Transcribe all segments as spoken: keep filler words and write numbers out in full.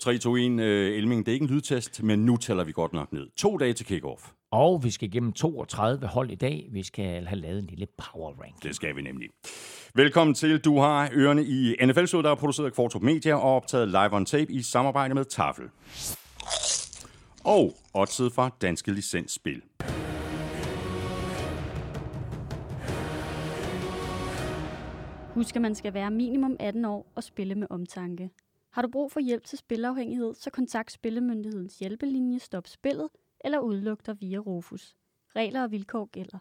tre, to, en, øh, Elming, det er ikke en lydtest, men nu tæller vi godt nok ned. To dage til kick-off. Og vi skal igennem toogtredive hold i dag. Vi skal have lavet en lille power rank. Det skal vi nemlig. Velkommen til. Du har ørerne i N F L-showet, der er produceret af Kvartrup Media og optaget live on tape i samarbejde med Tafel. Og oddset fra Danske Licensspil. Husk, at man skal være minimum atten år og spille med omtanke. Har du brug for hjælp til spilafhængighed, så kontakt Spillemyndighedens hjælpelinje Stop Spillet eller udluk dig via Rufus. Regler og vilkår gælder.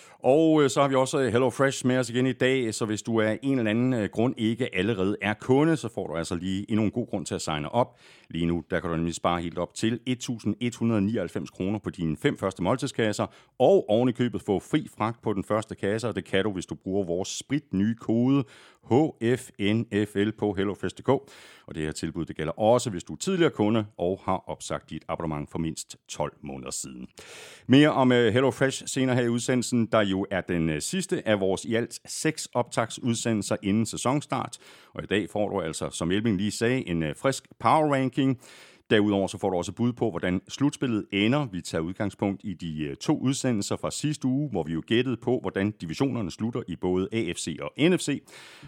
Og øh, så har vi også Hello Fresh med os igen i dag, så hvis du af en eller anden øh, grund ikke allerede er kunde, så får du altså lige endnu en god grund til at signe op. Lige nu, der kan du nemlig spare helt op til et tusind et hundrede nioghalvfems kroner på dine fem første måltidskasser, og oven i købet få fri fragt på den første kasse, og det kan du, hvis du bruger vores spritnye kode H F N F L på hellofresh punktum d k. Og det her tilbud, det gælder også, hvis du er tidligere kunde og har opsagt dit abonnement for mindst tolv måneder siden. Mere om uh, HelloFresh senere her i udsendelsen, der jo er den uh, sidste af vores i alt seks optagsudsendelser inden sæsonstart. Og i dag får du altså, som Elming lige sagde, en uh, frisk power ranking. Derudover så får du også bud på, hvordan slutspillet ender. Vi tager udgangspunkt i de to udsendelser fra sidste uge, hvor vi jo gættede på, hvordan divisionerne slutter i både A F C og N F C.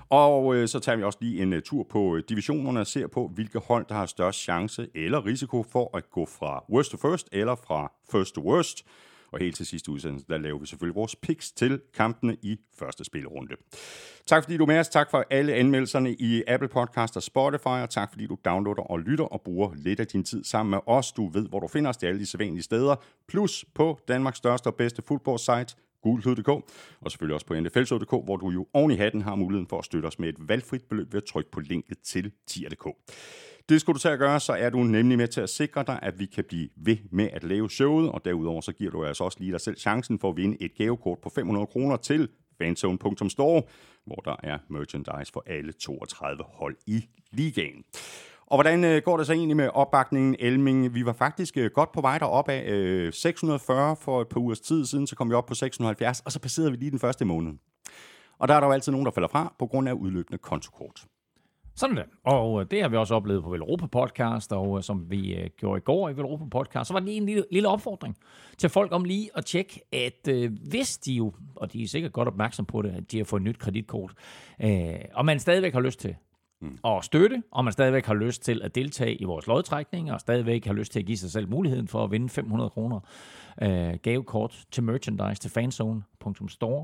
Og øh, så tager vi også lige en uh, tur på divisionerne og ser på, hvilke hold, der har størst chance eller risiko for at gå fra worst to first eller fra first to worst. Og helt til sidste udsendelse, der laver vi selvfølgelig vores picks til kampene i første spillerunde. Tak fordi du er med os. Tak for alle anmeldelserne i Apple Podcast og Spotify. Og tak fordi du downloader og lytter og bruger lidt af din tid sammen med os. Du ved, hvor du finder os. Det er alle de sædvanlige steder. Plus på Danmarks største og bedste fodboldsite, gulklud punktum d k. Og selvfølgelig også på N F L punktum d k, hvor du jo oven i hatten har muligheden for at støtte os med et valgfrit beløb ved at trykke på linket til tier punktum d k. Det skulle du til at gøre, så er du nemlig med til at sikre dig, at vi kan blive ved med at lave showet, og derudover så giver du altså også lige dig selv chancen for at vinde et gavekort på fem hundrede kroner til fanzone punktum store, hvor der er merchandise for alle toogtredive hold i ligaen. Og hvordan går det så egentlig med opbakningen, Elming? Vi var faktisk godt på vej derop af seks hundrede og fyrre for et par ugers tid siden, så kom vi op på seks hundrede og halvfjerds, og så passerede vi lige den første måned. Og der er der jo altid nogen, der falder fra på grund af udløbende kontokort. Sådan det. Og det har vi også oplevet på Velropa Podcast, og som vi uh, gjorde i går i Velropa Podcast, så var det lige en lille, lille opfordring til folk om lige at tjekke, at uh, hvis de jo, og de er sikkert godt opmærksom på det, at de har fået et nyt kreditkort, uh, og man stadigvæk har lyst til mm. at støtte, og man stadigvæk har lyst til at deltage i vores lodtrækning, og stadigvæk har lyst til at give sig selv muligheden for at vinde fem hundrede kroner uh, gavekort til merchandise til fanzone punktum store,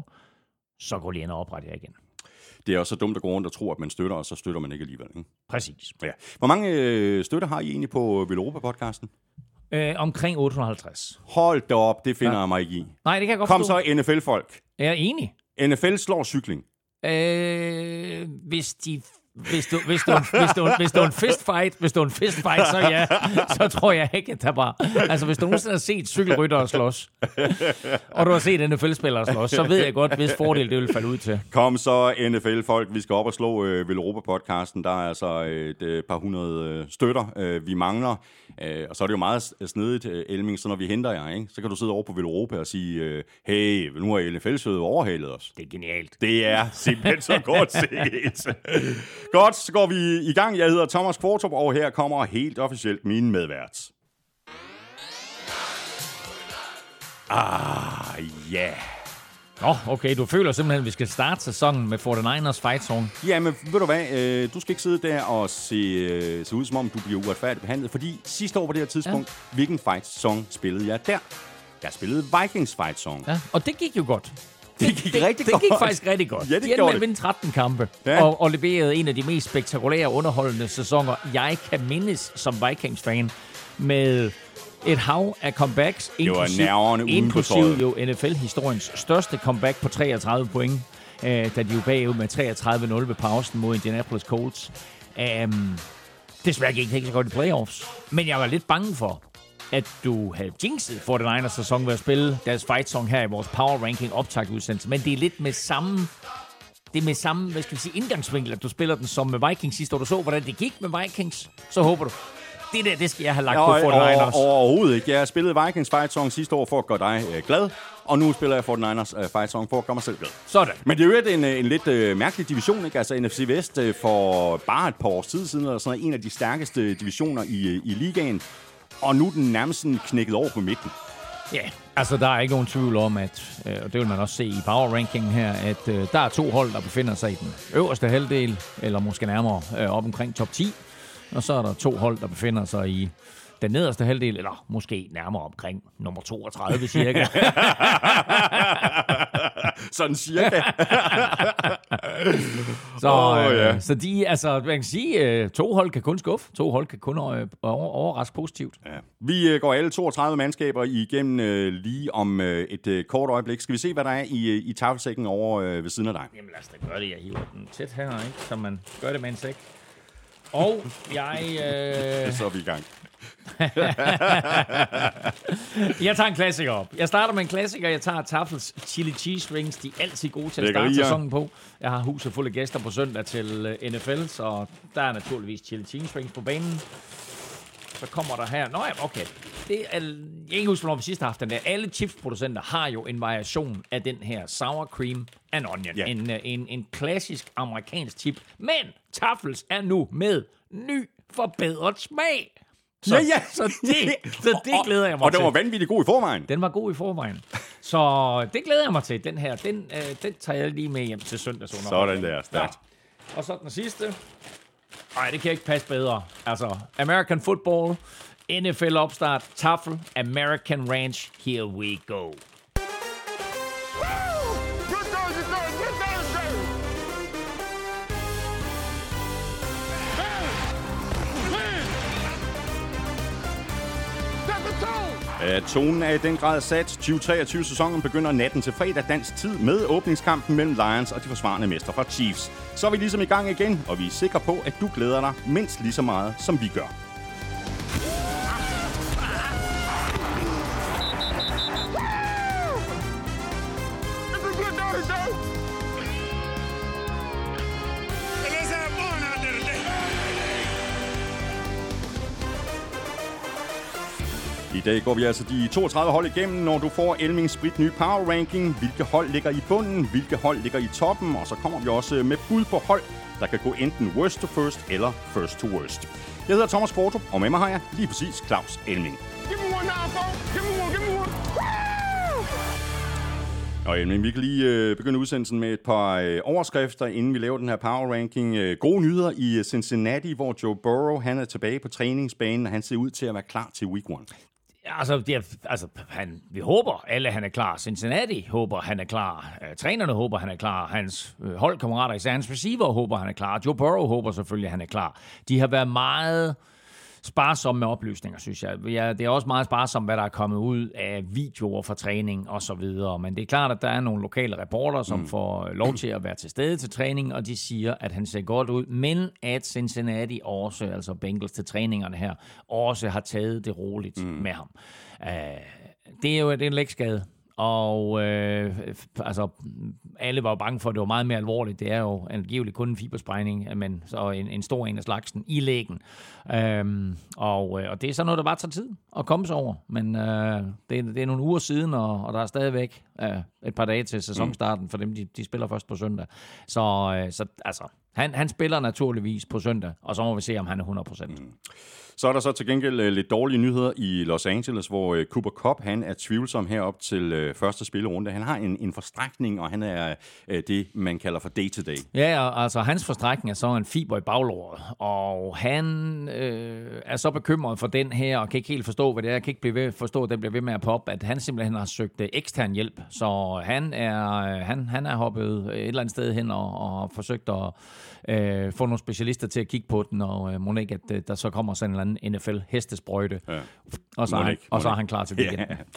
så går lige ind og opret jer igen. Det er også så dumt at gå rundt og tro, at man støtter, og så støtter man ikke alligevel. Ikke? Præcis. Ja. Hvor mange øh, støtter har I egentlig på Velropa-podcasten? Øh, omkring otte hundrede og halvtreds. Hold da op, det finder ja. jeg mig ikke i. Nej, det kan jeg godt Kom forstå. så, N F L-folk. Jeg er enig. N F L slår cykling. Øh, hvis de... Hvis du, hvis, du, hvis, du, hvis du er en fistfight, hvis du er en fistfight, så ja, så tror jeg ikke, at der bare... Altså, hvis du nogensinde har set cykelryttere slås, og du har set N F L-spillere slås, så ved jeg godt, hvis fordel det vil falde ud til. Kom så, N F L-folk. Vi skal op og slå øh, Velropa-podcasten. Der er altså et øh, par hundrede øh, støtter, øh, vi mangler. Øh, og så er det jo meget snedigt, øh, Elming, så når vi henter jer, ikke, så kan du sidde over på Velropa og sige, øh, hey, nu har N F L-sødet overhalet os. Det er genialt. Det er simpelthen så godt set. Godt, så går vi i gang. Jeg hedder Thomas Kvartrup, og her kommer helt officielt min medvært. Ah, ja. Yeah. Nå, okay, du føler simpelthen, at vi skal starte sæsonen med forty-niners fight song. Ja, men ved du hvad, øh, du skal ikke sidde der og se, øh, se ud, som om du bliver uretfærdigt behandlet, fordi sidste år på det her tidspunkt, ja. hvilken fight song spillede jeg der? Jeg spillede Vikings fight song. Ja, og det gik jo godt. Det gik det, rigtig det, godt. Det gik faktisk rigtig godt. Ja, det de endte gjorde med at vinde tretten kampe, ja. og, og leverede en af de mest spektakulære underholdende sæsoner, jeg kan mindes som Vikings-fan, med et hav af comebacks, inklusive, inklusive jo N F L-historiens største comeback på treogtredive point, øh, da de jo bagud med treogtredive nul ved pausen mod Indianapolis Colts. Um, desværre gik det ikke så godt i playoffs, men jeg var lidt bange for, at du havde jinxet forty-niners sæson ved at spille deres fight song her i vores power ranking optagtudsendelse, men det er lidt med samme, det er med samme, hvad skal vi sige, indgangsvinkel, at du spiller den som med Vikings sidste år. Du så, hvordan det gik med Vikings, så håber du, det der, det skal jeg have lagt Nå, på forty-niners. Over, overhovedet ikke. Jeg spillede Vikings Fight Song sidste år for at gøre dig øh, glad, og nu spiller jeg forty-niners øh, Fight Song for at gøre mig selv glad. Sådan. Men det er jo en, en lidt øh, mærkelig division, ikke? Altså N F C Vest øh, for bare et par års tid siden, eller sådan en af de stærkeste divisioner i, i ligaen, og nu er den nærmest sådan knækket over på midten. Ja, altså der er ikke nogen tvivl om, at, øh, og det vil man også se i power rankingen her, at øh, der er to hold, der befinder sig i den øverste halvdel, eller måske nærmere øh, op omkring top ti, og så er der to hold, der befinder sig i den nederste halvdel, eller måske nærmere omkring nummer toogtredive cirka. Sådan cirka. så, oh, øh, ja. så de, altså, man kan sige, øh, to hold kan kun skuffe, to hold kan kun øh, over, overraske positivt. Ja. Vi øh, går alle toogtredive mandskaber igennem øh, lige om øh, et øh, kort øjeblik. Skal vi se, hvad der er i, i tafelsækken over øh, ved siden af dig? Jamen lad os da gøre det. Jeg hiver den tæt her, ikke? Så man gør det med en sæk. Og jeg... Øh... Så er vi i gang. Jeg tager en klassiker op. Jeg starter med en klassiker. Jeg tager Tafels Chili Cheese Rings. De er altid gode til at starte sæsonen på. Jeg har huset fulde gæster på søndag til N F L, så der er naturligvis Chili Cheese Rings på banen. Så kommer der her... Nå ja, okay. Det er, jeg kan ikke huske, hvornår vi sidst har haft den der. Alle chipsproducenter har jo en variation af den her sour cream and onion. Yeah. En, en, en klassisk amerikansk chip. Men Tafels er nu med ny forbedret smag. Så, ja, ja. Så det, så det glæder jeg mig og, og til. Og den var vanvittigt god i forvejen. Den var god i forvejen. Så det glæder jeg mig til. Den her, den, øh, den tager jeg lige med hjem til søndags. Sådan der, stærkt. Ja. Og så den sidste. Nej, det kan ikke passe bedre. Altså, American Football, N F L opstart, Tafel, American Ranch, here we go. Tonen er i den grad sat. tyve treogtyve-sæsonen begynder natten til fredag dansk tid med åbningskampen mellem Lions og de forsvarende mestre fra Chiefs. Så er vi ligesom i gang igen, og vi er sikre på, at du glæder dig mindst lige så meget, som vi gør. I dag går vi altså de toogtredive hold igennem, når du får Elmings sprit nye power ranking. Hvilke hold ligger i bunden, hvilke hold ligger i toppen, og så kommer vi også med bud på hold, der kan gå enten worst to first eller first to worst. Jeg hedder Thomas Kvartrup, og med mig har jeg lige præcis Claus Elming. Og Elming, vi kan lige øh, begynde udsendelsen med et par øh, overskrifter, inden vi laver den her power ranking. Øh, gode nyheder i Cincinnati, hvor Joe Burrow han er tilbage på træningsbanen, og han ser ud til at være klar til week one. Altså, det er, altså han, vi håber, alle han er klar. Cincinnati håber, han er klar. Uh, trænerne håber, han er klar. Hans uh, holdkammerater, især hans receiver, håber, han er klar. Joe Burrow håber selvfølgelig, han er klar. De har været meget sparsomme med oplysninger, synes jeg. Ja, det er også meget sparsomt, hvad der er kommet ud af videoer fra træning og så videre. Men det er klart, at der er nogle lokale reporter, som mm. får lov til at være til stede til træning, og de siger, at han ser godt ud, men at Cincinnati også, altså Bengals til træningerne her, også har taget det roligt mm. med ham. Uh, det er jo det er en lægskade. Og øh, altså, alle var jo bange for, at det var meget mere alvorligt. Det er jo angiveligt kun en fibersprængning, men så en, en stor en af slagsen i lægen. Øhm, og, og det er sådan noget, der bare tager tid at komme sig over. Men øh, det, det er nogle uger siden, og, og der er stadigvæk øh, et par dage til sæsonstarten, for dem de, de spiller først på søndag. Så, øh, så altså, han, han spiller naturligvis på søndag, og så må vi se, om han er hundrede procent. Mm. Så er der så til gengæld uh, lidt dårlige nyheder i Los Angeles, hvor uh, Cooper Kupp, han er tvivlsom herop til uh, første spillerunde. Han har en, en forstrækning, og han er uh, det, man kalder for day-to-day. Ja, altså hans forstrækning er så en fiber i baglåret, og han øh, er så bekymret for den her, og kan ikke helt forstå, hvad det er. Jeg kan ikke blive ved, forstå, at den bliver ved med at poppe, at han simpelthen har søgt uh, ekstern hjælp. Så han er, uh, han, han er hoppet et eller andet sted hen og, og forsøgt at uh, få nogle specialister til at kigge på den, og uh, må ikke, at uh, der så kommer sådan en N F L-hestesprøjte, ja. og, så, han, og så er han klar til weekenden. Ja.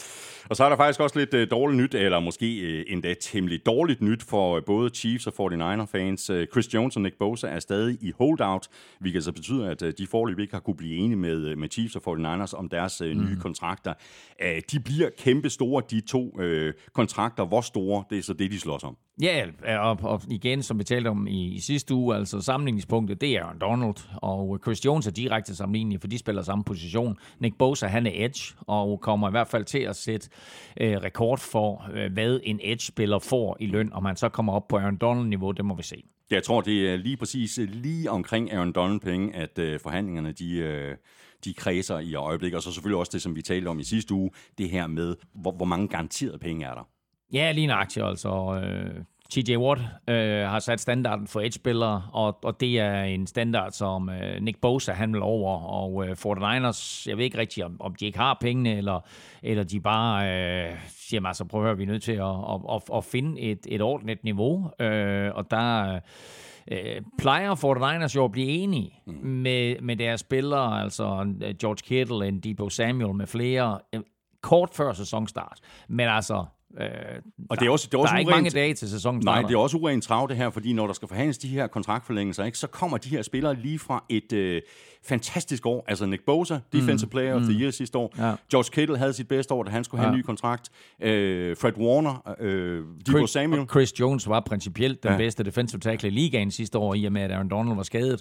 Og så er der faktisk også lidt uh, dårligt nyt, eller måske uh, endda temmelig dårligt nyt for uh, både Chiefs og forty-niner-fans. Uh, Chris Jones og Nick Bosa er stadig i holdout, hvilket så betyder, at uh, de foreløbig ikke har kunne blive enige med, uh, med Chiefs og forty-niners om deres uh, nye mm. kontrakter. Uh, de bliver kæmpe store, de to uh, kontrakter. Hvor store, det er så det, de slås om. Ja, og, og igen, som vi talte om i, i sidste uge, altså sammenligningspunktet, det er Aaron Donald, og Chris Jones er direkte sammenlignet, for de spiller samme position. Nick Bosa, han er edge, og kommer i hvert fald til at sætte øh, rekord for, øh, hvad en edge-spiller får i løn, og man så kommer op på Aaron Donald-niveau, det må vi se. Jeg tror, det er lige præcis lige omkring Aaron Donald-penge, at øh, forhandlingerne, de... Øh de kredser i øjeblikket, og så selvfølgelig også det, som vi talte om i sidste uge, det her med, hvor, hvor mange garanterede penge er der. Ja, lige en aktie, altså. Øh, T J Watt øh, har sat standarden for edge-spillere, og, og det er en standard, som øh, Nick Bosa han vil over, og øh, forty-niners, jeg ved ikke rigtig, om, om de ikke har pengene, eller, eller de bare øh, siger, altså prøv at høre, vi er nødt til at, at, at, at finde et, et ordentligt niveau, øh, og der... Øh, plejer forty-niners jo at blive enige mm. med, med deres spillere, altså George Kittle, en Deebo Samuel med flere, øh, kort før sæsonstart. Men altså, øh, og det er, også, det er, også der er ikke mange dage til sæsonen starter. Nej, det er også urent trav det her, fordi når der skal forhandles de her kontraktforlængelser, ikke, så kommer de her spillere lige fra et øh, fantastisk år. Altså Nick Bosa, Defensive mm. Player of the Year sidste år. Ja. George Kittle havde sit bedste år, da han skulle have ja. en ny kontrakt. Øh, Fred Warner, øh, Deebo Samuel. Og Chris Jones var principielt den ja. bedste defensive tackle i ligaen sidste år, i og med at Aaron Donald var skadet.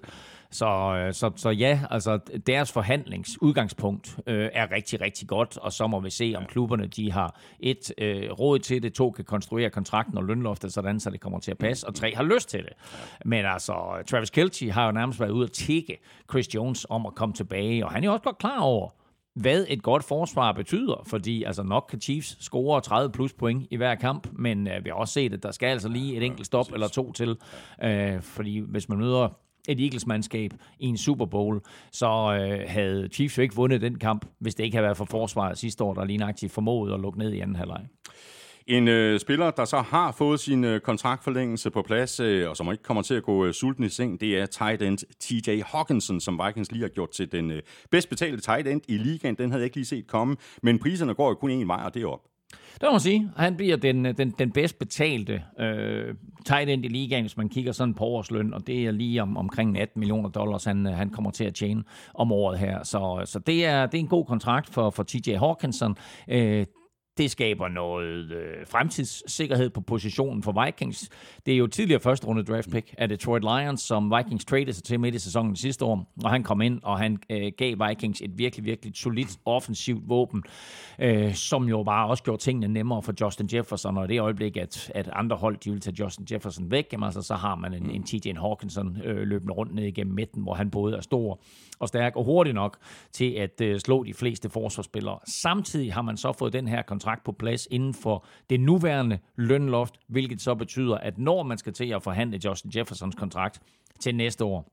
Så, så, så ja, altså deres forhandlingsudgangspunkt øh, er rigtig, rigtig godt, og så må vi se, om klubberne de har et øh, råd til det, to kan konstruere kontrakten og lønloftet sådan, så det kommer til at passe, og tre har lyst til det. Men altså, Travis Kelce har jo nærmest været ude at tikke Chris Jones om at komme tilbage, og han er jo også godt klar over, hvad et godt forsvar betyder, fordi altså nok kan Chiefs score tredive plus point i hver kamp, men øh, vi har også set, at der skal altså lige et enkelt stop eller to til, øh, fordi hvis man møder et Eagles-mandskab i en Super Bowl, så øh, havde Chiefs jo ikke vundet den kamp, hvis det ikke havde været for forsvaret sidste år, der lige nøjagtigt formåede at lukke ned i anden halvleg. En øh, spiller, der så har fået sin øh, kontraktforlængelse på plads, øh, og som ikke kommer til at gå øh, sulten i seng, det er tight end T J Hockenson, som Vikings lige har gjort til den øh, bedst betalte tight end i ligaen. Den havde jeg ikke lige set komme, men priserne går jo kun en vej, og det er op. Det må man sige. Han bliver den, den, den bedst betalte øh, tight end i ligaen, hvis man kigger sådan på årsløn, og det er lige om, omkring atten millioner dollars, han, han kommer til at tjene om året her. Så, så det, er, det er en god kontrakt for, for T J Hockenson. Øh, Det skaber noget øh, fremtidssikkerhed på positionen for Vikings. Det er jo tidligere første runde draft pick af Detroit Lions, som Vikings traded sig til midt i sæsonen sidste år, og han kom ind, og han øh, gav Vikings et virkelig, virkelig solidt offensivt våben, øh, som jo bare også gjorde tingene nemmere for Justin Jefferson, og i det øjeblik, at, at andre hold de vil tage Justin Jefferson væk, jamen, altså, så har man en, en T J Hockenson øh, løbende rundt ned igennem midten, hvor han både er stor og stærk og hurtig nok til at øh, slå de fleste forsvarsspillere. Samtidig har man så fået den her kontrakt på plads inden for det nuværende lønloft, hvilket så betyder, at når man skal til at forhandle Justin Jeffersons kontrakt til næste år,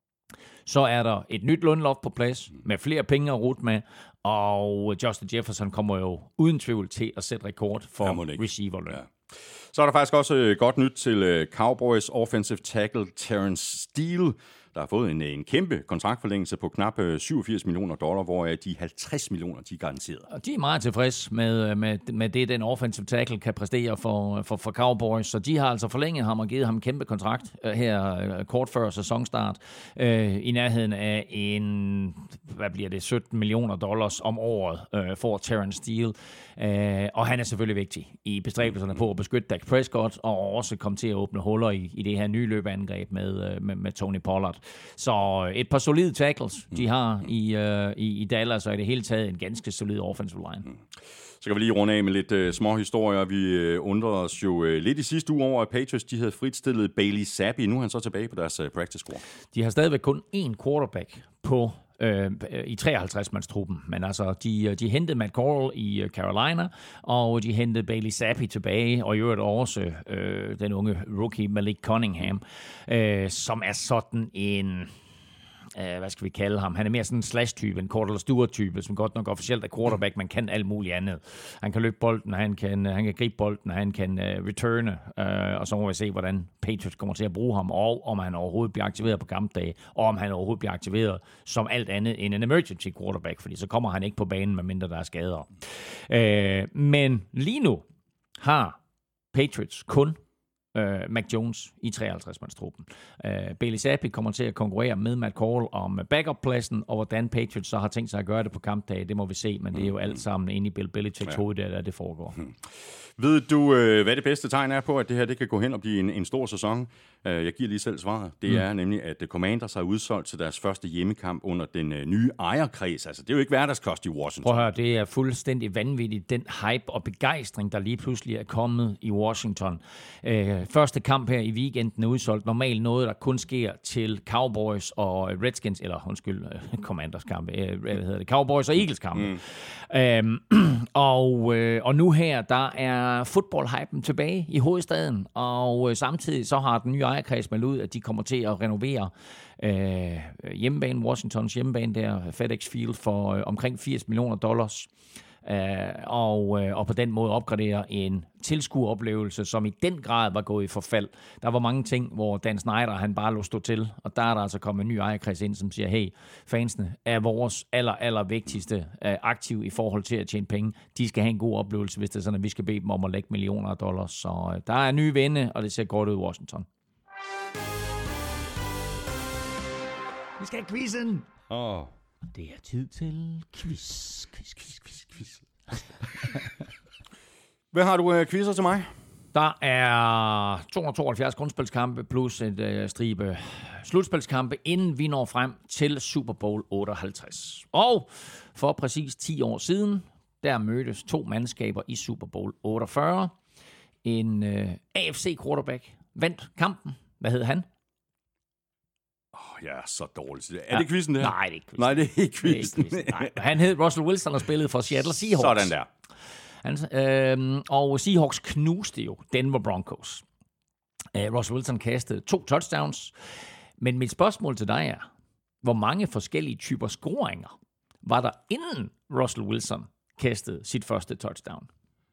så er der et nyt lønloft på plads med flere penge at rute med, og Justin Jefferson kommer jo uden tvivl til at sætte rekord for receiverløn. Ja. Så er der faktisk også godt nyt til Cowboys offensive tackle Terrence Steele, der har fået en, en kæmpe kontraktforlængelse på knap syvogfirs millioner dollar, hvor de halvtreds millioner de er garanteret. Og de er meget tilfreds med, med, med det, den offensive tackle kan præstere for, for, for Cowboys, så de har altså forlænget ham og givet ham en kæmpe kontrakt her kort før sæsonstart, øh, i nærheden af en, hvad bliver det, sytten millioner dollars om året øh, for Terrence Steele. Øh, og han er selvfølgelig vigtig i bestræbelserne på at beskytte Dak Prescott, og også komme til at åbne huller i, i det her nye løbeangreb med, med, med Tony Pollard. Så et par solide tackles, de har i, uh, i, i Dallas, og i det hele taget en ganske solid offensive line. Så kan vi lige runde af med lidt uh, små historier. Vi uh, undrede os jo uh, lidt i sidste uge over, at Patriots de havde fritstillet Bailey Zappi. Nu er han så tilbage på deres uh, practice squad. De har stadigvæk kun én quarterback på Øh, i treoghalvtreds-mandstruppen, men altså, de, de hentede Matt Corral i Carolina, og de hentede Bailey Zappi tilbage, og i øvrigt også øh, den unge rookie Malik Cunningham, øh, som er sådan en, Uh, hvad skal vi kalde ham? Han er mere sådan en slash-type, en Cordell Stewart-type, som godt nok officielt er quarterback, man kan alt muligt andet. Han kan løbe bolden, han kan, han kan gribe bolden, han kan uh, returne, uh, og så må vi se, hvordan Patriots kommer til at bruge ham, og om han overhovedet bliver aktiveret på kampdage, og om han overhovedet bliver aktiveret som alt andet end en emergency quarterback, fordi så kommer han ikke på banen, medmindre der er skader. Uh, men lige nu har Patriots kun Uh, Mac Jones i treoghalvtreds-mandstruppen. Uh, Bailey Zappi kommer til at konkurrere med Matt Corral om backup-pladsen, og hvordan Patriots så har tænkt sig at gøre det på kampdage, det må vi se, men det er jo alt sammen inde i Bill Belichicks hoved, der, der det foregår. Hmm. Ved du, øh, hvad det bedste tegn er på, at det her det kan gå hen og blive en, en stor sæson? Uh, jeg giver lige selv svaret. Det mm. er nemlig, at Commanders har udsolgt til deres første hjemmekamp under den uh, nye ejerkreds. Altså, det er jo ikke hverdagskost i Washington. Prøv at høre, det er fuldstændig vanvittigt, den hype og begejstring, der lige pludselig er kommet i Washington. Uh, første kamp her i weekenden er udsolgt. Normalt noget, der kun sker til Cowboys og Redskins, eller undskyld, uh, Commanders kamp, uh, hvad hedder det, Cowboys og Eagles kamp. Mm. Uh, og, uh, og nu her, der er fodboldhypen tilbage i hovedstaden, og øh, samtidig så har den nye ejerkreds meldt ud, at de kommer til at renovere øh, hjemmebane, Washingtons hjemmebane der, FedEx Field, for øh, omkring firs millioner dollars. Uh, og, uh, og på den måde opgradere en tilskueroplevelse, som i den grad var gået i forfald. Der var mange ting, hvor Dan Snyder, han bare lå stå til, og der er der altså kommet en ny ejerkreds ind, som siger, hey, fansene er vores aller, aller vigtigste uh, aktiv i forhold til at tjene penge. De skal have en god oplevelse, hvis det er sådan, at vi skal bede dem om at lægge millioner af dollars. Så uh, der er nye vinde, og det ser godt ud i Washington. Vi skal have quizzen! Åh. Oh. Det er tid til quiz, quiz, quiz, quiz, quiz. Hvad har du uh, quizzer til mig? Der er to hundrede tooghalvfjerds grundspilskampe plus et uh, stribe slutspilskampe, inden vi når frem til Super Bowl otteoghalvtreds. Og for præcis ti år siden, der mødtes to mandskaber i Super Bowl otteogfyrre. En uh, A F C quarterback vandt kampen. Hvad hed han? Oh, jeg er så dårlig. Er ja. det quizzen, det her? Nej, det er ikke quizzen. Nej, det er ikke quizzen. Det er ikke quizzen. Nej. Han hed Russell Wilson og spillede for Seattle Seahawks. Sådan der. Han, øh, og Seahawks knuste jo Denver Broncos. Uh, Russell Wilson kastede to touchdowns. Men mit spørgsmål til dig er, hvor mange forskellige typer scoringer var der, inden Russell Wilson kastede sit første touchdown?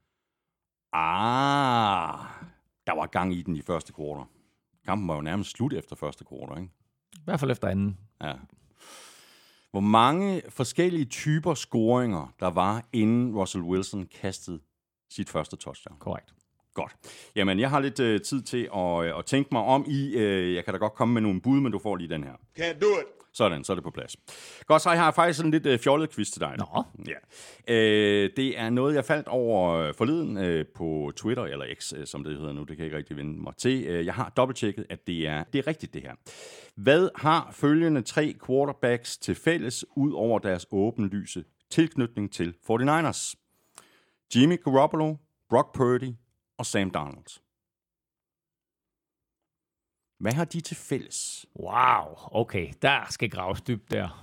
Ah, der var gang i den i første kvartal. Kampen var jo nærmest slut efter første kvartal, ikke? I hvert fald efter anden. Ja. Hvor mange forskellige typer scoringer der var, inden Russell Wilson kastede sit første touchdown? Korrekt. Godt. Jamen, jeg har lidt uh, tid til at, uh, at tænke mig om i. Uh, jeg kan da godt komme med nogle bud, men du får lige den her. Can't do it. Sådan, så er det på plads. Godt, så jeg har faktisk sådan lidt uh, fjollet quiz til dig. Nå. Ja. Uh, det er noget, jeg faldt over uh, forleden uh, på Twitter, eller X, uh, som det hedder nu. Det kan jeg ikke rigtig vende mig til. Uh, jeg har dobbelttjekket, at det er, det er rigtigt, det her. Hvad har følgende tre quarterbacks til fælles, ud over deres åbenlyse tilknytning til forty-niners? Jimmy Garoppolo, Brock Purdy og Sam Darnold. Hvad har de til fælles? Wow, okay, der skal graves dybt der.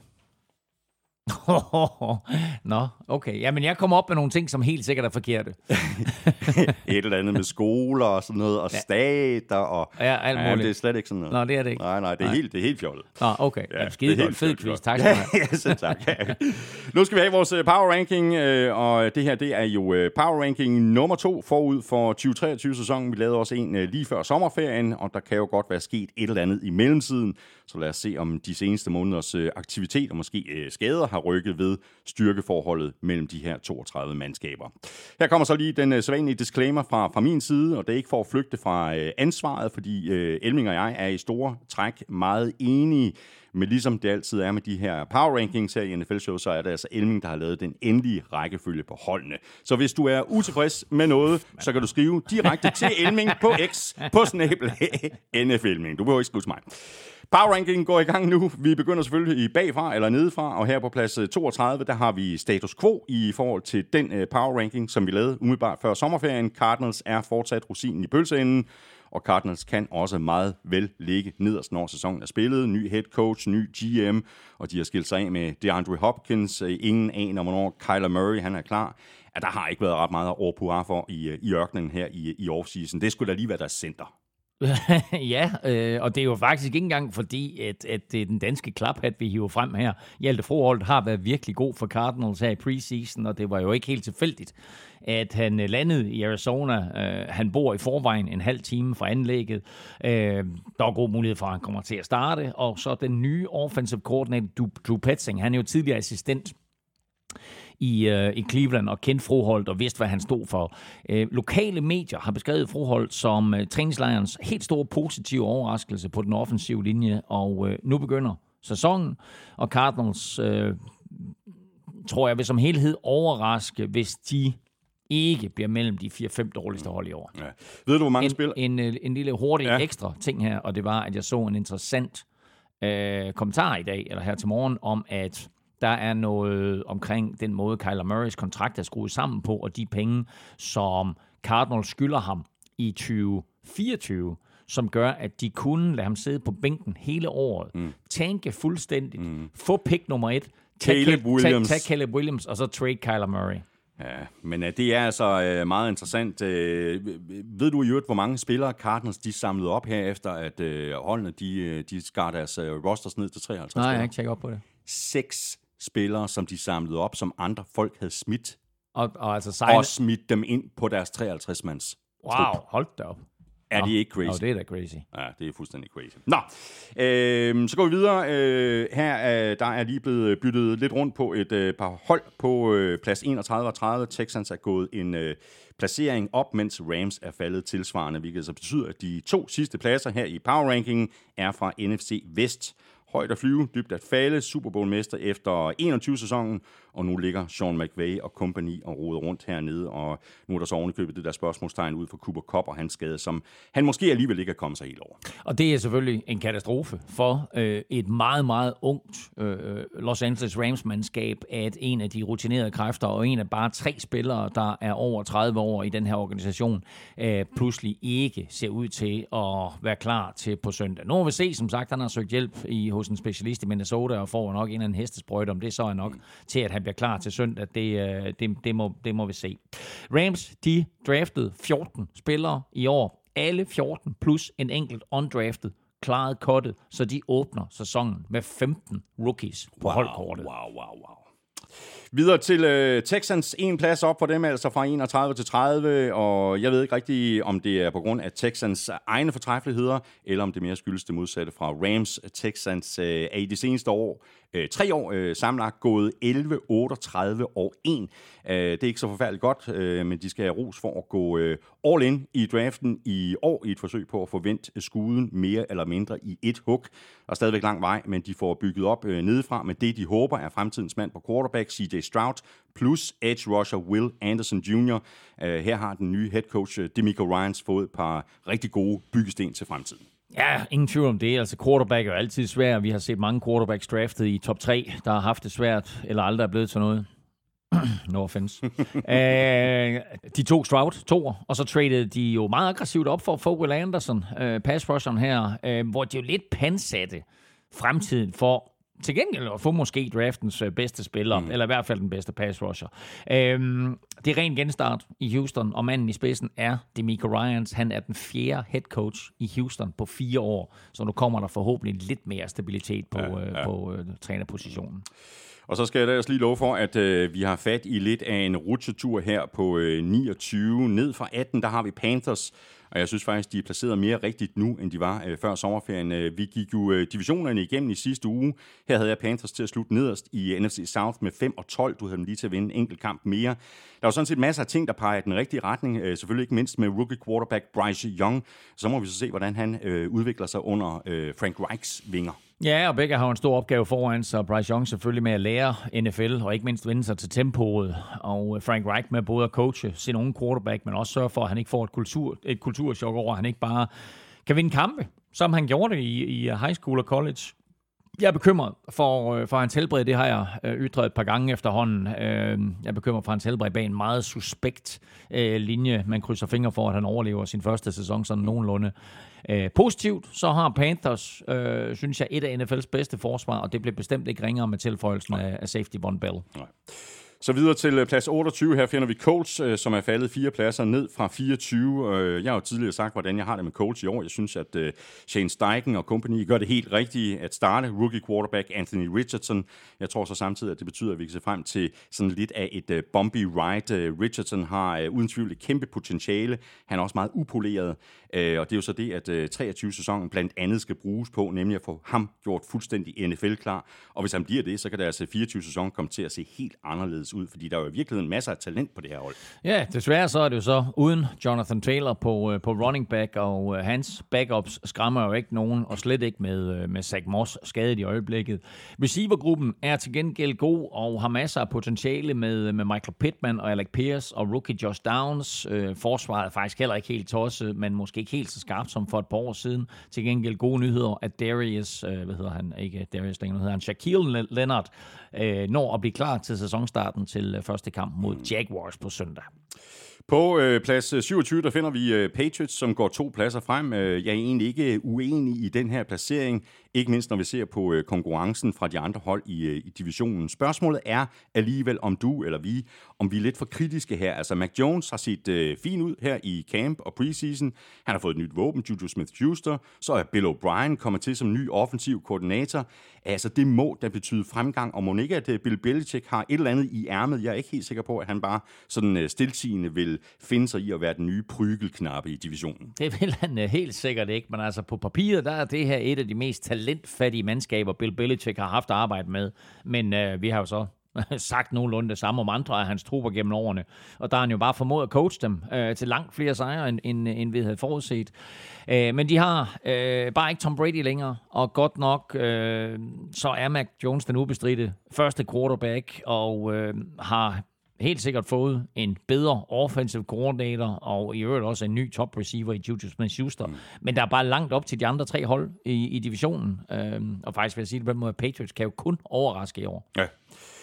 Nå, okay. Jamen, jeg kommer op med nogle ting, som helt sikkert er forkerte. Et eller andet med skoler og sådan noget, og ja. stater og... Ja, alt muligt. Ja, det er slet ikke sådan noget. Nå, det er det ikke. Nej, nej, det er, nej. Helt, det er helt fjollet. Nå, okay. Ja, skide godt. Fed quiz. Tak skal du have. Ja, så tak. Nu skal vi have vores power ranking, og det her, det er jo power ranking nummer to forud for tyve treogtyve-sæsonen. Vi lavede også en lige før sommerferien, og der kan jo godt være sket et eller andet i mellemtiden. Så lad os se, om de seneste måneders aktivitet og måske skader har rykket ved styrkeforholdet mellem de her toogtredive mandskaber. Her kommer så lige den sædvanlige disclaimer fra, fra min side, og det er ikke for at flygte fra øh, ansvaret, fordi øh, Elming og jeg er i store træk meget enige, men ligesom det altid er med de her power rankings her i N F L-show, så er det altså Elming, der har lavet den endelige rækkefølge på holdene. Så hvis du er utilfreds med noget, så kan du skrive direkte til Elming på X på snabel-a N F Elming. Du behøver ikke skrive til mig. Power ranking går i gang nu. Vi begynder selvfølgelig i bagfra eller nedefra, og her på plads toogtredive, der har vi status quo i forhold til den power ranking, som vi lavede umiddelbart før sommerferien. Cardinals er fortsat rosinen i pølseenden, og Cardinals kan også meget vel ligge nederst, når sæsonen er spillet. Ny head coach, ny G M, og de har skilt sig af med DeAndre Hopkins. Ingen aner, hvornår Kyler Murray han er klar. Ja, der har ikke været ret meget at overpue for i, i ørkenen her i, i offseason. Det skulle da lige være deres center. ja, øh, og det er jo faktisk ikke engang fordi, at, at det er den danske klaphat, vi hiver frem her. Hjalte Froholt har været virkelig god for Cardinals her i preseason, og det var jo ikke helt tilfældigt, at han landede i Arizona. Øh, han bor i forvejen en halv time fra anlægget. Øh, der er god mulighed for, at han kommer til at starte. Og så den nye offensive coordinator, Drew Petzing, han er jo tidligere assistent i, øh, i Cleveland og kendte Froholt og vidste, hvad han stod for. Øh, lokale medier har beskrevet Froholt som øh, træningslejrens helt store positive overraskelse på den offensive linje, og øh, nu begynder sæsonen, og Cardinals øh, tror jeg vil som helhed overraske, hvis de ikke bliver mellem de fire fem dårligste hold i år. Ja. Ved du, hvor mange en, spil? En, en, en lille hurtig ja. ekstra ting her, og det var, at jeg så en interessant øh, kommentar i dag, eller her til morgen, om at der er noget omkring den måde, Kyler Murrays kontrakt er skruet sammen på, og de penge, som Cardinals skylder ham i tyve fireogtyve, som gør, at de kunne lade ham sidde på bænken hele året, mm. tanke fuldstændigt, mm. få pick nummer et, Caleb Williams. Tag Caleb Williams, og så trade Kyler Murray. Ja, men uh, det er altså uh, meget interessant. Uh, ved du i øvrigt, hvor mange spillere Cardinals de samlede op her efter, at uh, holdene de, de skar deres uh, rosters ned til treoghalvtreds? Nej, jeg har ikke tjekket op på det. Seks spillere, som de samlede op, som andre folk havde smidt, og, og, altså sejne... og smidt dem ind på deres treoghalvtreds-mands. Wow, hold da op. Er Nå, de ikke crazy? Nå, det er da crazy. Ja, det er fuldstændig crazy. Nå, øh, så går vi videre. Øh, her øh, der er lige blevet byttet lidt rundt på et øh, par hold på øh, plads enogtredive og tredive. Texans er gået en øh, placering op, mens Rams er faldet tilsvarende, hvilket så betyder, at de to sidste pladser her i Power Rankingen er fra N F C Vest. Højt at flyve, dybt at falde, Super Bowl-mester efter enogtyve-sæsonen, og nu ligger Sean McVay og company og roder rundt hernede, og nu er der så ovenikøbet det der spørgsmålstegn ud for Cooper Kupp og hans skade, som han måske alligevel ikke er kommet sig helt over. Og det er selvfølgelig en katastrofe for øh, et meget, meget ungt øh, Los Angeles Rams-mandskab, at en af de rutinerede kræfter og en af bare tre spillere, der er over tredive år i den her organisation, øh, pludselig ikke ser ud til at være klar til på søndag. Nu må vi se, som sagt, han har søgt hjælp i hos en specialist i Minnesota og får nok en eller anden hestesprøjte, om det så er nok mm. til, at han bliver klar til søndag. Det, det, det, må, det må vi se. Rams, de draftede fjorten spillere i år. Alle fjorten plus en enkelt undrafted klaret kottet, så de åbner sæsonen med femten rookies på wow, holdkortet. Wow, wow, wow. Videre til øh, Texans, en plads op for dem, altså fra enogtredive til tredive, og jeg ved ikke rigtig, om det er på grund af Texans egne fortræffeligheder, eller om det mere skyldes det modsatte fra Rams. Texans øh, er i de seneste år, øh, tre år øh, sammenlagt, gået elleve, otteogtredive og en. Øh, det er ikke så forfærdeligt godt, øh, men de skal have ros for at gå øh, all in i draften i år, i et forsøg på at forvente skuden mere eller mindre i et hug. Der er stadigvæk lang vej, men de får bygget op øh, nedefra, men det de håber er fremtidens mand på quarterback, C J Stroud, plus edge rusher Will Anderson junior Uh, her har den nye head coach uh, DeMeco Ryans fået et par rigtig gode byggesten til fremtiden. Ja, ingen tvivl om det. Altså quarterback er jo altid svært. Vi har set mange quarterbacks draftet i top tre, der har haft det svært, eller aldrig er blevet til noget. No offense. uh, de tog Stroud, to, og så tradede de jo meget aggressivt op for at få Will Anderson, uh, pass rusheren her, uh, hvor de jo lidt pansatte fremtiden for til gengæld at få måske draftens bedste spiller, mm. eller i hvert fald den bedste pass rusher. Øhm, det er ren genstart i Houston, og manden i spidsen er DeMeco Ryans. Han er den fjerde head coach i Houston på fire år, så nu kommer der forhåbentlig lidt mere stabilitet på, ja, ja. Øh, på øh, trænerpositionen. Og så skal jeg da også lige love for, at øh, vi har fat i lidt af en rutsjetur her på øh, niogtyve. Ned fra atten, der har vi Panthers. Og jeg synes faktisk, de er placeret mere rigtigt nu, end de var øh, før sommerferien. Øh, vi gik jo øh, divisionerne igennem i sidste uge. Her havde jeg Panthers til at slutte nederst i N F C South med fem og tolv. Du havde dem lige til at vinde en enkelt kamp mere. Der var sådan set masser af ting, der peger i den rigtige retning. Øh, selvfølgelig ikke mindst med rookie quarterback Bryce Young. Så må vi så se, hvordan han øh, udvikler sig under øh, Frank Reichs vinger. Ja, og begge har en stor opgave foran sig. Bryce Young selvfølgelig med at lære N F L, og ikke mindst vende sig til tempoet. Og Frank Reich med både at coache sin unge quarterback, men også sørge for, at han ikke får et, kultur, et kulturschok over, at han ikke bare kan vinde kampe, som han gjorde det i, i high school og college. Jeg er bekymret for, for hans helbred, det har jeg ytret et par gange efterhånden. Jeg er bekymret for hans helbred bag en meget suspekt linje. Man krydser fingre for, at han overlever sin første sæson sådan nogenlunde. Positivt, så har Panthers, øh, synes jeg, et af N F L's bedste forsvar, og det blev bestemt ikke ringere med tilføjelsen af, af safety Von Bell. Nej. Så videre til plads otteogtyve. Her finder vi Colts, som er faldet fire pladser ned fra fireogtyve. Jeg har jo tidligere sagt, hvordan jeg har det med Colts i år. Jeg synes, at Shane Steichen og company gør det helt rigtigt at starte. Rookie quarterback Anthony Richardson. Jeg tror så samtidig, at det betyder, at vi kan se frem til sådan lidt af et bumpy ride. Richardson har uden tvivl et kæmpe potentiale. Han er også meget upoleret. Og det er jo så det, at treogtyve-sæsonen blandt andet skal bruges på, nemlig at få ham gjort fuldstændig N F L-klar. Og hvis han bliver det, så kan deres fireogtyve-sæson komme til at se helt anderledes ud, fordi der er jo i virkeligheden masser af talent på det her hold. Ja, desværre så er det jo så uden Jonathan Taylor på, på running back, og hans backups skræmmer jo ikke nogen, og slet ikke med, med Zach Moss skadet i øjeblikket. Receivergruppen er til gengæld god, og har masser af potentiale med, med Michael Pittman og Alec Pierce og rookie Josh Downs. Øh, forsvaret er faktisk heller ikke helt tosset, men måske ikke helt så skarpt som for et par år siden. Til gengæld gode nyheder, at Darius, øh, hvad hedder han, ikke Darius længere, hedder han, Shaquille Leonard, øh, når at blive klar til sæsonstarten til øh, første kamp mod Jaguars på søndag. På øh, plads syvogtyve, der finder vi øh, Patriots, som går to pladser frem. Jeg er egentlig ikke uenig i den her placering, ikke mindst når vi ser på øh, konkurrencen fra de andre hold i, øh, i divisionen. Spørgsmålet er alligevel, om du eller vi, om vi er lidt for kritiske her. Altså, Mac Jones har set øh, fin ud her i camp og preseason. Han har fået et nyt våben, Juju Smith-Schuster. Så er Bill O'Brien kommet til som ny offensiv koordinator. Altså, det må da betyde fremgang, og må ikke, at Bill Belichick har et eller andet i ærmet. Jeg er ikke helt sikker på, at han bare sådan øh, stiltigende vil finde sig i at være den nye prygelknappe i divisionen. Det vil han øh, helt sikkert ikke, men altså på papiret, der er det her et af de mest talentfattige mandskaber, Bill Belichick har haft arbejde med. Men øh, vi har jo så sagt nogenlunde det samme om andre af hans trupper gennem årene. Og der har han jo bare formået at coache dem øh, til langt flere sejre, end, end, end vi havde forudset. Øh, men de har øh, bare ikke Tom Brady længere, og godt nok øh, så er Mac Jones den ubestridte første quarterback, og øh, har helt sikkert fået en bedre offensive coordinator, og i øvrigt også en ny top receiver i Juju Smith-Schuster. Mm. Men der er bare langt op til de andre tre hold i, i divisionen. Øhm, og faktisk vil jeg sige det på den måde, at Patriots kan jo kun overraske i år. Ja.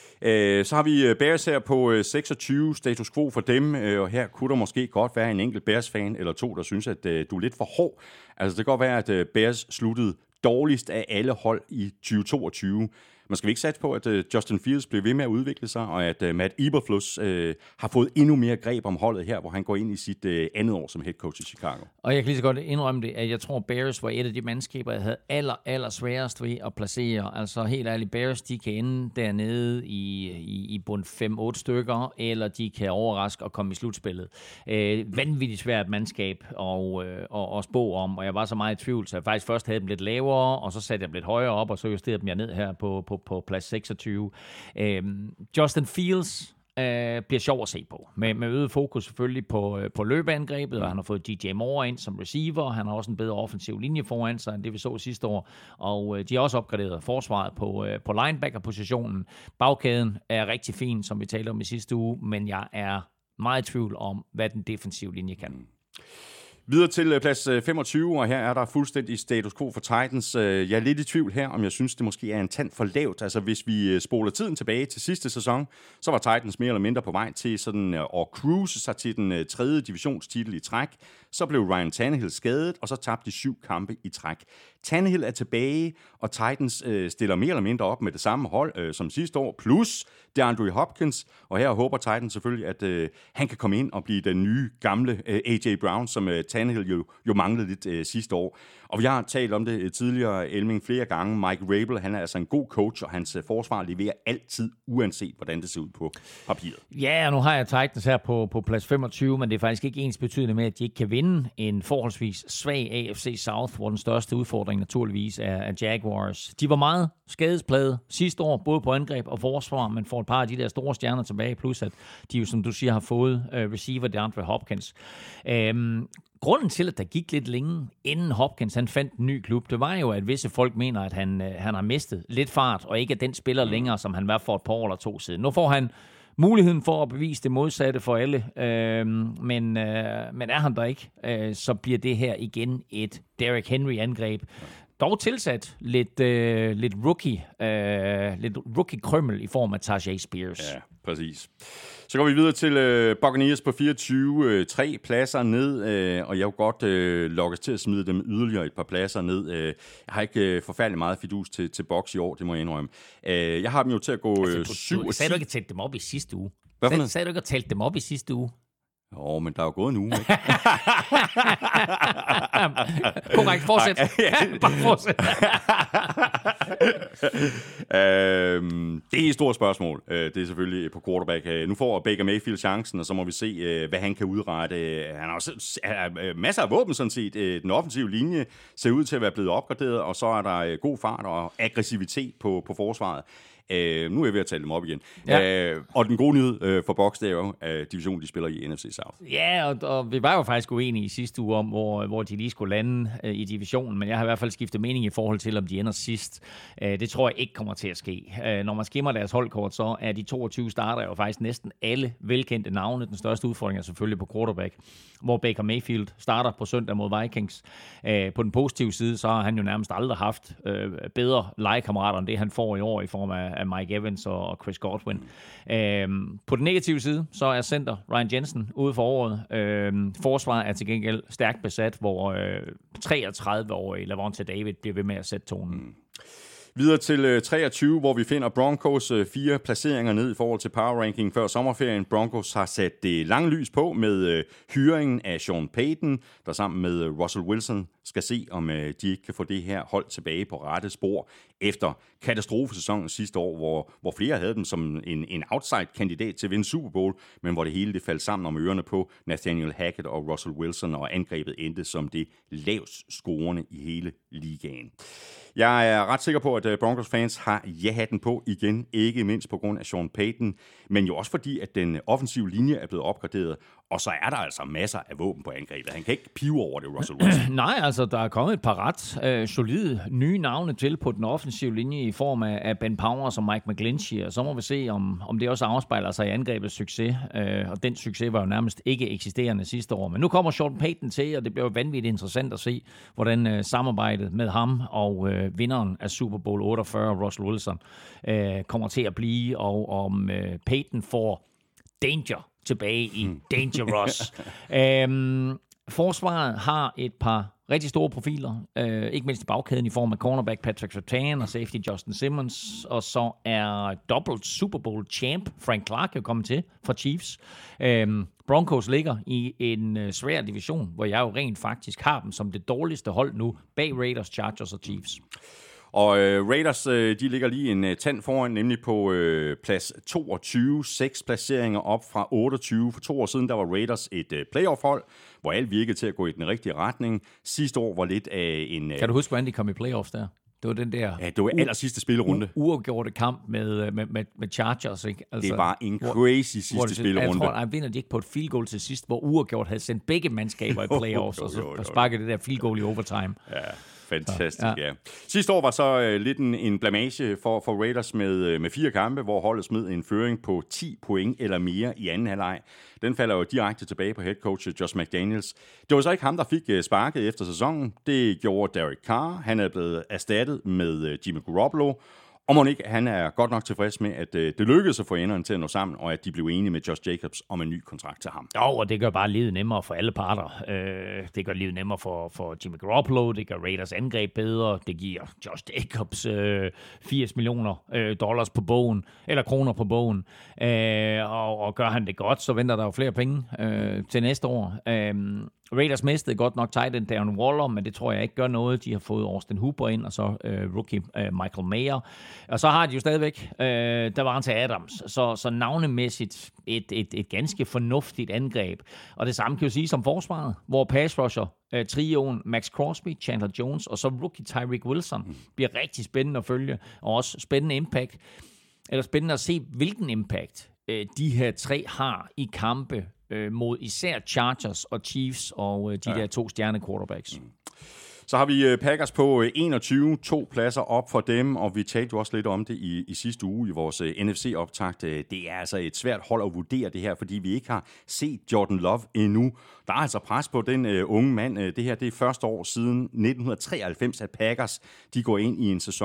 Øh, så har vi Bears her på seksogtyve, status quo for dem, og her kunne der måske godt være en enkelt Bears-fan eller to, der synes, at du er lidt for hård. Altså det kan godt være, at Bears sluttede dårligst af alle hold i tyve toogtyve. Man skal vi ikke satse på, at uh, Justin Fields bliver ved med at udvikle sig, og at uh, Matt Eberflus uh, har fået endnu mere greb om holdet her, hvor han går ind i sit uh, andet år som head coach i Chicago. Og jeg kan lige så godt indrømme det, at jeg tror, Bears var et af de mandskaber, jeg havde aller, aller sværest ved at placere. Altså helt ærligt, Bears, de kan ende dernede i, i, i bund fem otte stykker, eller de kan overraske og komme i slutspillet. Uh, vanvittigt svært mandskab og, uh, og, og spå om, og jeg var så meget i tvivl, så jeg faktisk først havde dem lidt lavere, og så satte jeg dem lidt højere op, og så justerede dem jeg ned her på, på på plads seksogtyve. Øhm, Justin Fields øh, bliver sjov at se på. Med, med øget fokus selvfølgelig på, øh, på løbeangrebet, og han har fået D J Moore ind som receiver. Han har også en bedre offensiv linje foran sig, end det vi så sidste år. Og øh, de har også opgraderet forsvaret på, øh, på linebacker-positionen. Bagkæden er rigtig fin, som vi talte om i sidste uge, men jeg er meget i tvivl om, hvad den defensive linje kan. Videre til plads femogtyve, og her er der fuldstændig status quo for Titans. Jeg er lidt i tvivl her, om jeg synes, det måske er en tand for lavt. Altså hvis vi spoler tiden tilbage til sidste sæson, så var Titans mere eller mindre på vej til sådan at cruise sig til den tredje divisionstitel i træk. Så blev Ryan Tannehill skadet, og så tabte de syv kampe i træk. Tannehill er tilbage, og Titans øh, stiller mere eller mindre op med det samme hold øh, som sidste år, plus DeAndre Hopkins, og her håber Titans selvfølgelig, at øh, han kan komme ind og blive den nye, gamle øh, A J Brown, som øh, Tannehill jo, jo manglede lidt øh, sidste år. Og vi har talt om det tidligere, Elming, flere gange. Mike Vrabel, han er altså en god coach, og hans forsvar leverer altid, uanset hvordan det ser ud på papiret. Ja, og nu har jeg Titans her på, på plads femogtyve, men det er faktisk ikke ens betydende med, at de ikke kan vinde en forholdsvis svag A F C South, hvor den største udfordring naturligvis er, er Jaguars. De var meget skadesplade sidste år, både på angreb og forsvar, men får et par af de der store stjerner tilbage, plus at de jo, som du siger, har fået uh, receiver DeAndre Hopkins. Um, Grunden til, at der gik lidt længe, inden Hopkins han fandt en ny klub, det var jo, at visse folk mener, at han, han har mistet lidt fart, og ikke er den spiller længere, som han var for et par år eller to siden. Nu får han muligheden for at bevise det modsatte for alle, øh, men, øh, men er han der ikke, øh, så bliver det her igen et Derrick Henry-angreb. Dog tilsat lidt, øh, lidt rookie, øh, lidt rookie-krømmel i form af Tajay Spears. Ja, præcis. Så går vi videre til øh, Buccaneers på fireogtyve, øh, tre pladser ned, øh, og jeg vil godt øh, lokkes til at smide dem yderligere et par pladser ned. Øh, jeg har ikke øh, forfærdelig meget fidus til, til Bucs i år, det må jeg indrømme. Øh, jeg har dem jo til at gå øh, altså, syv og ti. Sagde du ikke at tælle dem op i sidste uge? Hvad for noget? Sagde du ikke at tælle dem op i sidste uge? Jo, men der er jo gået en uge, ikke? Korrekt, fortsæt. Bare fortsæt. øhm, det er et stort spørgsmål. Det er selvfølgelig på quarterback. Nu får Baker Mayfield chancen, og så må vi se, hvad han kan udrette. Han har også masser af våben, sådan set. Den offensive linje ser ud til at være blevet opgraderet, og så er der god fart og aggressivitet på, på forsvaret. Uh, nu er jeg ved at tale dem op igen. Ja. Uh, og den gode nyhed uh, for Bucs, det er jo uh, divisionen, de spiller i N F C South. Ja, og, og vi var jo faktisk uenige i sidste uge om, hvor, hvor de lige skulle lande uh, i divisionen, men jeg har i hvert fald skiftet mening i forhold til, om de ender sidst. Uh, det tror jeg ikke kommer til at ske. Uh, når man skimmer deres holdkort, så er de toogtyve starter jo faktisk næsten alle velkendte navne. Den største udfordring er selvfølgelig på quarterback, hvor Baker Mayfield starter på søndag mod Vikings. Uh, på den positive side, så har han jo nærmest aldrig haft uh, bedre legekammerater, end det han får i år i form af af Mike Evans og Chris Godwin. Mm. Øhm, på den negative side, så er center Ryan Jensen ude for året. Øhm, forsvaret er til gengæld stærkt besat, hvor øh, treogtredive-årige Lavonte David bliver ved med at sætte tonen. Mm. Videre til øh, treogtyve, hvor vi finder Broncos øh, fire placeringer ned i forhold til power ranking før sommerferien. Broncos har sat det lange lys på med øh, hyringen af Sean Payton, der sammen med øh, Russell Wilson skal se, om øh, de ikke kan få det her hold tilbage på rette spor efter katastrofesæsonen sidste år, hvor, hvor flere havde dem som en, en outside-kandidat til at vinde Super Bowl, men hvor det hele det faldt sammen om ørerne på Nathaniel Hackett og Russell Wilson, og angrebet endte som det lavest scorende i hele ligaen. Jeg er ret sikker på, at Broncos fans har ja-hatten på igen, ikke mindst på grund af Sean Payton, men jo også fordi, at den offensive linje er blevet opgraderet, og så er der altså masser af våben på angrebet. Han kan ikke pive over det, Russell Wilson. Nej, altså der er kommet et par ret øh, solide nye navne til på den offensive linje i form af, af Ben Powers og Mike McGlinchey, og så må vi se, om, om det også afspejler sig i angrebets succes, øh, og den succes var jo nærmest ikke eksisterende sidste år. Men nu kommer Sean Payton til, og det bliver jo vanvittigt interessant at se, hvordan øh, samarbejdet med ham og øh, vinderen af Super Bowl otteogfyrre, Russell Wilson, øh, kommer til at blive, og om øh, Payton får danger tilbage i hmm. Dangerous. øhm, forsvaret har et par rigtig store profiler, øh, ikke mindst i bagkæden i form af cornerback Patrick Surtain og safety Justin Simmons, og så er dobbelt Super Bowl champ Frank Clark jo kommet til fra Chiefs. Øhm, Broncos ligger i en øh, svær division, hvor jeg jo rent faktisk har dem som det dårligste hold nu, bag Raiders, Chargers og Chiefs. Og øh, Raiders, øh, de ligger lige en øh, tand foran, nemlig på øh, plads toogtyve, seks placeringer op fra otteogtyve. For to år siden, der var Raiders et øh, playoff-hold, hvor alt virkede til at gå i den rigtige retning. Sidste år var lidt af en... Øh, kan du huske, hvordan de kom i playoffs der? Det var den der... Ja, det var aller sidste spillerunde. U- uafgjorte kamp med, med, med, med Chargers, ikke? Altså, det var en crazy hvor, sidste hvor det, spillerunde. Jeg tror, at vinder de ikke på et field goal til sidst, hvor uafgjort havde sendt begge mandskaber i playoffs, og så sparkede det der field goal i overtime. Ja. Fantastisk, ja. ja. Sidste år var så øh, lidt en, en blamage for, for Raiders med, øh, med fire kampe, hvor holdet smed en føring på ti point eller mere i anden halvleg. Den falder jo direkte tilbage på head coach Josh McDaniels. Det var så ikke ham, der fik øh, sparket efter sæsonen. Det gjorde Derek Carr. Han er blevet erstattet med øh, Jimmy Garoppolo. Og må ikke, han er godt nok tilfreds med, at øh, det lykkedes at få enderne til at nå sammen, og at de blev enige med Josh Jacobs om en ny kontrakt til ham. Jo, og det gør bare livet nemmere for alle parter. Øh, det gør livet nemmere for, for Jimmy Garoppolo, det gør Raiders angreb bedre, det giver Josh Jacobs øh, firs millioner øh, dollars på bogen, eller kroner på bogen, øh, og, og gør han det godt, så venter der jo flere penge øh, til næste år. Øh, Raiders mistede godt nok tight end Darren Waller, men det tror jeg ikke gør noget. De har fået Austin Hooper ind, og så øh, rookie øh, Michael Mayer. Og så har de jo stadigvæk øh, Davante Adams. Så, så navnemæssigt et, et, et ganske fornuftigt angreb. Og det samme kan jo sige som forsvaret, hvor pass rusher, øh, trioen Max Crosby, Chandler Jones, og så rookie Tyreek Wilson bliver rigtig spændende at følge, og også spændende impact. Eller spændende at se, hvilken impact øh, de her tre har i kampe mod især Chargers og Chiefs og de ja. der to stjerne quarterbacks. Mm. Så har vi Packers på enogtyve, to pladser op for dem, og vi talte jo også lidt om det i, i sidste uge i vores N F C-optakt. Det er altså et svært hold at vurdere det her, fordi vi ikke har set Jordan Love endnu. Der er altså pres på den uh, unge mand. Det her det er første år siden nitten treoghalvfems, at Packers de går ind i en sæson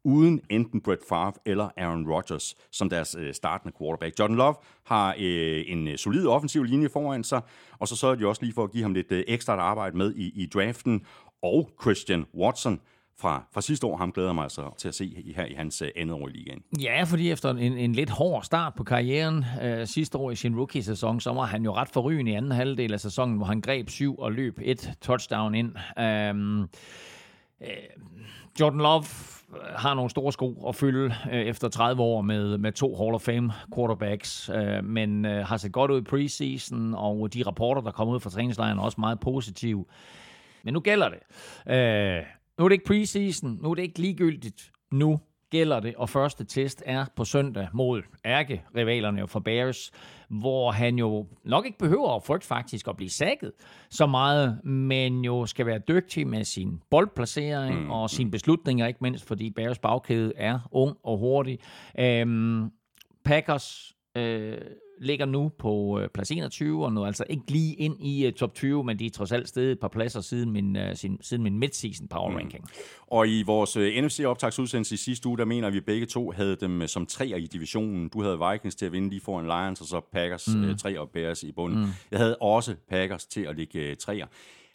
uden enten Brett Favre eller Aaron Rodgers som deres øh, startende quarterback. Jordan Love har øh, en solid offensiv linje foran sig, og så sørger de også lige for at give ham lidt øh, ekstra at arbejde med i, i draften. Og Christian Watson fra, fra sidste år, ham glæder mig altså til at se her i hans uh, andet år i ligaen. Ja, fordi efter en, en lidt hård start på karrieren øh, sidste år i sin rookie-sæson, så var han jo ret forrygende i anden halvdel af sæsonen, hvor han greb syv og løb et touchdown ind. Øhm, øh, Jordan Love har nogle store sko at fylde øh, efter tredive år med, med to Hall of Fame quarterbacks, øh, men øh, har set godt ud i preseason, og de rapporter, der kommer ud fra træningslejren, er også meget positive. Men nu gælder det. Øh, nu er det ikke preseason, nu er det ikke ligegyldigt. Nu gælder det, og første test er på søndag mod ærkerivalerne fra Bears, hvor han jo nok ikke behøver at frygte faktisk at blive sacket så meget, men jo skal være dygtig med sin boldplacering mm. og sine beslutninger, ikke mindst fordi Bears bagkæde er ung og hurtig. Øhm, Packers øh, ligger nu på øh, plads enogtyve, og nu altså ikke lige ind i uh, top tyve, men de er trods alt steget et par pladser siden min, uh, sin, siden min midseason power mm. ranking. Og i vores uh, N F C-optagsudsendelse i sidste uge, der mener vi begge to havde dem som treer i divisionen. Du havde Vikings til at vinde lige foran Lions, og så Packers mm. uh, tre og Bears i bunden. Mm. Jeg havde også Packers til at ligge uh, treer.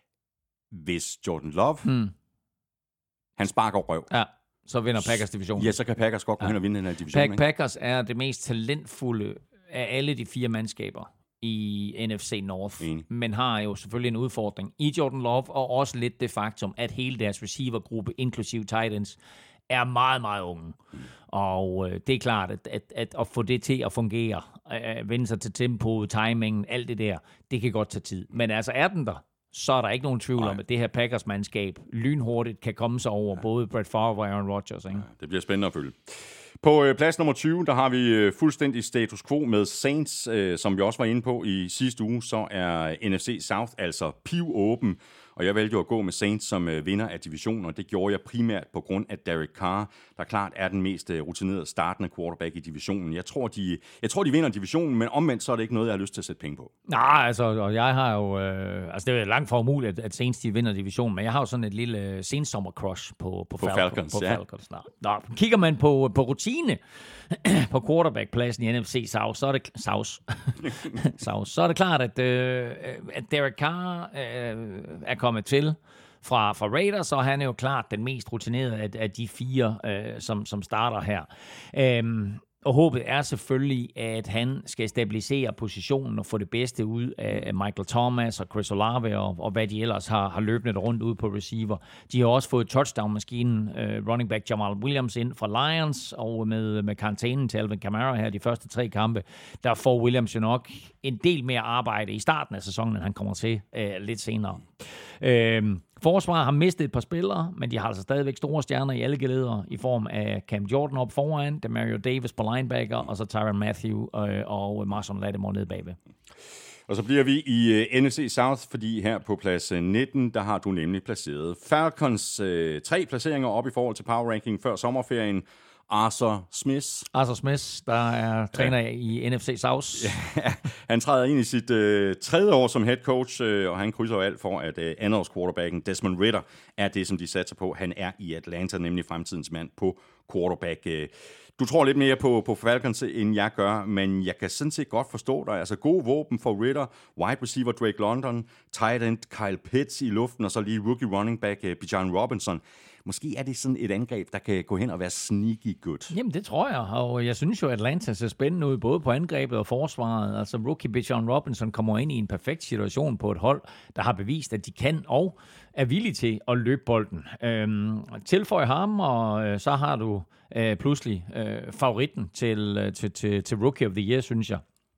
Hvis Jordan Love, mm. han sparker røv. Ja. Så vinder Packers divisionen. Ja, så kan Packers godt gå ja. hen og vinde den her division. Pack- Packers er det mest talentfulde af alle de fire mandskaber i N F C North, Enig. men har jo selvfølgelig en udfordring i Jordan Love, og også lidt det faktum, at hele deres receivergruppe, inklusive tight ends, er meget, meget unge. Mm. Og øh, det er klart, at, at, at at få det til at fungere, at vende sig til tempoet, timingen, alt det der, det kan godt tage tid. Men altså er den der, så er der ikke nogen tvivl Nej. om, at det her Packers-mandskab lynhurtigt kan komme sig over ja. både Brett Favre og Aaron Rodgers. Ikke? Ja, det bliver spændende at følge. På øh, plads nummer tyve, der har vi øh, fuldstændig status quo med Saints, øh, som vi også var inde på i sidste uge. Så er N F C South altså pivåben, og jeg valgte jo at gå med Saints som øh, vinder af divisionen, og det gjorde jeg primært på grund af Derek Carr, der klart er den mest øh, rutinerede startende quarterback i divisionen. Jeg tror, de, jeg tror, de vinder divisionen, men omvendt så er det ikke noget, jeg har lyst til at sætte penge på. Nej, altså, og jeg har jo, øh, altså det er langt fra umuligt, at, at Saints de vinder divisionen, men jeg har jo sådan et lille sensommer-crush på, på, på Falcons. Falcons, på ja. Falcons. Nå, kigger man på, på rutine på quarterback-pladsen i N F C South, så er det, South. South, så er det klart, at, øh, at Derek Carr øh, er kommet til fra, fra Raiders, og han er jo klart den mest rutinerede af, af de fire, øh, som, som starter her. Øhm, og håbet er selvfølgelig, at han skal stabilisere positionen og få det bedste ud af Michael Thomas og Chris Olave og, og hvad de ellers har, har løbende rundt ud på receiver. De har også fået touchdown-maskinen, uh, running back Jamal Williams ind fra Lions, og med, med karantænen til Alvin Kamara her de første tre kampe, der får Williams jo nok en del mere arbejde i starten af sæsonen, end han kommer til uh, lidt senere. Uh, Forsvaret har mistet et par spillere, men de har altså stadigvæk store stjerner i alle geleder i form af Cam Jordan op foran, Demario Davis på linebacker, og så Tyrann Mathieu øh, og Marshon Lattimore nede bagved. Og så bliver vi i uh, N F C South, fordi her på plads nitten, der har du nemlig placeret Falcons øh, tre placeringer op i forhold til power ranking før sommerferien. Arthur Smith. Arthur Smith, der er træner ja. i N F C South. Ja, han træder ind i sit øh, tredje år som head coach, øh, og han krydser jo alt for, at øh, andenårs quarterbacken Desmond Ridder er det, som de satser på. Han er i Atlanta, nemlig fremtidens mand på quarterback. Du tror lidt mere på, på Falcons, end jeg gør, men jeg kan sådan set godt forstå dig. Altså gode våben for Ridder, wide receiver Drake London, tight end Kyle Pitts i luften, og så lige rookie running back uh, Bijan Robinson. Måske er det sådan et angreb, der kan gå hen og være sneaky good. Jamen, det tror jeg, og jeg synes jo, at Atlanta ser spændende ud, både på angrebet og forsvaret. Altså, rookie Bijan Robinson kommer ind i en perfekt situation på et hold, der har bevist, at de kan og er villige til at løbe bolden. Øhm, tilføj ham, og øh, så har du øh, pludselig øh, favoritten til, øh, til, til, til Rookie of the Year, synes jeg.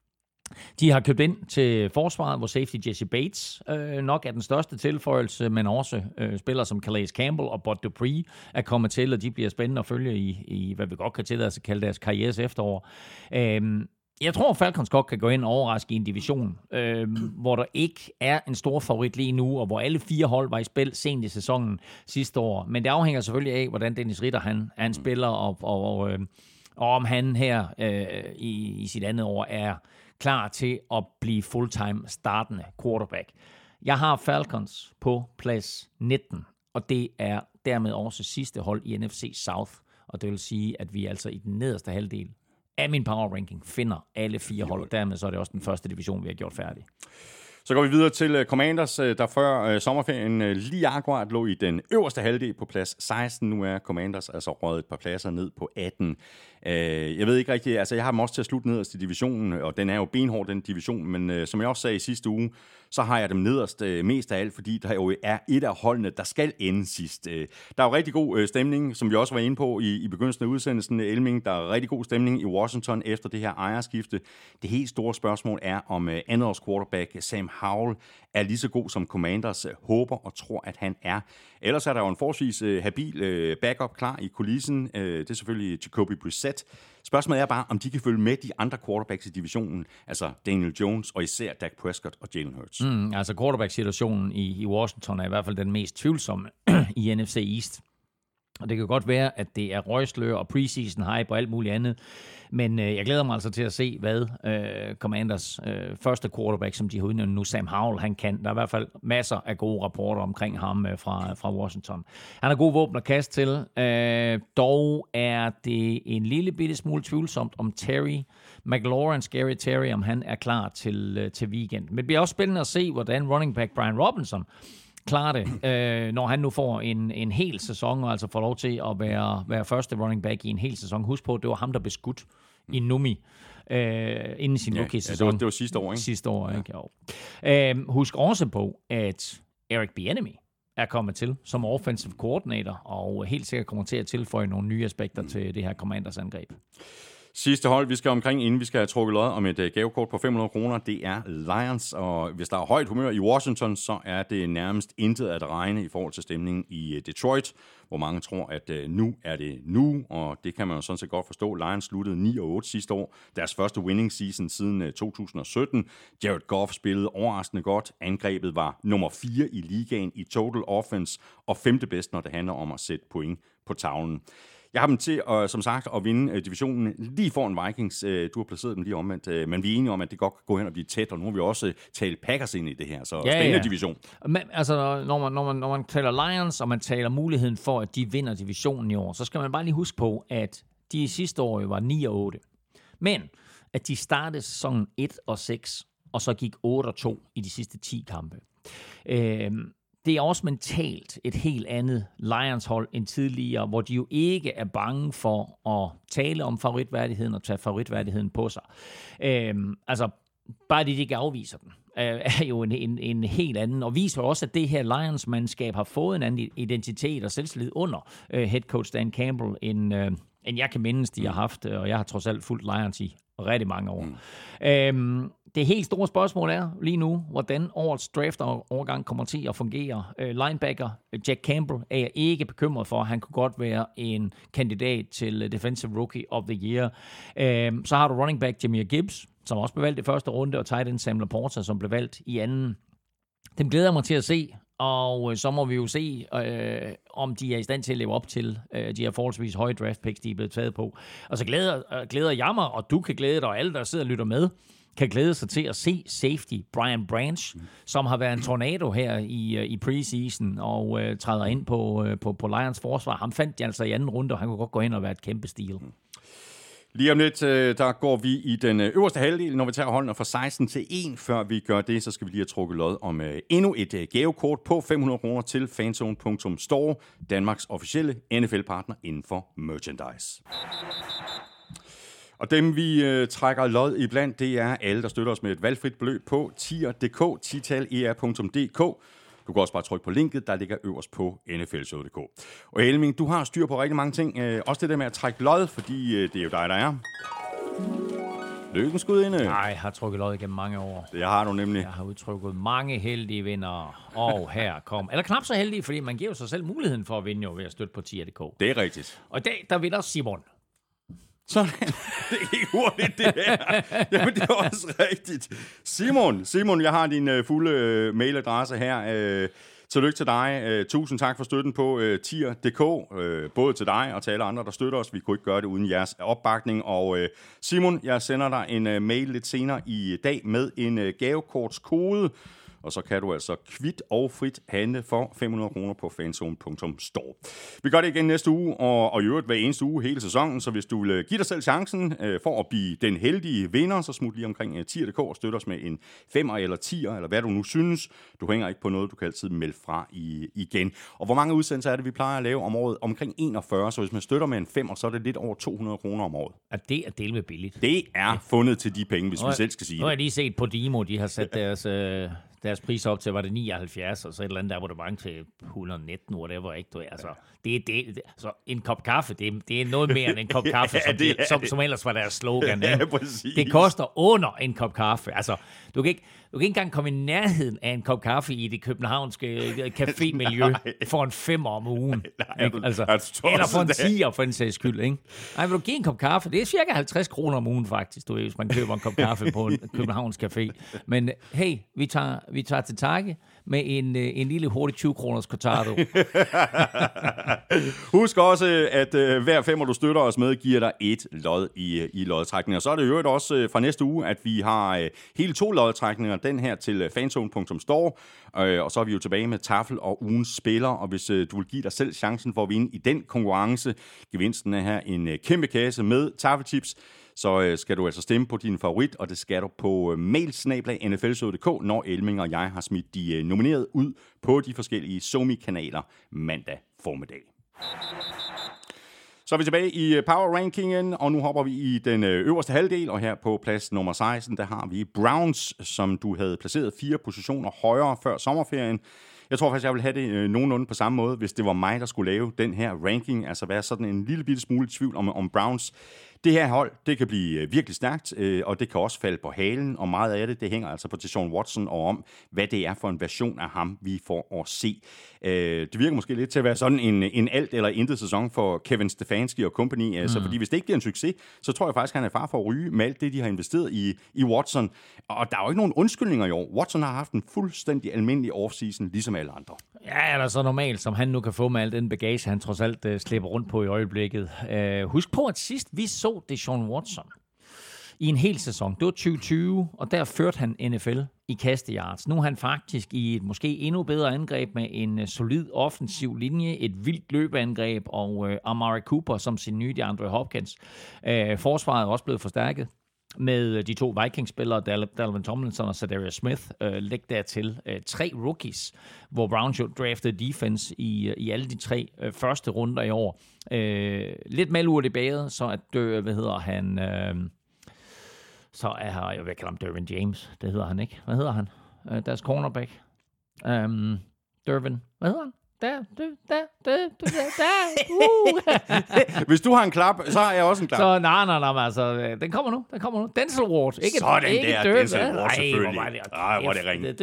De har købt ind til forsvaret, hvor safety Jesse Bates øh, nok er den største tilføjelse, men også øh, spillere som Calais Campbell og Bud Dupree er kommet til, og de bliver spændende at følge i, i hvad vi godt kan tillade os at kalde deres karrieres efterår. Øhm, jeg tror, Falcons godt kan gå ind og overraske i en division, øh, hvor der ikke er en stor favorit lige nu, og hvor alle fire hold var i spil sent i sæsonen sidste år. Men det afhænger selvfølgelig af, hvordan Dennis Ridder han, han spiller, og, og, øh, og om han her øh, i, i sit andet år er klar til at blive fulltime startende quarterback. Jeg har Falcons på plads nitten, og det er dermed også sidste hold i N F C South. og det vil sige, at vi altså i den nederste halvdel af min power ranking finder alle fire hold, og dermed så er det også den første division, vi har gjort færdig. Så går vi videre til Commanders, der før sommerferien lige akkurat lå i den øverste halvdel på plads seksten. Nu er Commanders altså røget et par pladser ned på atten. Jeg ved ikke rigtigt, altså jeg har dem også til at slutte nederst i divisionen, og den er jo benhård, den division, men som jeg også sagde i sidste uge, så har jeg dem nederst mest af alt, fordi der jo er et af holdene, der skal ende sidst. Der er jo rigtig god stemning, som vi også var inde på i, i begyndelsen af udsendelsen, Elming. Der er rigtig god stemning i Washington efter det her ejerskifte. Det helt store spørgsmål er, om andres quarterback Sam Howell er lige så god som Commanders håber og tror, at han er. Ellers er der jo en forholdsvis habil backup klar i kulissen. Det er selvfølgelig Jacoby Brissett. Spørgsmålet er bare, om de kan følge med de andre quarterbacks i divisionen, altså Daniel Jones og især Dak Prescott og Jalen Hurts. Mm, altså quarterback-situationen i, i Washington er i hvert fald den mest tvivlsomme i N F C East. Og det kan godt være, at det er røgslør og preseason hype og alt muligt andet. Men øh, jeg glæder mig altså til at se, hvad øh, Commanders øh, første quarterback, som de har udnævnt nu, Sam Howell, han kan. Der er i hvert fald masser af gode rapporter omkring ham øh, fra, fra Washington. Han har gode våben at kaste til. Øh, dog er det en lille bitte smule tvivlsomt om Terry McLaurin, Scary Terry, om han er klar til, øh, til weekend. Men det bliver også spændende at se, hvordan running back Brian Robinson klarer det, øh, når han nu får en, en hel sæson, og altså får lov til at være, være første running back i en hel sæson. Husk på, det var ham, der blev skudt i Numi øh, inden sin ja, rookie-sæson. Ja, det, var, det var sidste år, ikke? Sidste år, ja. Ikke? Øh, husk også på, at Eric Bieniemy er kommet til som offensive coordinator, og helt sikkert kommer til at tilføje nogle nye aspekter mm. til det her Commanders angreb. Sidste hold, vi skal omkring, inden vi skal have trukket lod om et gavekort på fem hundrede kroner, det er Lions, og hvis der er højt humør i Washington, så er det nærmest intet at regne i forhold til stemningen i Detroit, hvor mange tror, at nu er det nu, og det kan man jo sådan set godt forstå. Lions sluttede ni og otte sidste år, deres første winning season siden to tusind og sytten. Jared Goff spillede overraskende godt. Angrebet var nummer fire i ligaen i total offense, og femte bedst, når det handler om at sætte point på tavlen. Jeg har dem til, uh, som sagt, at vinde uh, divisionen lige foran Vikings. Uh, du har placeret dem lige omvendt, uh, men vi er enige om, at det godt kan gå hen og blive tæt, og nu har vi også uh, talt Packers ind i det her, så ja, spændende ja. division. Men, altså, når man, når, man, når man taler Lions, og man taler muligheden for, at de vinder divisionen i år, så skal man bare lige huske på, at de sidste år var ni og otte. Men at de startede sæsonen et og seks, og så gik otte og to i de sidste ti kampe. Øh, Det er også mentalt et helt andet Lions-hold end tidligere, hvor de jo ikke er bange for at tale om favoritværdigheden og tage favoritværdigheden på sig. Øhm, altså, bare det, de ikke afviser den, er jo en, en, en helt anden, og viser også, at det her Lions-mandskab har fået en anden identitet og selvtillid under uh, head coach Dan Campbell, end, uh, end jeg kan mindes, de har haft, og jeg har trods alt fulgt Lions i rigtig mange år. Mm. Øhm, Det helt store spørgsmål er lige nu, hvordan årets draft-overgang kommer til at fungere. Linebacker Jack Campbell er jeg ikke bekymret for. Han kunne godt være en kandidat til Defensive Rookie of the Year. Så har du running back Jahmyr Gibbs, som også blev valgt i første runde, og tight end Sam Laporta, som blev valgt i anden. Dem glæder jeg mig til at se, og så må vi jo se, øh, om de er i stand til at leve op til øh, de her forholdsvis høje draft picks, de er blevet taget på. Og så glæder, øh, glæder jeg mig, og du kan glæde dig, og alle, der sidder og lytter med, kan glæde sig til at se safety Brian Branch, mm. som har været en tornado her i, i preseason og øh, træder ind på, øh, på, på Lions forsvar. Ham fandt de altså i anden runde, og han kunne godt gå hen og være et kæmpe stil. Mm. Lige om lidt, der går vi i den øverste halvdel, når vi tager holdene fra seksten til en. Før vi gør det, så skal vi lige have trukket lod om endnu et gavekort på fem hundrede kroner til fanzone punktum store, Danmarks officielle N F L-partner inden for merchandise. Og dem, vi øh, trækker lod iblandt, det er alle, der støtter os med et valgfrit beløb på tier punktum d k, tital punktum d k. Du kan også bare trykke på linket, der ligger øverst på N F L show punktum d k. Og Elming, du har styr på rigtig mange ting. Øh, også det der med at trække lod, fordi øh, det er jo dig, der er. Lykkens gudinde. Nej, jeg har trykket lod igennem mange år. Det har du nemlig. Jeg har udtrykket mange heldige vinder. Og her kom. Eller knap så heldige, fordi man giver jo sig selv muligheden for at vinde jo ved at støtte på tier punktum d k. Det er rigtigt. Og i dag, der vinder Simon. Sådan. Det er ikke hurtigt, det her. Jamen, det er også rigtigt. Simon, Simon, jeg har din uh, fulde uh, mailadresse her. Uh, tillykke til dig. Uh, tusind tak for støtten på uh, tier punktum d k. Uh, både til dig og til alle andre, der støtter os. Vi kunne ikke gøre det uden jeres opbakning. Og uh, Simon, jeg sender dig en uh, mail lidt senere i dag med en uh, gavekortskode. og så kan du altså kvit og frit handle for fem hundrede kroner på fanzone punktum store. Vi gør det igen næste uge, og, og i øvrigt hver eneste uge hele sæsonen, så hvis du vil give dig selv chancen øh, for at blive den heldige vinder, så smut lige omkring uh, tier punktum d k og støtter os med en femmer eller tier, eller hvad du nu synes. Du hænger ikke på noget, du kan altid melde fra i, igen. Og hvor mange udsendelser er det, vi plejer at lave om året? Omkring enogfyrre, så hvis man støtter med en femmer, så er det lidt over to hundrede kroner om året. Og det er del med billigt. Det er fundet til de penge, hvis nu, vi selv skal sige det. Nu har jeg lige set på Dimo, de har sat deres, øh, deres pris op til, var det nioghalvfjerds, og så et eller andet abonnement til et hundrede og nitten, whatever, ikke? Du, altså, det er det, det, altså, en kop kaffe, det er, det er noget mere end en kop kaffe, ja, som, det, de, som, som ellers var deres slogan. Ja, det koster under en kop kaffe. Altså, du kan ikke, du kan ikke engang komme i nærheden af en kop kaffe i det københavnske cafémiljø for en femmer om ugen. Nej, altså, eller for en tier, for en sags skyld. Ikke? Nej, vil du give en kop kaffe? Det er cirka halvtreds kroner om ugen, faktisk, du ved, hvis man køber en kop kaffe på en Københavns Café. Men hey, vi tager, vi tager til takke med en, en lille hurtig tyve kroners cortado. Husk også, at uh, hver femmer, du støtter os med, giver dig et lod i, i lodtrækning. Og så er det jo også uh, fra næste uge, at vi har uh, hele to lodtrækninger. Den her til uh, fanzone punktum store. Uh, og så er vi jo tilbage med Tafel og ugens spiller. Og hvis uh, du vil give dig selv chancen for at vinde i den konkurrence, gevinsten er her en uh, kæmpe kasse med Tafelchips, så øh, skal du altså stemme på din favorit, og det skal du på øh, mail snabel-a n f l punktum d k, når Elming og jeg har smidt de øh, nomineret ud på de forskellige SoMe-kanaler mandag formiddag. Så er vi tilbage i Power Rankingen, og nu hopper vi i den øverste halvdel, og her på plads nummer seksten, der har vi Browns, som du havde placeret fire positioner højere før sommerferien. Jeg tror faktisk, jeg ville have det øh, nogenlunde på samme måde, hvis det var mig, der skulle lave den her ranking, altså være sådan en lille bitte smule tvivl om, om Browns. Det her hold, det kan blive virkelig stærkt, øh, og det kan også falde på halen, og meget af det, det hænger altså på Deshaun Watson og om, hvad det er for en version af ham, vi får at se. Øh, det virker måske lidt til at være sådan en, en alt eller intet sæson for Kevin Stefanski og company, altså, mm. fordi hvis det ikke bliver en succes, så tror jeg faktisk, han er far for at ryge med alt det, de har investeret i, i Watson. Og der er jo ikke nogen undskyldninger i år. Watson har haft en fuldstændig almindelig offseason, ligesom alle andre. Ja, eller så normalt, som han nu kan få med al den bagage, han trods alt uh, slipper rundt på i øjeblikket. Uh, husk på, at sidst vi så Deshaun Watson i en hel sæson, det var tyve tyve, og der førte han N F L i kasteyards. Nu er han faktisk i et måske endnu bedre angreb med en uh, solid offensiv linje, et vildt løbeangreb, og uh, Amari Cooper som sin nye DeAndre Hopkins. Uh, forsvaret er også blevet forstærket med de to Vikings-spillere, Dal- Dalvin Tomlinson og Zadarius Smith, øh, læg dertil øh, tre rookies, hvor Browns jo draftede defense i, i alle de tre øh, første runder i år. Øh, lidt malurt i bæret, så at dø, hvad hedder han, øh, så er her, jeg vil kalde ham Dervin James, det hedder han ikke. Hvad hedder han? Øh, deres cornerback. Um, Dervin, hvad hedder han? Der, der, der, der, der, der, uh. Hvis du har en klap, så har jeg også en klap. Så nej, nej, nej, altså, den kommer nu, den kommer nu. Denzel Ward. Ikke, sådan ikke der, Dervin. Denzel Ward selvfølgelig. Nej, hvor er det ringe.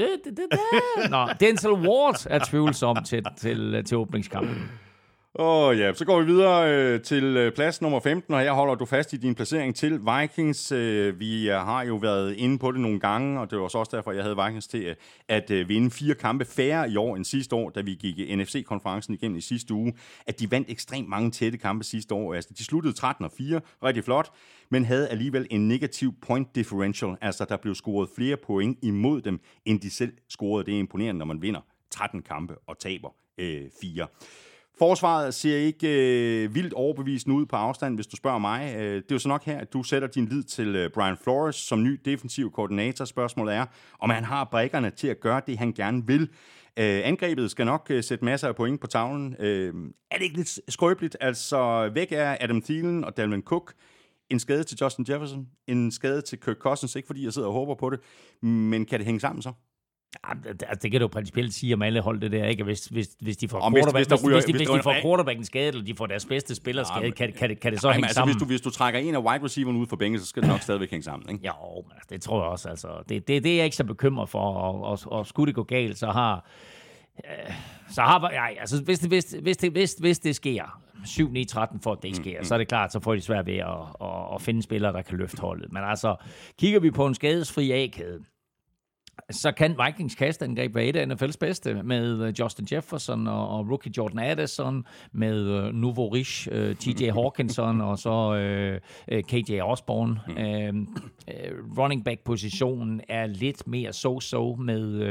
Nå, Denzel Ward er tvivlsom til, til, til åbningskampen. Åh oh, ja, så går vi videre øh, til øh, plads nummer femten, og her holder du fast i din placering til Vikings. Øh, vi øh, har jo været inde på det nogle gange, og det var så også derfor, jeg havde Vikings til øh, at øh, vinde fire kampe færre i år end sidste år, da vi gik N F C-konferencen igennem i sidste uge. At de vandt ekstremt mange tætte kampe sidste år. Altså, de sluttede tretten og fire, rigtig flot, men havde alligevel en negativ point differential. Altså, der blev scoret flere point imod dem, end de selv scorede. Det er imponerende, når man vinder tretten kampe og taber øh, fire. Forsvaret ser ikke øh, vildt overbevisende ud på afstand, hvis du spørger mig. Øh, det er jo så nok her, at du sætter din lid til øh, Brian Flores som ny defensiv koordinator. Spørgsmålet er, om han har brækkerne til at gøre det, han gerne vil. Øh, angrebet skal nok øh, sætte masser af point på tavlen. Øh, er det ikke lidt skrøbeligt? Altså, væk er Adam Thielen og Dalvin Cook. En skade til Justin Jefferson. En skade til Kirk Cousins. Ikke fordi jeg sidder og håber på det. Men kan det hænge sammen så? Altså, det kan du principielt sige om alle hold det der, ikke? Hvis, hvis, hvis de får quarterbacken hvis, hvis, hvis, hvis de får quarterbacken skadet, eller de får deres bedste spiller skadet, ja, kan, kan, det, kan det så ja, hænge altså, sammen? Hvis du, hvis du trækker en af wide receiveren ud for bænken, så skal det nok stadigvæk hænge sammen, ikke? Jo, altså, det tror jeg også. Altså, det, det, det er jeg ikke så bekymret for, og, og, og skulle det gå galt, så har... Øh, så har ja, altså, hvis, det, hvis, hvis, det, hvis, hvis det sker syv ni tretten for at det sker, mm, mm. så er det klart, så får de svært ved at, at, at finde spillere, der kan løfte holdet. Men altså, kigger vi på en skadesfri A-kæde, så kan Vikings kastangreb være et af N F L's bedste, med Justin Jefferson og, og rookie Jordan Addison, med uh, Nouveau Riche, uh, T J Hawkinson og så uh, K J Osborne. Mm. Uh, uh, running back-positionen er lidt mere so-so med, uh,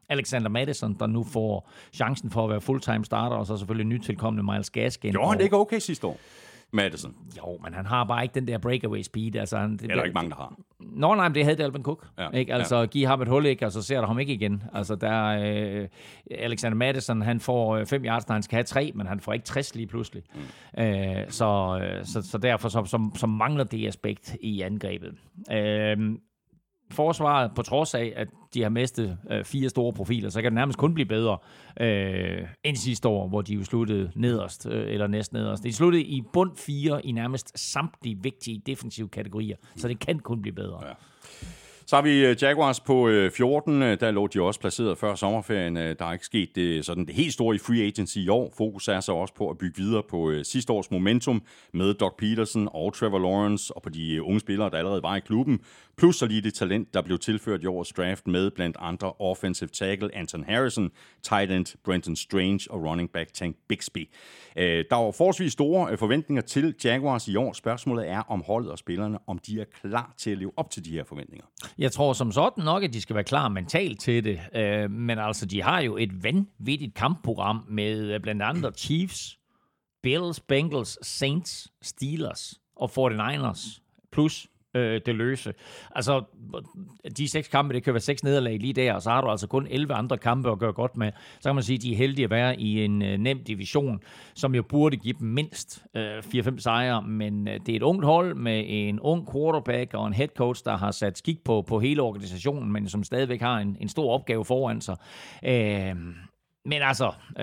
Alexander Mattison, der nu får chancen for at være fulltime starter, og så selvfølgelig nytilkommende Myles Gaskin. Jo, han det ikke okay sidste år, Mattison. Jo, men han har bare ikke den der breakaway speed. Altså, han, det, det er der ikke mange, der har. Nå, nej, men det havde Dalvin Cook. Ja, ikke? Altså, ja. Giv ham et hul, ikke? Og så ser du ham ikke igen. Altså, der øh, Alexander Mattison, han får fem yards, når han skal have tre, men han får ikke tres lige pludselig. Mm. Øh, så, så, så derfor så, så, så mangler det aspekt i angrebet. Øh, Forsvaret, på trods af, at de har mistet øh, fire store profiler, så kan det nærmest kun blive bedre øh, end sidste år, hvor de jo sluttede nederst, øh, eller næst nederst. De sluttede i bund fire i nærmest samtlige vigtige defensive kategorier, så det kan kun blive bedre. Ja. Så har vi Jaguars på fjorten. Der lå de også placeret før sommerferien. Der er ikke sket det, sådan det helt store i free agency i år. Fokus er så også på at bygge videre på sidste års momentum med Doug Peterson og Trevor Lawrence og på de unge spillere, der allerede var i klubben. Plus så lige det talent, der blev tilført i årets draft med blandt andre offensive tackle Anton Harrison, tight end Brenton Strange og running back Tank Bixby. Der var forholdsvis store forventninger til Jaguars i år. Spørgsmålet er, om holdet og spillerne, om de er klar til at leve op til de her forventninger. Jeg tror som sådan nok, at de skal være klar mentalt til det. Men altså, de har jo et vanvittigt kampprogram med blandt andet Chiefs, Bills, Bengals, Saints, Steelers og forty-niners plus det løse. Altså, de seks kampe, det kan være seks nederlag lige der, og så har du altså kun elleve andre kampe at gøre godt med. Så kan man sige, at de er heldige at være i en uh, nem division, som jo burde give dem mindst uh, fire fem sejre, men uh, det er et ungt hold med en ung quarterback og en head coach, der har sat skik på, på hele organisationen, men som stadigvæk har en, en stor opgave foran sig. Uh, men altså... Uh,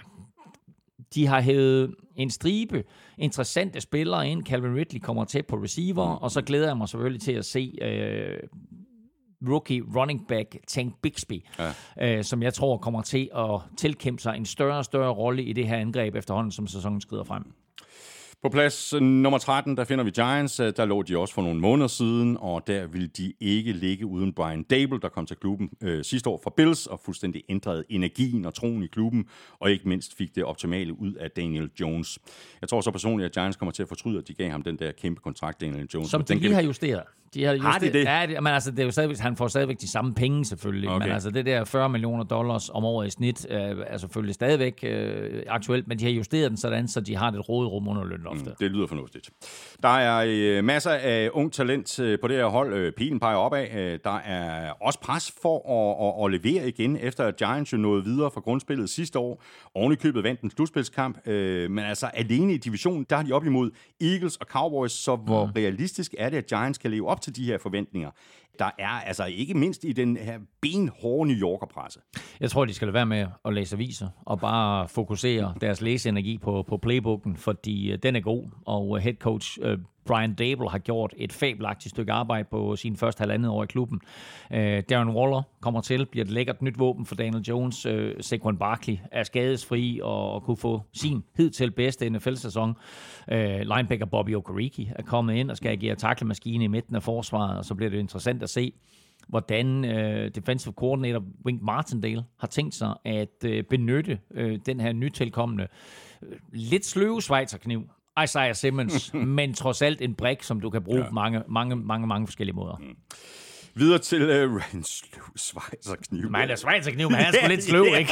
De har hævet en stribe interessante spillere ind. Calvin Ridley kommer til på receiver, og så glæder jeg mig selvfølgelig til at se øh, rookie running back Tank Bixby, ja. øh, som jeg tror kommer til at tilkæmpe sig en større og større rolle i det her angreb efterhånden, som sæsonen skrider frem. På plads nummer tretten, der finder vi Giants. Der lå de også for nogle måneder siden, og der ville de ikke ligge uden Brian Daboll, der kom til klubben øh, sidste år fra Bills, og fuldstændig ændrede energien og troen i klubben, og ikke mindst fik det optimale ud af Daniel Jones. Jeg tror så personligt, at Giants kommer til at fortryde, at de gav ham den der kæmpe kontrakt, Daniel Jones. Som de lige har justeret. De har, har de det? Ja, det, men altså, det er jo stadigvæk, han får stadigvæk de samme penge selvfølgelig, okay. Men altså det der fyrre millioner dollars om året i snit øh, er selvfølgelig stadigvæk øh, aktuelt, men de har justeret den sådan, så de har et råderum under lønloftet. Mm, det lyder fornuftigt. Der er øh, masser af ung talent øh, på det her hold. Øh, pilen peger opad. Øh, der er også pres for at, at, at levere igen, efter at Giants jo nåede videre fra grundspillet sidste år. Oven i købet vandt en slutspilskamp, øh, men altså alene i divisionen, der har de op imod Eagles og Cowboys, så hvor mm. realistisk er det, at Giants kan leve op til de her forventninger? Der er altså ikke mindst i den her benhårde New Yorker-presse. Jeg tror, de skal lade være med at læse aviser og bare fokusere deres læseenergi på, på playbooken, fordi den er god, og head coach uh, Brian Daboll har gjort et fabelagtigt stykke arbejde på sin første halvandet år i klubben. Uh, Darren Waller kommer til, bliver et lækkert nyt våben for Daniel Jones. Uh, Saquon Barkley er skadesfri og, og kunne få sin hidtil bedste N F L-sæson. Uh, linebacker Bobby Okereke er kommet ind og skal agere tackle-maskine i midten af forsvaret, og så bliver det interessant at se, hvordan øh, defensive coordinator Wink Martindale har tænkt sig at øh, benytte øh, den her nytilkommende, øh, lidt sløve schweizerkniv, Isaiah Simmons, men trods alt en brik, som du kan bruge ja. på mange, mange, mange, mange forskellige måder. Mm. Videre til uh, en sløv schweizerkniv. Nej, det er schweizerkniv, men han er sgu lidt sløv, ikke?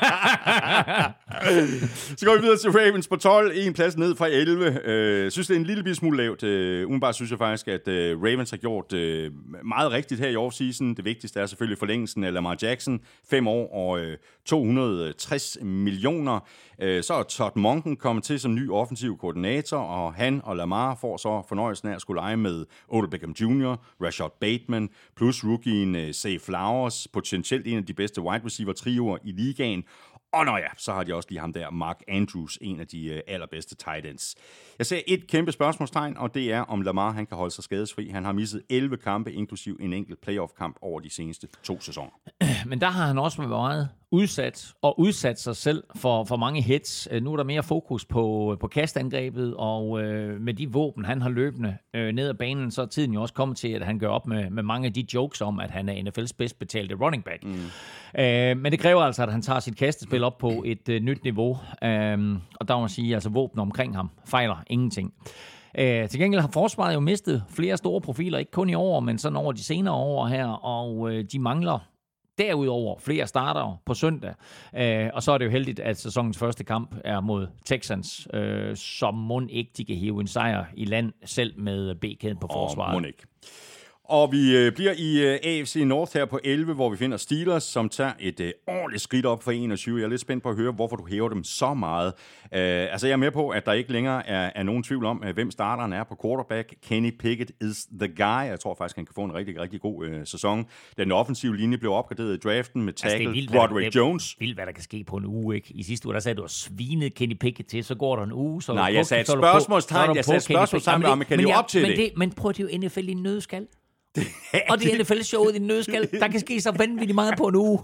Så går vi videre til Ravens på tolv, en plads ned fra elleve. Jeg uh, synes, det er en lille smule lavt. Uh, umiddelbart synes jeg faktisk, at uh, Ravens har gjort uh, meget rigtigt her i offseason. Det vigtigste er selvfølgelig forlængelsen af Lamar Jackson. Fem år og uh, to hundrede og tres millioner. Uh, så er Todd Monken kommet til som ny offensiv koordinator, og han og Lamar får så fornøjelsen af at skulle lege med Odell Beckham junior, Rashad Bateman, plus rookien uh, Zay Flowers, potentielt en af de bedste wide receiver-trioer i ligaen. Og nå ja, så har de også lige ham der, Mark Andrews, en af de uh, allerbedste tight ends. Jeg ser et kæmpe spørgsmålstegn, og det er, om Lamar han kan holde sig skadesfri. Han har misset elleve kampe, inklusiv en enkelt playoff-kamp over de seneste to sæsoner. Men der har han også været meget udsat, og udsat sig selv for, for mange hits. Nu er der mere fokus på, på kastangrebet, og øh, med de våben, han har løbende øh, ned ad banen, så er tiden jo også kommet til, at han gør op med, med mange af de jokes om, at han er N F L's bedst betalte running back. Mm. Øh, men det kræver altså, at han tager sit kastespil op på et øh, nyt niveau, øh, og der må man sige, altså våben omkring ham fejler ingenting. Øh, til gengæld har forsvaret jo mistet flere store profiler, ikke kun i år, men sådan over de senere år her, og øh, de mangler derudover flere startere på søndag. Øh, og så er det jo heldigt, at sæsonens første kamp er mod Texans, øh, som mon ikke de kan hive en sejr i land, selv med B-kæden på forsvaret. Og mon ikke. Og vi øh, bliver i øh, A F C North her på elleve, hvor vi finder Steelers, som tager et øh, ordentligt skridt op for enogtyve. Jeg er lidt spændt på at høre, hvorfor du hæver dem så meget. Øh, altså, jeg er med på, at der ikke længere er, er nogen tvivl om, hvem starteren er på quarterback. Kenny Pickett is the guy. Jeg tror faktisk, han kan få en rigtig, rigtig god øh, sæson. Den offensive linje blev opgraderet i draften med tackle altså, Broderick Jones. Vildt, hvad der kan ske på en uge, ikke? I sidste uge, der sagde du, at svinede Kenny Pickett til, så går der en uge. Så Nej, jeg sagde et spørgsmålstegn. Jeg sagde et spørgsmålstegn, om man kan leve op til men det. det. Men prøv, det er jo N F L i en nødskal. Og det er N F L-showet i en nødskal. Der kan ske så vanvittigt meget på en uge.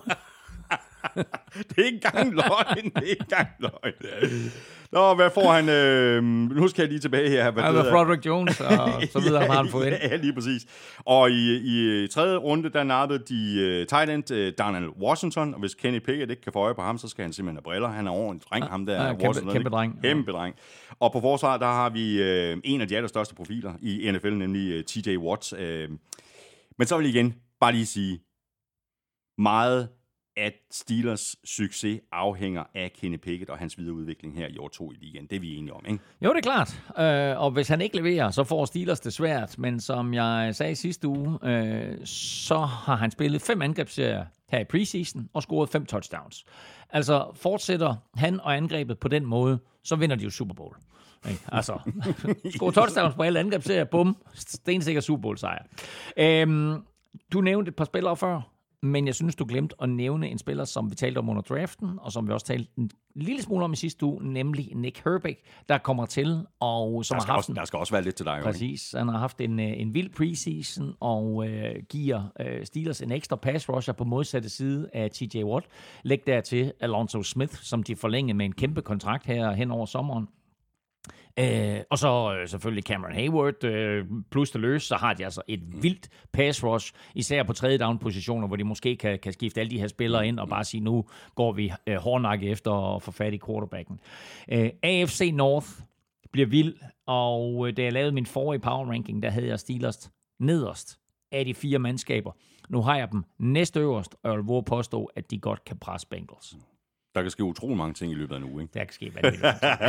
Det er ikke engang løgn. Det er ikke engang løgn. Nå, hvad får han? Øh, nu skal jeg lige tilbage her. Hvad ja, Broderick Jones, og så videre har han fået ind. Ja, lige præcis. Og i, i tredje runde, der nappede de uh, tight end uh, Darnell Washington, og hvis Kenny Pickett ikke kan få øje på ham, så skal han simpelthen have briller. Han er over en dreng, ham der. Ja, kæmpe, kæmpe dreng. Kæmpe dreng. Og på forsvaret, der har vi uh, en af de allerstørste profiler i N F L, nemlig uh, T J Watt. Uh, men så vil jeg igen bare lige sige, meget at Steelers succes afhænger af Kenny Pickett og hans videre udvikling her i år to i ligaen. Det er vi enige om, ikke? Jo, det er klart. Øh, og hvis han ikke leverer, så får Steelers det svært. Men som jeg sagde sidste uge, øh, så har han spillet fem angrebsserier her i preseason og scoret fem touchdowns. Altså fortsætter han og angrebet på den måde, så vinder de jo Super Bowl. Ikke? Altså, score touchdowns på alle angrebsserier, bum, stensikker Super Bowl sejr. Øh, du nævnte et par spillere før, men jeg synes, du glemte at nævne en spiller, som vi talte om under draften, og som vi også talte en lille smule om i sidste uge, nemlig Nick Herbig, der kommer til, og som der har haft... Også, der skal også være lidt til dig. Præcis. Han har haft en, en vild preseason, og øh, giver øh, Steelers en ekstra pass rusher på modsatte side af T J Watt. Læg dertil Alonzo Smith, som de forlængede med en kæmpe kontrakt her hen over sommeren. Øh, og så øh, selvfølgelig Cameron Hayward, øh, plus det løs, så har de altså et vildt pass rush, især på tredje down positioner, hvor de måske kan, kan skifte alle de her spillere ind og bare sige, nu går vi øh, hårdnakke efter at få fat i quarterbacken. Øh, A F C North bliver vild, og øh, da jeg lavede min forrige power ranking, der havde jeg Steelers nederst af de fire mandskaber. Nu har jeg dem næstøverst, og jeg vil våge påstå, at de godt kan presse Bengals. Der kan ske utrolig mange ting i løbet af en uge, ikke? Der kan ske vanvittigt.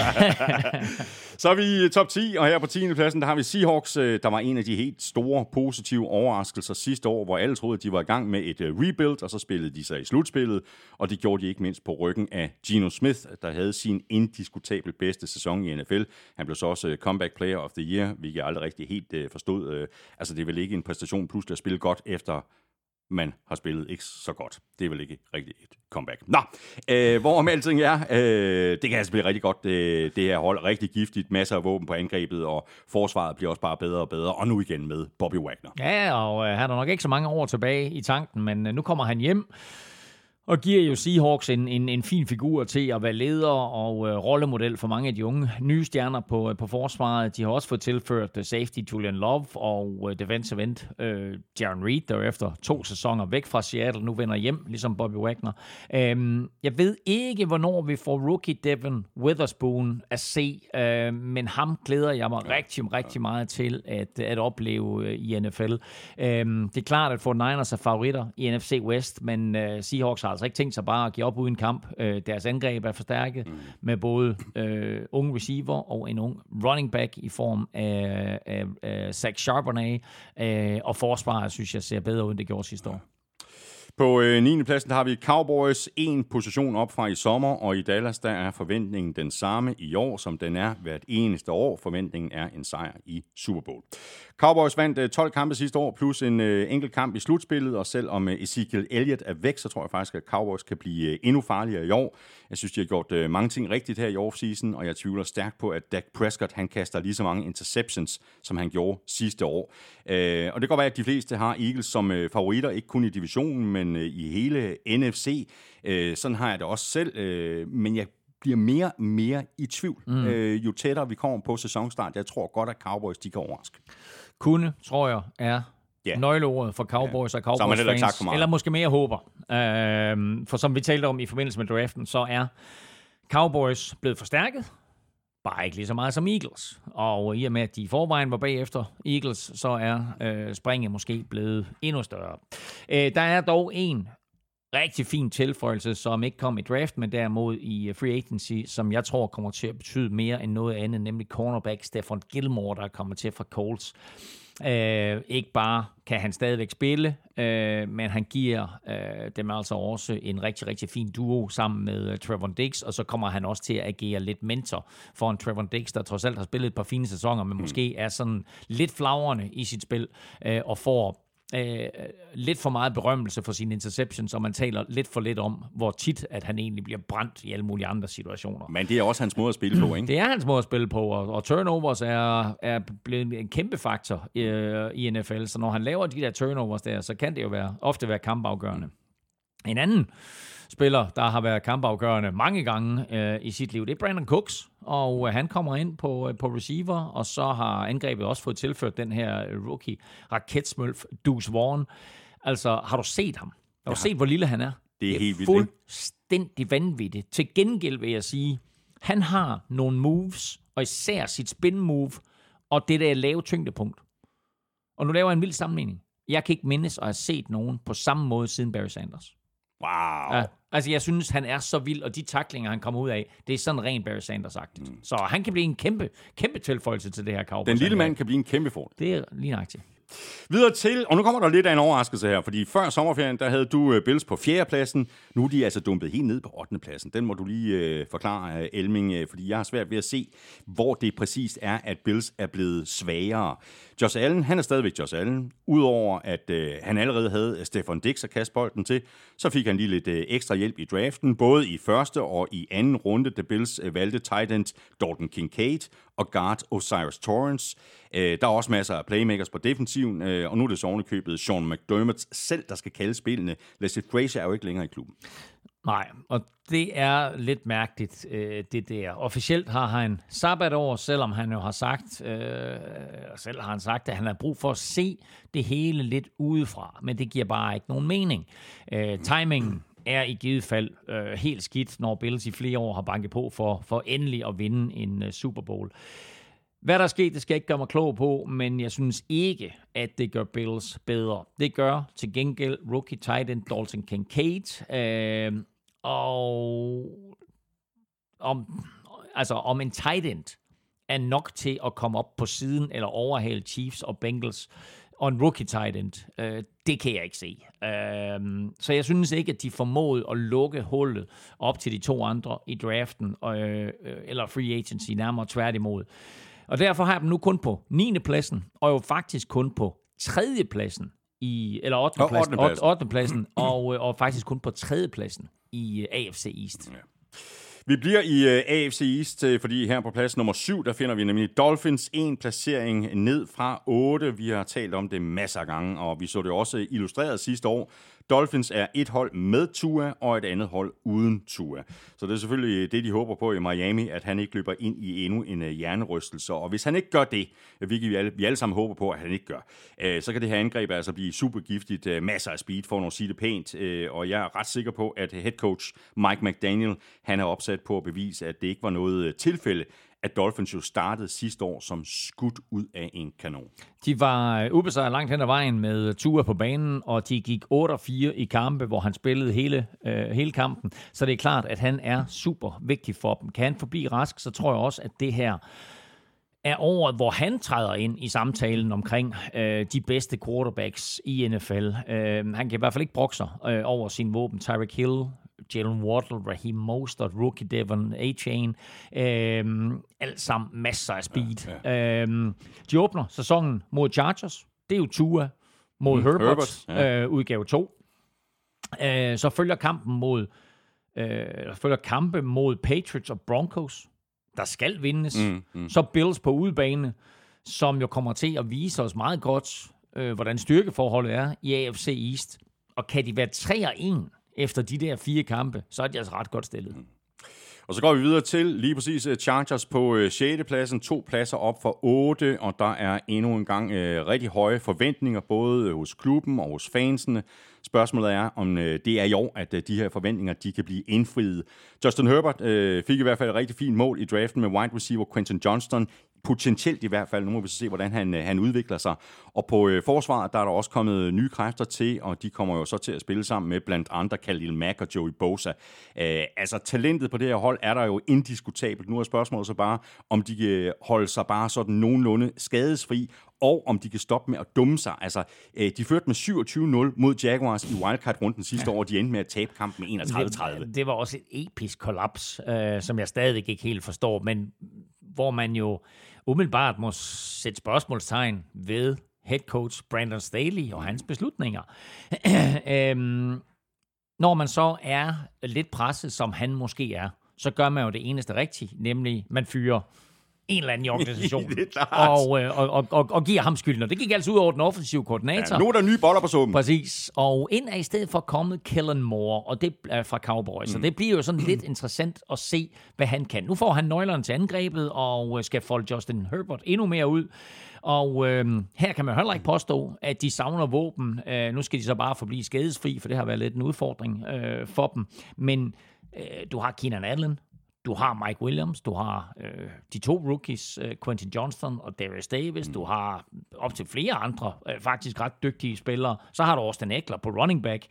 Så er vi i top ti, og her på tiende pladsen, der har vi Seahawks. Der var en af de helt store positive overraskelser sidste år, hvor alle troede, at de var i gang med et rebuild, og så spillede de sig i slutspillet, og det gjorde de ikke mindst på ryggen af Geno Smith, der havde sin indiskutabel bedste sæson i N F L. Han blev så også comeback player of the year, hvilket jeg aldrig rigtig helt forstod. Altså, det er vel ikke en præstation pludselig at spille godt efter man har spillet ikke så godt. Det er vel ikke rigtig et comeback. Nå, øh, hvorom alting er, øh, det kan altså blive rigtig godt, det, det her hold. Rigtig giftigt, masser af våben på angrebet, og forsvaret bliver også bare bedre og bedre. Og nu igen med Bobby Wagner. Ja, og øh, han har nok ikke så mange år tilbage i tanken, men øh, nu kommer han hjem. Og giver jo Seahawks en, en, en fin figur til at være leder og øh, rollemodel for mange af de unge nye stjerner på, øh, på forsvaret. De har også fået tilført uh, safety Julian Love og øh, defensive end øh, Jaron Reed, der efter to sæsoner væk fra Seattle nu vender hjem, ligesom Bobby Wagner. Øhm, jeg ved ikke, hvornår vi får rookie Devin Witherspoon at se, øh, men ham glæder jeg mig rigtig, rigtig meget til at, at opleve øh, i N F L. Øhm, det er klart, at for Niners er favoritter i N F C West, men øh, Seahawks har altså ikke tænkt sig bare at give op uden kamp. Øh, deres angreb er forstærket mm. med både øh, unge receiver og en ung running back i form af, af, af Zach Charbonnet. Øh, og forsvaret, synes jeg, ser bedre ud, end det gjorde sidste år. På øh, niende pladsen har vi Cowboys, en position op fra i sommer, og i Dallas der er forventningen den samme i år, som den er hvert eneste år. Forventningen er en sejr i Super Bowl. Cowboys vandt øh, tolv kampe sidste år, plus en øh, enkelt kamp i slutspillet, og selvom øh, Ezekiel Elliott er væk, så tror jeg faktisk, at Cowboys kan blive øh, endnu farligere i år. Jeg synes, de har gjort øh, mange ting rigtigt her i offseason, og jeg tvivler stærkt på, at Dak Prescott han kaster lige så mange interceptions, som han gjorde sidste år. Øh, og det kan godt være, at de fleste har Eagles som øh, favoritter, ikke kun i divisionen, men øh, i hele N F C. Øh, sådan har jeg det også selv, øh, men jeg bliver mere og mere i tvivl, mm. øh, jo tættere vi kommer på sæsonstart. Jeg tror godt, at Cowboys de kan overraske. Kunne, tror jeg, er yeah. nøgleordet for Cowboys yeah. og Cowboys-fans. Eller måske mere håber. Øh, for som vi talte om i forbindelse med draften, så er Cowboys blevet forstærket. Bare ikke lige så meget som Eagles. Og i og med, at de i forvejen var bagefter Eagles, så er øh, springet måske blevet endnu større. Øh, der er dog en rigtig fin tilføjelse, som ikke kom i draft, men derimod i free agency, som jeg tror kommer til at betyde mere end noget andet, nemlig cornerback Stephon Gilmore, der kommer til fra Colts. Øh, ikke bare kan han stadigvæk spille, øh, men han giver øh, dem altså også en rigtig, rigtig fin duo sammen med uh, Trevon Diggs, og så kommer han også til at agere lidt mentor for en Trevon Diggs, der trods alt har spillet et par fine sæsoner, men mm. måske er sådan lidt flagrende i sit spil, øh, og får Øh, lidt for meget berømmelse for sine interceptions, og man taler lidt for lidt om, hvor tit, at han egentlig bliver brændt i alle mulige andre situationer. Men det er også hans måde at spille på, ikke? Det er hans måde at spille på, og, og turnovers er, er blevet en kæmpe faktor øh, i N F L, så når han laver de der turnovers der, så kan det jo være, ofte være kampafgørende. En anden spiller, der har været kampafgørende mange gange øh, i sit liv, det er Brandon Cooks, og øh, han kommer ind på, øh, på receiver, og så har angrebet også fået tilført den her rookie raketsmølf, Deuce Vaughn. Altså, har du set ham? Har du ja. set, hvor lille han er? Det er, det er helt vildt. Fuldstændig vanvittigt. Til gengæld vil jeg sige, han har nogle moves, og især sit spin move, og det der lave tyngdepunkt. Og nu laver jeg en vild sammenligning. Jeg kan ikke mindes at have set nogen på samme måde siden Barry Sanders. Wow. Ja, altså, jeg synes, han er så vild, og de tacklinger, han kommer ud af, det er sådan rent Barry Sanders-agtigt. Mm. Så han kan blive en kæmpe, kæmpe tilføjelse til det her Cowboys. Den lille mand kan blive en kæmpe fordel. Det er lige nøjagtigt. Videre til, og nu kommer der lidt af en overraskelse her, fordi før sommerferien, der havde du Bills på fjerdepladsen. Nu er de altså dumpet helt ned på ottende pladsen. Den må du lige øh, forklare, Elming, øh, fordi jeg har svært ved at se, hvor det præcist er, at Bills er blevet svagere. Josh Allen, han er stadigvæk Josh Allen. Udover at øh, han allerede havde Stephon Diggs at kaste bolden til, så fik han lige lidt øh, ekstra hjælp i draften, både i første og i anden runde, da Bills øh, valgte tight end Dalton Kincaid og guard Osiris Torrance. Øh, der er også masser af playmakers på defensiven, øh, og nu er det så ovenikøbet Sean McDermott selv, der skal kalde spillene. Leslie Frazier er jo ikke længere i klubben. Nej, og det er lidt mærkeligt, øh, det der. Officielt har han sabbatår, selvom han jo har sagt, øh, selv har han sagt, at han har brug for at se det hele lidt udefra, men det giver bare ikke nogen mening. Øh, timingen er i givet fald øh, helt skidt, når Bills i flere år har banket på for, for endelig at vinde en uh, Super Bowl. Hvad der er sket, det skal jeg ikke gøre mig klog på, men jeg synes ikke, at det gør Bills bedre. Det gør til gengæld rookie tight end Dalton Kincaid, øh, og om, altså om en tight end er nok til at komme op på siden eller overhale Chiefs og Bengals, og en rookie tight end, øh, det kan jeg ikke se. Øh, så jeg synes ikke, at de formåede at lukke hullet op til de to andre i draften, øh, eller free agency, nærmere tværtimod. Og derfor har jeg dem nu kun på niende pladsen, og jo faktisk kun på tredje pladsen, i, eller ottende pladsen, ottende pladsen og, og faktisk kun på tredje pladsen i A F C East. Ja. Vi bliver i uh, A F C East, uh, fordi her på plads nummer syv, der finder vi nemlig Dolphins, en placering ned fra otte. Vi har talt om det masser af gange, og vi så det også illustreret sidste år. Dolphins er et hold med Tua, og et andet hold uden Tua. Så det er selvfølgelig det, de håber på i Miami, at han ikke løber ind i endnu en uh, hjernerystelse. Og hvis han ikke gør det, hvilket vi alle, vi alle sammen håber på, at han ikke gør, uh, så kan det her angreb altså blive super giftigt. Uh, masser af speed, for at sige det pænt. Uh, og jeg er ret sikker på, at head coach Mike McDaniel, han er opsat på at bevise, at det ikke var noget tilfælde, at Dolphins jo startede sidste år som skudt ud af en kanon. De var ubesejret langt hen ad vejen med Tua på banen, og de gik otte og fire i kampe, hvor han spillede hele, øh, hele kampen. Så det er klart, at han er super vigtig for dem. Kan han forblive rask, så tror jeg også, at det her er året, hvor han træder ind i samtalen omkring øh, de bedste quarterbacks i N F L. Øh, han kan i hvert fald ikke brokke sig øh, over sin våben. Tyreek Hill, Jalen Waddle, Raheem Mostert, rookie Devon A-Chain. Øhm, alt sammen masser af speed. Ja, ja. Øhm, de åbner sæsonen mod Chargers. Det er jo Tua mod mm, Herbert, Herbert ja. øh, udgave to. Øh, så følger kampen mod øh, følger kampe mod Patriots og Broncos. Der skal vindes. Mm, mm. Så Bills på udebane, som jo kommer til at vise os meget godt, øh, hvordan styrkeforholdet er i A F C East. Og kan de være tre og en efter de der fire kampe, så er de altså ret godt stillet. Og så går vi videre til lige præcis Chargers på sjette pladsen, to pladser op for otte, og der er endnu en gang øh, rigtig høje forventninger, både hos klubben og hos fansene. Spørgsmålet er, om øh, det er i år, at øh, de her forventninger de kan blive indfriet. Justin Herbert øh, fik i hvert fald et rigtig fint mål i draften med wide receiver Quentin Johnston. potentielt i hvert fald. Nu må vi så se, hvordan han, han udvikler sig. Og på øh, forsvaret, der er der også kommet nye kræfter til, og de kommer jo så til at spille sammen med blandt andre Khalil Mack og Joey Bosa. Øh, altså, talentet på det her hold er der jo indiskutabelt. Nu er spørgsmålet så bare, om de kan holde sig bare sådan nogenlunde skadesfri, og om de kan stoppe med at dumme sig. Altså, øh, de førte med syvogtyve nul mod Jaguars i wildcard-runden sidste ja. år, og de endte med at tabe kampen med enogtredive tredive. Det, det var også et episk kollaps, øh, som jeg stadig ikke helt forstår, men hvor man jo umiddelbart må sætte spørgsmålstegn ved head coach Brandon Staley og hans beslutninger. øhm, når man så er lidt presset, som han måske er, så gør man jo det eneste rigtige, nemlig man fyrer en eller anden i organisationen, og, og, og, og, og giver ham skylden. Og det gik altså ud over den offensive koordinator. Ja, nu er der nye boller på summen. Præcis. Og ind er i stedet for kommet Kellen Moore, og det er fra Cowboys. Mm. Så det bliver jo sådan lidt interessant at se, hvad han kan. Nu får han nøglerne til angrebet, og skal folde Justin Herbert endnu mere ud. Og øh, her kan man heller ikke påstå, at de savner våben. Øh, nu skal de så bare forblive skadesfri, for det har været lidt en udfordring øh, for dem. Men øh, du har Keenan Allen, du har Mike Williams, du har øh, de to rookies, øh, Quentin Johnston og Darius Davis, mm. du har op til flere andre, øh, faktisk ret dygtige spillere. Så har du Austin Eckler på running back,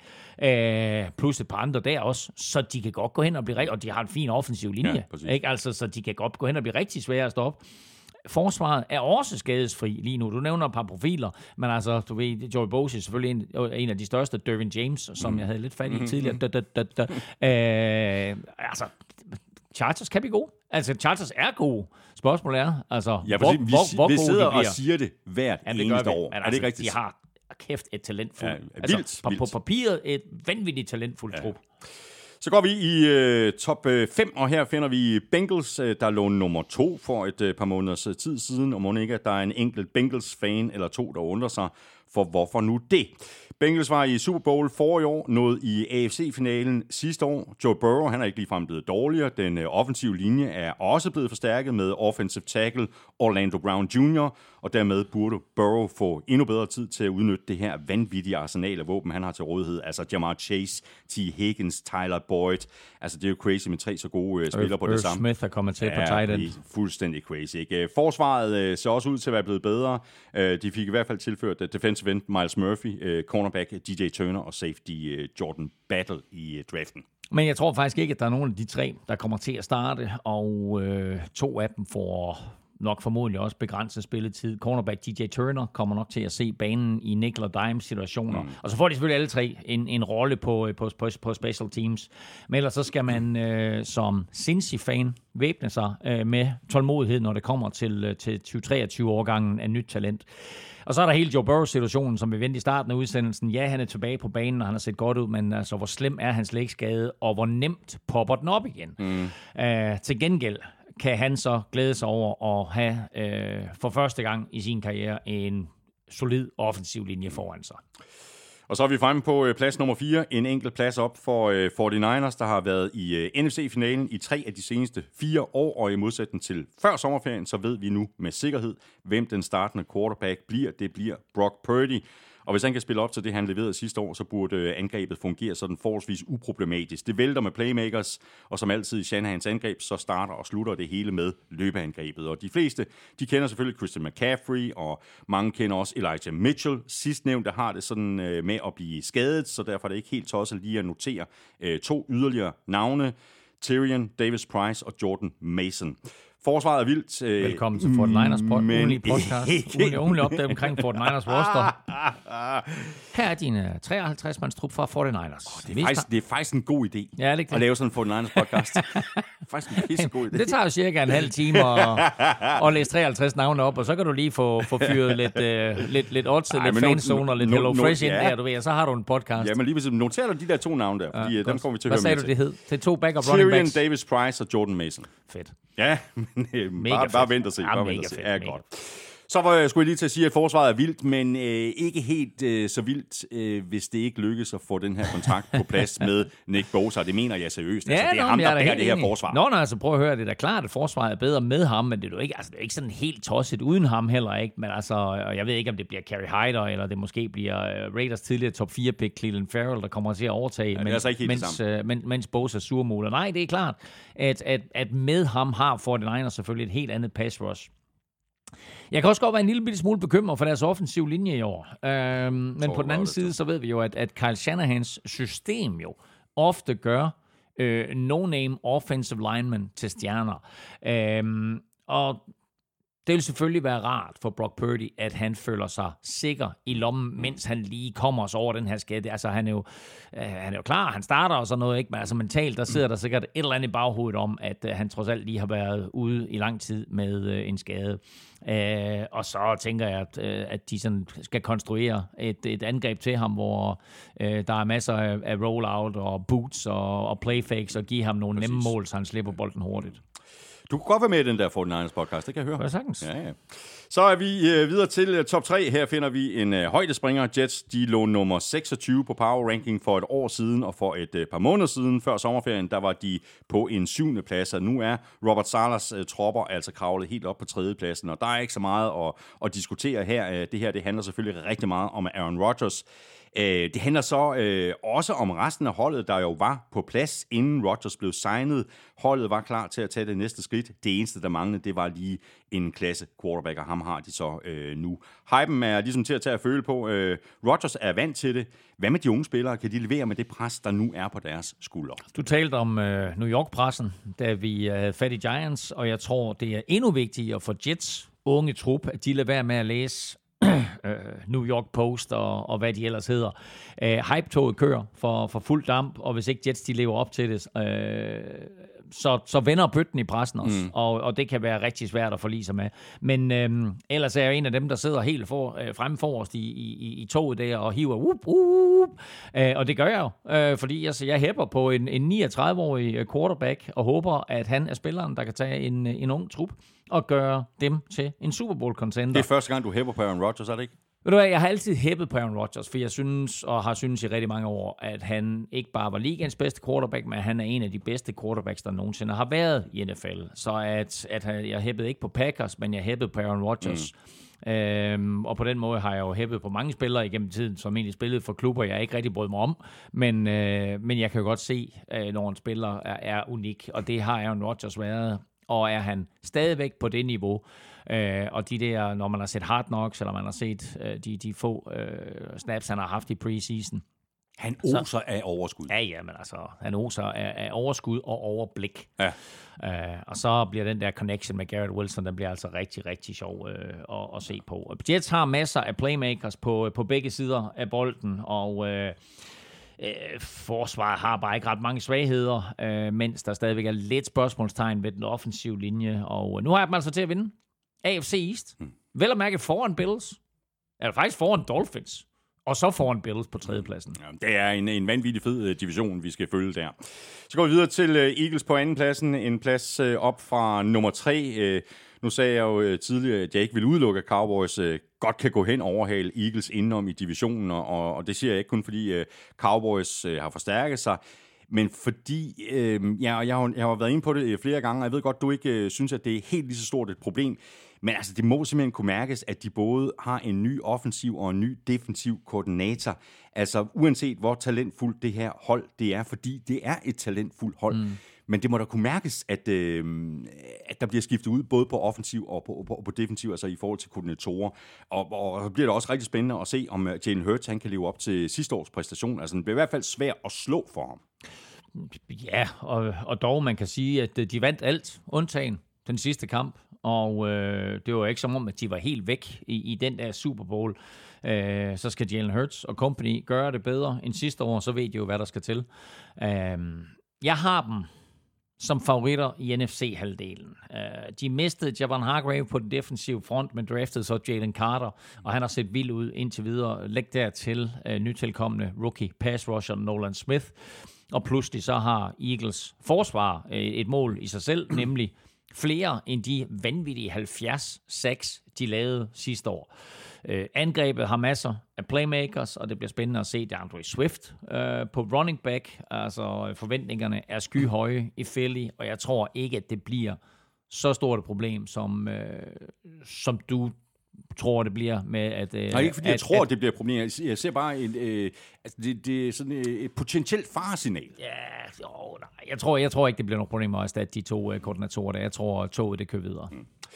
øh, plus et par andre der også, så de kan godt gå hen og blive rigtig, og de har en fin offensiv linje, ja, ikke? Altså, så de kan godt gå hen og blive rigtig svære at stoppe. Forsvaret er også skadesfri lige nu. Du nævner et par profiler, men altså, du ved, Joey Bosa er selvfølgelig en, en af de største, Dervin James, som mm. jeg havde lidt fat i mm-hmm. tidligere. Da, da, da, da. Øh, altså, Chargers kan blive gode. Altså, Chargers er gode. Spørgsmålet er, altså, ja, hvor, vi, hvor, hvor vi gode sidder de bliver. og siger det hvert ja, det eneste år. Men, er altså, det ikke rigtigt? De har kæft et talentfuldt. Ja, vildt, altså, på, vildt. på papiret et vanvittigt talentfuldt ja. trup. Så går vi i øh, top fem, og her finder vi Bengals, øh, der lå nummer to for et øh, par måneders tid siden, og må ikke, at der er en enkelt Bengals-fan eller to, der undrer sig for, hvorfor nu det? Bengals var i Super Bowl forrige år, nåede i A F C-finalen sidste år. Joe Burrow, han er ikke ligefrem blevet dårligere. Den øh, offensive linje er også blevet forstærket med offensive tackle Orlando Brown junior, og dermed burde Burrow få endnu bedre tid til at udnytte det her vanvittige arsenal af våben, han har til rådighed. Altså Jamar Chase, T. Higgins, Tyler Boyd. Altså det er jo crazy med tre så gode øh, spillere på Irv det samme. Smith er kommet til ja, på tight end. Fuldstændig crazy. Ikke? Forsvaret øh, ser også ud til at være blevet bedre. Øh, de fik i hvert fald tilført uh, defensive end Miles Murphy, øh, cornerback D J Turner og safety øh, Jordan Battle i øh, draften. Men jeg tror faktisk ikke, at der er nogen af de tre, der kommer til at starte, og øh, to af dem får nok formodentlig også begrænset spilletid. Cornerback D J Turner kommer nok til at se banen i nickel og dime situationer. Mm. Og så får de selvfølgelig alle tre en, en rolle på, på, på, på special teams. Men ellers så skal man øh, som Cincy-fan væbne sig øh, med tålmodighed, når det kommer til, til tyve treogtyve-årgangen af nyt talent. Og så er der hele Joe Burrow-situationen, som vi vendte i starten af udsendelsen. Ja, han er tilbage på banen, og han har set godt ud, men altså, hvor slem er hans lægskade, og hvor nemt popper den op igen. Mm. Uh, til gengæld kan han så glæde sig over at have uh, for første gang i sin karriere en solid offensiv linje foran sig. Og så er vi fremme på plads nummer fire. En enkelt plads op for uh, forty-niners, der har været i uh, N F C-finalen i tre af de seneste fire år. Og i modsætning til før sommerferien, så ved vi nu med sikkerhed, hvem den startende quarterback bliver. Det bliver Brock Purdy. Og hvis han kan spille op til det, han leverede sidste år, så burde angrebet fungere sådan forholdsvis uproblematisk. Det vælter med playmakers, og som altid i Shanahans angreb, så starter og slutter det hele med løbeangrebet. Og de fleste, de kender selvfølgelig Christian McCaffrey, og mange kender også Elijah Mitchell. Sidstnævnte har det sådan øh, med at blive skadet, så derfor er det ikke helt tosset lige at notere øh, to yderligere navne. Tyrion, Davis Price og Jordan Mason. Forsvaret er vildt. Øh, Velkommen til forty-niners pod- ugenlige podcast. Ugenlige, ugenlige opdage omkring forty-niners roster. Her er din uh, treoghalvtreds-mands trup fra forty-niners. Oh, det, er faktisk, det er faktisk en god idé ja, det at lave sådan en forty-niners podcast. faktisk en pisse god idé. Det tager jo cirka en halv time at, at læse treoghalvtreds navne op, og så kan du lige få, få fyret lidt, uh, lidt, lidt odds, Ej, lidt fanzone og lidt no, Hello no, Fresh no, ind ja. der, du ved, og så har du en podcast. Ja, men lige hvis du noterer de der to navne der, fordi ja, dem kommer vi til at Hvad høre sagde du, det hed? Det er to backup running backs. Tyrion, Davis Price og Jordan Mason. Fedt. Ja, men øh, bare, bare vent og se. Ja, bare mega vent og se. Fedt, Ja, mega. godt. Så var, skulle jeg lige til at sige, at forsvaret er vildt, men øh, ikke helt øh, så vildt, øh, hvis det ikke lykkes at få den her kontrakt på plads med Nick Bosa. Det mener jeg seriøst. Ja, altså, det er nå, ham, der bærer det her enig. forsvar. Nå, nå, altså prøv at høre, det er da klart, at forsvaret er bedre med ham, men det er jo ikke, altså, det er ikke sådan helt tosset uden ham heller, ikke? Men altså, og jeg ved ikke, om det bliver Kerry Hyder, eller det måske bliver uh, Raiders tidligere top fire pick Cleveland Farrell, der kommer til at overtage, ja, mens, altså mens, uh, mens, mens Bosa surmåler. Nej, det er klart, at, at, at med ham har forty-niners selvfølgelig et helt andet pass rush. Jeg kan også godt være en lille bitte smule bekymret for deres offensiv linje i år. Øhm, men på den anden side, så ved vi jo, at, at Kyle Shanahans system jo ofte gør øh, no-name offensive linemen til stjerner. Øhm, og det vil selvfølgelig være rart for Brock Purdy, at han føler sig sikker i lommen, mens han lige kommer os over den her skade. Altså, han er jo, øh, han er jo klar, han starter og sådan noget, ikke? Men altså mentalt, der sidder der sikkert et eller andet i baghovedet om, at øh, han trods alt lige har været ude i lang tid med øh, en skade. Øh, og så tænker jeg, at, øh, at de sådan skal konstruere et, et angreb til ham, hvor øh, der er masser af, af rollout og boots og, og playfakes, og give ham nogle Præcis. nemme mål, så han slipper bolden hurtigt. Du kan godt være med i den der forty-niners podcast, det kan jeg høre. Det er sagtens. Ja, ja. Så er vi øh, videre til uh, top tre. Her finder vi en øh, højdespringer. Jets, de lå nummer seksogtyve på power ranking for et år siden, og for et øh, par måneder siden, før sommerferien, der var de på en syvende plads. Og nu er Robert Salehs øh, tropper altså kravlet helt op på tredje pladsen, og der er ikke så meget at, at diskutere her. Det her, det handler selvfølgelig rigtig meget om Aaron Rodgers. Det handler så øh, også om resten af holdet, der jo var på plads, inden Rodgers blev signet. Holdet var klar til at tage det næste skridt. Det eneste, der manglede, det var lige en klasse quarterback, og ham har de så øh, nu. Hypen er ligesom til at tage at føle på. Øh, Rodgers er vant til det. Hvad med de unge spillere? Kan de levere med det pres, der nu er på deres skuldre? Du talte om øh, New York-pressen, da vi havde øh, fat i Giants, og jeg tror, det er endnu vigtigere for Jets unge trup, at de lader være med at læse New York Post og, og hvad de ellers hedder. Uh, Hype-toget kører for, for fuld damp, og hvis ikke Jets de lever op til det, uh, så, så vender bøtten i pressen også, mm. og, og det kan være rigtig svært at forlige sig med. Men uh, ellers er jeg en af dem, der sidder helt for, uh, fremme forrest i, i, i toget der og hiver whoop, whoop. Uh, og det gør jeg jo, uh, fordi jeg, jeg hæpper på en, en niogtredive-årig quarterback og håber, at han er spilleren, der kan tage en, en ung trup og gøre dem til en Super Bowl-contender. Det er første gang, du hæpper på Aaron Rodgers, er det ikke? Ved du hvad, jeg har altid hæppet på Aaron Rodgers, for jeg synes, og har synes i rigtig mange år, at han ikke bare var ligaens bedste quarterback, men han er en af de bedste quarterbacks, der nogensinde har været i N F L. Så at, at jeg hæppede ikke på Packers, men jeg hæppede på Aaron Rodgers. Mm. Øhm, og på den måde har jeg jo hæppet på mange spillere igennem tiden, som egentlig spillede for klubber, jeg ikke rigtig brød mig om. Men, øh, men jeg kan jo godt se, øh, når en spiller er, er unik, og det har Aaron Rodgers været. Og er han stadigvæk på det niveau, øh, og de der, når man har set Hard Knocks, eller man har set øh, de, de få øh, snaps, han har haft i preseason. Han oser så, af overskud. Ja, ja, men altså, han oser af, af overskud og overblik. Ja. Øh, og så bliver den der connection med Garrett Wilson, den bliver altså rigtig, rigtig sjov øh, at, at se på. Jets har masser af playmakers på, på begge sider af bolden, og Øh, Øh, forsvaret har bare ikke ret mange svagheder, øh, mens der stadigvæk er lidt spørgsmålstegn ved den offensive linje. Og nu har jeg dem altså til at vinde A F C East. Hmm. Vel at mærke foran Bills. Eller faktisk foran Dolphins. Og så foran Bills på tredjepladsen. Ja, det er en, en vanvittig fed uh, division, vi skal følge der. Så går vi videre til uh, Eagles på anden pladsen. En plads uh, op fra nummer tre. Uh, nu sagde jeg jo uh, tidligere, at jeg ikke ville udelukke, at Cowboys uh, godt kan gå hen og overhale Eagles indenom i divisionen. Og, og det siger jeg ikke kun, fordi uh, Cowboys uh, har forstærket sig, men fordi, øh, ja, jeg, har, jeg har været inde på det flere gange, og jeg ved godt, du ikke øh, synes, at det er helt lige så stort et problem. Men altså, det må simpelthen kunne mærkes, at de både har en ny offensiv og en ny defensiv koordinator. Altså, uanset hvor talentfuldt det her hold det er, fordi det er et talentfuldt hold. Mm. Men det må da kunne mærkes, at, øh, at der bliver skiftet ud både på offensiv og på, på, på defensiv, altså i forhold til koordinatorer. Og, og så bliver det også rigtig spændende at se, om Jalen Hurts han kan leve op til sidste års præstation. Altså, det bliver i hvert fald svært at slå for ham. Ja, og, og dog man kan sige, at de vandt alt, undtagen den sidste kamp. Og øh, det var ikke som om, at de var helt væk i, i den der Super Bowl. Øh, så skal Jalen Hurts og company gøre det bedre end sidste år, så ved de jo, hvad der skal til. Øh, jeg har dem som favoritter i N F C-halvdelen. Uh, de mistede Javon Hargrave på den defensive front, men draftede så Jalen Carter, og han har set vild ud indtil videre. Læg dertil uh, nytilkommende rookie pass rusher Nolan Smith, og pludselig så har Eagles forsvar uh, et mål i sig selv, nemlig flere end de vanvittige halvfjerds sacks, de lavede sidste år. Uh, angrebet har masser af playmakers, og det bliver spændende at se DeAndre Swift uh, på running back. Altså forventningerne er skyhøje i Philly, og jeg tror ikke, at det bliver så stort et problem, som, uh, som du tror, det bliver med at... Uh, Nej, ikke fordi at, jeg tror, at, det bliver et problem. Jeg ser bare et, øh, altså det, det er sådan et, et potentielt faresignal. Ja, jo, nej. Jeg tror, jeg tror ikke, det bliver noget problem at erstatte de to uh, koordinatorer der. Jeg tror, at toget det kører videre. Hmm.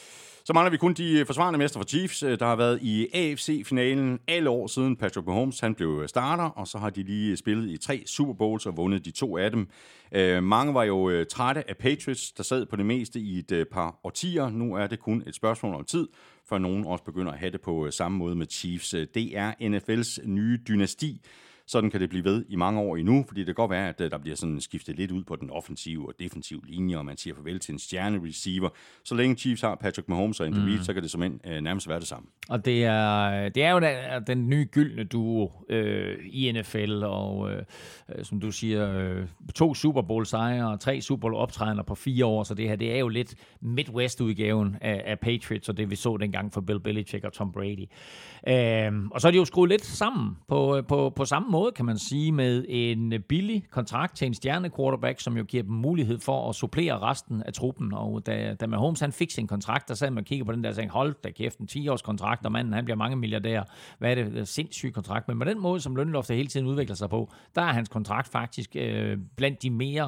Så mangler vi kun de forsvarende mestre for Chiefs, der har været i A F C-finalen alle år siden Patrick Mahomes han blev starter, og så har de lige spillet i tre Super Bowls og vundet de to af dem. Øh, mange var jo øh, trætte af Patriots, der sad på det meste i et øh, par årtier. Nu er det kun et spørgsmål om tid, før nogen også begynder at have det på øh, samme måde med Chiefs. Det er N F L's nye dynasti. Sådan kan det blive ved i mange år endnu, fordi det kan godt være, at der bliver sådan skiftet lidt ud på den offensive og defensive linje, og man siger farvel til en stjerne-receiver. Så længe Chiefs har Patrick Mahomes og Andy Reid, mm. så kan det som end øh, nærmest være det samme. Og det er, det er jo den, den nye gyldne duo øh, i N F L, og øh, som du siger, øh, to Super Bowl-sejre og tre Super Bowl-optrædener på fire år, så det her, det er jo lidt Midwest-udgaven af, af Patriots, og det vi så dengang for Bill Belichick og Tom Brady. Øh, og så er de jo skruet lidt sammen på, på, på samme måde, kan man sige, med en billig kontrakt til en stjerne quarterback, som jo giver dem mulighed for at supplere resten af truppen. Og da, da Mahomes han fik sin kontrakt, der sad man og kiggede på den der og sagde, hold da kæft, en ti-års kontrakt, og manden han bliver mange milliardær. Hvad er det? Det er sindssyg kontrakt. Men med den måde, som lønloftet hele tiden udvikler sig på, der er hans kontrakt faktisk øh, blandt de mere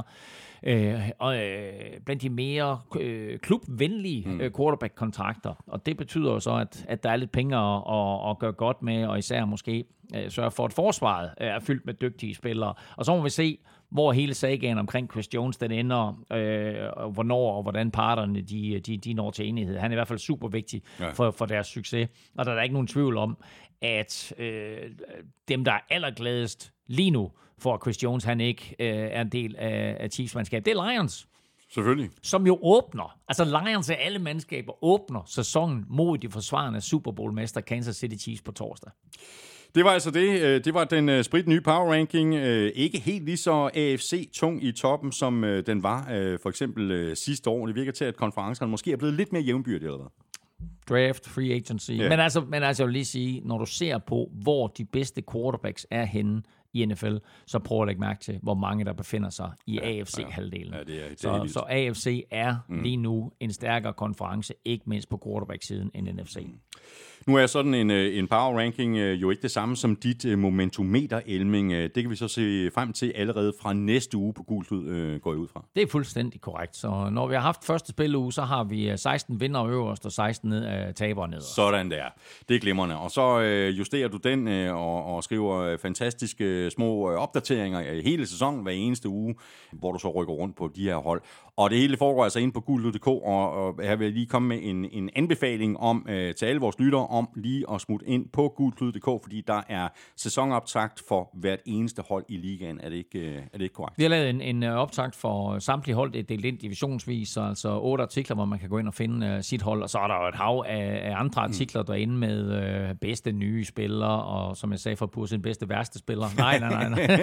Øh, og, øh, blandt de mere øh, klubvenlige øh, quarterback-kontrakter. Og det betyder jo så, at, at der er lidt penge at, at, at gøre godt med, og især måske øh, sørge for, at forsvaret øh, er fyldt med dygtige spillere. Og så må vi se, hvor hele sagaen omkring Chris Jones den ender, øh, og hvornår og hvordan parterne de, de, de når til enighed. Han er i hvert fald super vigtig ja. for, for deres succes. Og der er ikke nogen tvivl om, at øh, dem, der er allergladest lige nu, for at Chris Jones han ikke øh, er en del af, af Chiefs-mandskab, det er Lions. Selvfølgelig. Som jo åbner, altså Lions af alle mandskaber, åbner sæsonen mod de forsvarende Super Bowl-mester Kansas City Chiefs på torsdag. Det var altså det. Det var den sprit nye power ranking. Ikke helt lige så A F C-tung i toppen, som den var for eksempel sidste år. Det virker til, at konferencerne måske er blevet lidt mere jævnbyrdige eller hvad? Draft, free agency. Yeah. Men, altså, men altså, jeg vil lige sige, når du ser på, hvor de bedste quarterbacks er henne i N F L, så prøv at lægge mærke til, hvor mange der befinder sig i ja, A F C-halvdelen. Ja, det er, det så, så A F C er mm. lige nu en stærkere konference, ikke mindst på quarterback-siden end N F C. Mm. Nu er sådan en, en power ranking jo ikke det samme som dit momentometer, Elming. Det kan vi så se frem til allerede fra næste uge på Gult Lyd, går jeg ud fra. Det er fuldstændig korrekt. Så når vi har haft første spilleuge, så har vi seksten vinder øverst og seksten ned, tabere nederst. Sådan der. Det er glimrende. Og så justerer du den og, og skriver fantastiske små opdateringer i hele sæsonen hver eneste uge, hvor du så rykker rundt på de her hold. Og det hele foregår altså inde på gult lyd punktum d k, og, og her vil jeg lige komme med en, en anbefaling om øh, til alle vores lyttere om lige at smutte ind på gult lyd punktum d k, fordi der er sæsonoptakt for hvert eneste hold i ligaen. Er det ikke, øh, er det ikke korrekt? Vi har lavet en, en optakt for samtlige hold, det er delt ind divisionsvis, altså otte artikler, hvor man kan gå ind og finde øh, sit hold, og så er der jo et hav af, af andre artikler, der er inde med øh, bedste nye spillere, og som jeg sagde for Pussen, bedste værste spillere. Nej, nej, nej. nej.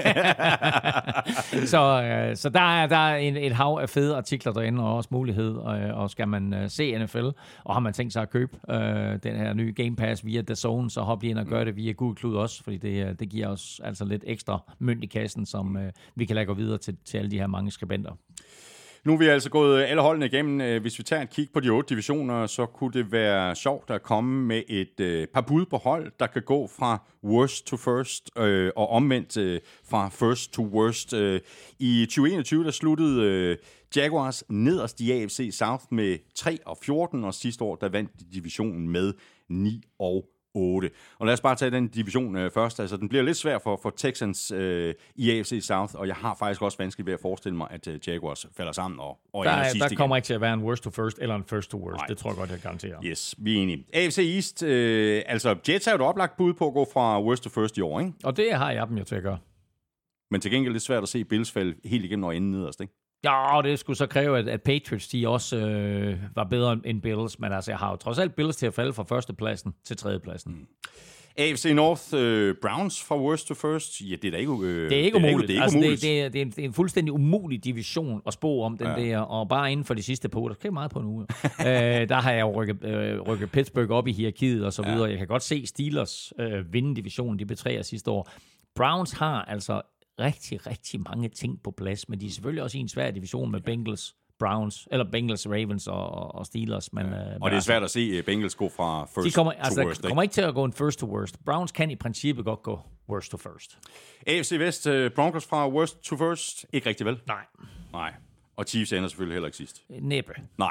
så, øh, så der er, der er en, et hav af fede artikler derinde, og også mulighed, øh, og skal man øh, se N F L, og har man tænkt sig at købe øh, den her nye Game Pass via The Zone, så hop lige ind og gør det via Gul Klud også, fordi det, det giver os altså lidt ekstra mønt i kassen, som øh, vi kan lade gå videre til, til alle de her mange skribenter. Nu er vi altså gået alle holdene igennem. Hvis vi tager et kig på de otte divisioner, så kunne det være sjovt at komme med et øh, par bud på hold, der kan gå fra worst to first, øh, og omvendt øh, fra first to worst. Øh, I tyve enogtyve der sluttede øh, Jaguars nederst i A F C South med tre og fjorten, og sidste år der vandt divisionen med ni og otte. Og lad os bare tage den division øh, først. Altså, den bliver lidt svær for, for Texans øh, i A F C South, og jeg har faktisk også vanskeligt ved at forestille mig, at øh, Jaguars falder sammen og, og der, ender sidst der igen. kommer ikke til at være en worst to first eller en first to worst. Nej. Det tror jeg godt, jeg garanterer. Yes, vi er enige. A F C East, øh, altså Jets har jo et oplagt bud på at gå fra worst to first i år, ikke? Og det har jeg dem jo til at gøre. Men til gengæld er det svært at se Bills falde helt igennem og ende nederst, ikke? Ja, det skulle så kræve, at, at Patriots de også øh, var bedre end Bills, men altså jeg har jo trods alt Bills til at falde fra førstepladsen til tredjepladsen. Mm. A F C North, øh, Browns fra worst to first, ja, det er da ikke, øh, det er ikke umuligt. Det er, altså, ikke umuligt. Det, det, er, det, er en, det er en fuldstændig umulig division at spå om den ja. der, og bare inden for de sidste par uger, der sker meget på en uge, øh, der har jeg rykket, øh, rykket Pittsburgh op i hierarkiet og så videre. Ja. Jeg kan godt se Steelers øh, vinde divisionen, de betræder sidste år. Browns har altså rigtig, rigtig mange ting på plads, men de er selvfølgelig også i en svær division med Bengals, Browns, eller Bengals, Ravens og, og Steelers. Men, ja. Og det er svært at se Bengals gå fra first de kommer, to altså, worst. De kommer ikke til at gå en first to worst. Browns kan i princippet godt gå worst to first. A F C West, Broncos fra worst to first, ikke rigtig vel? Nej. Nej. Og Chiefs ender selvfølgelig heller ikke sidst. Næppe. Nej.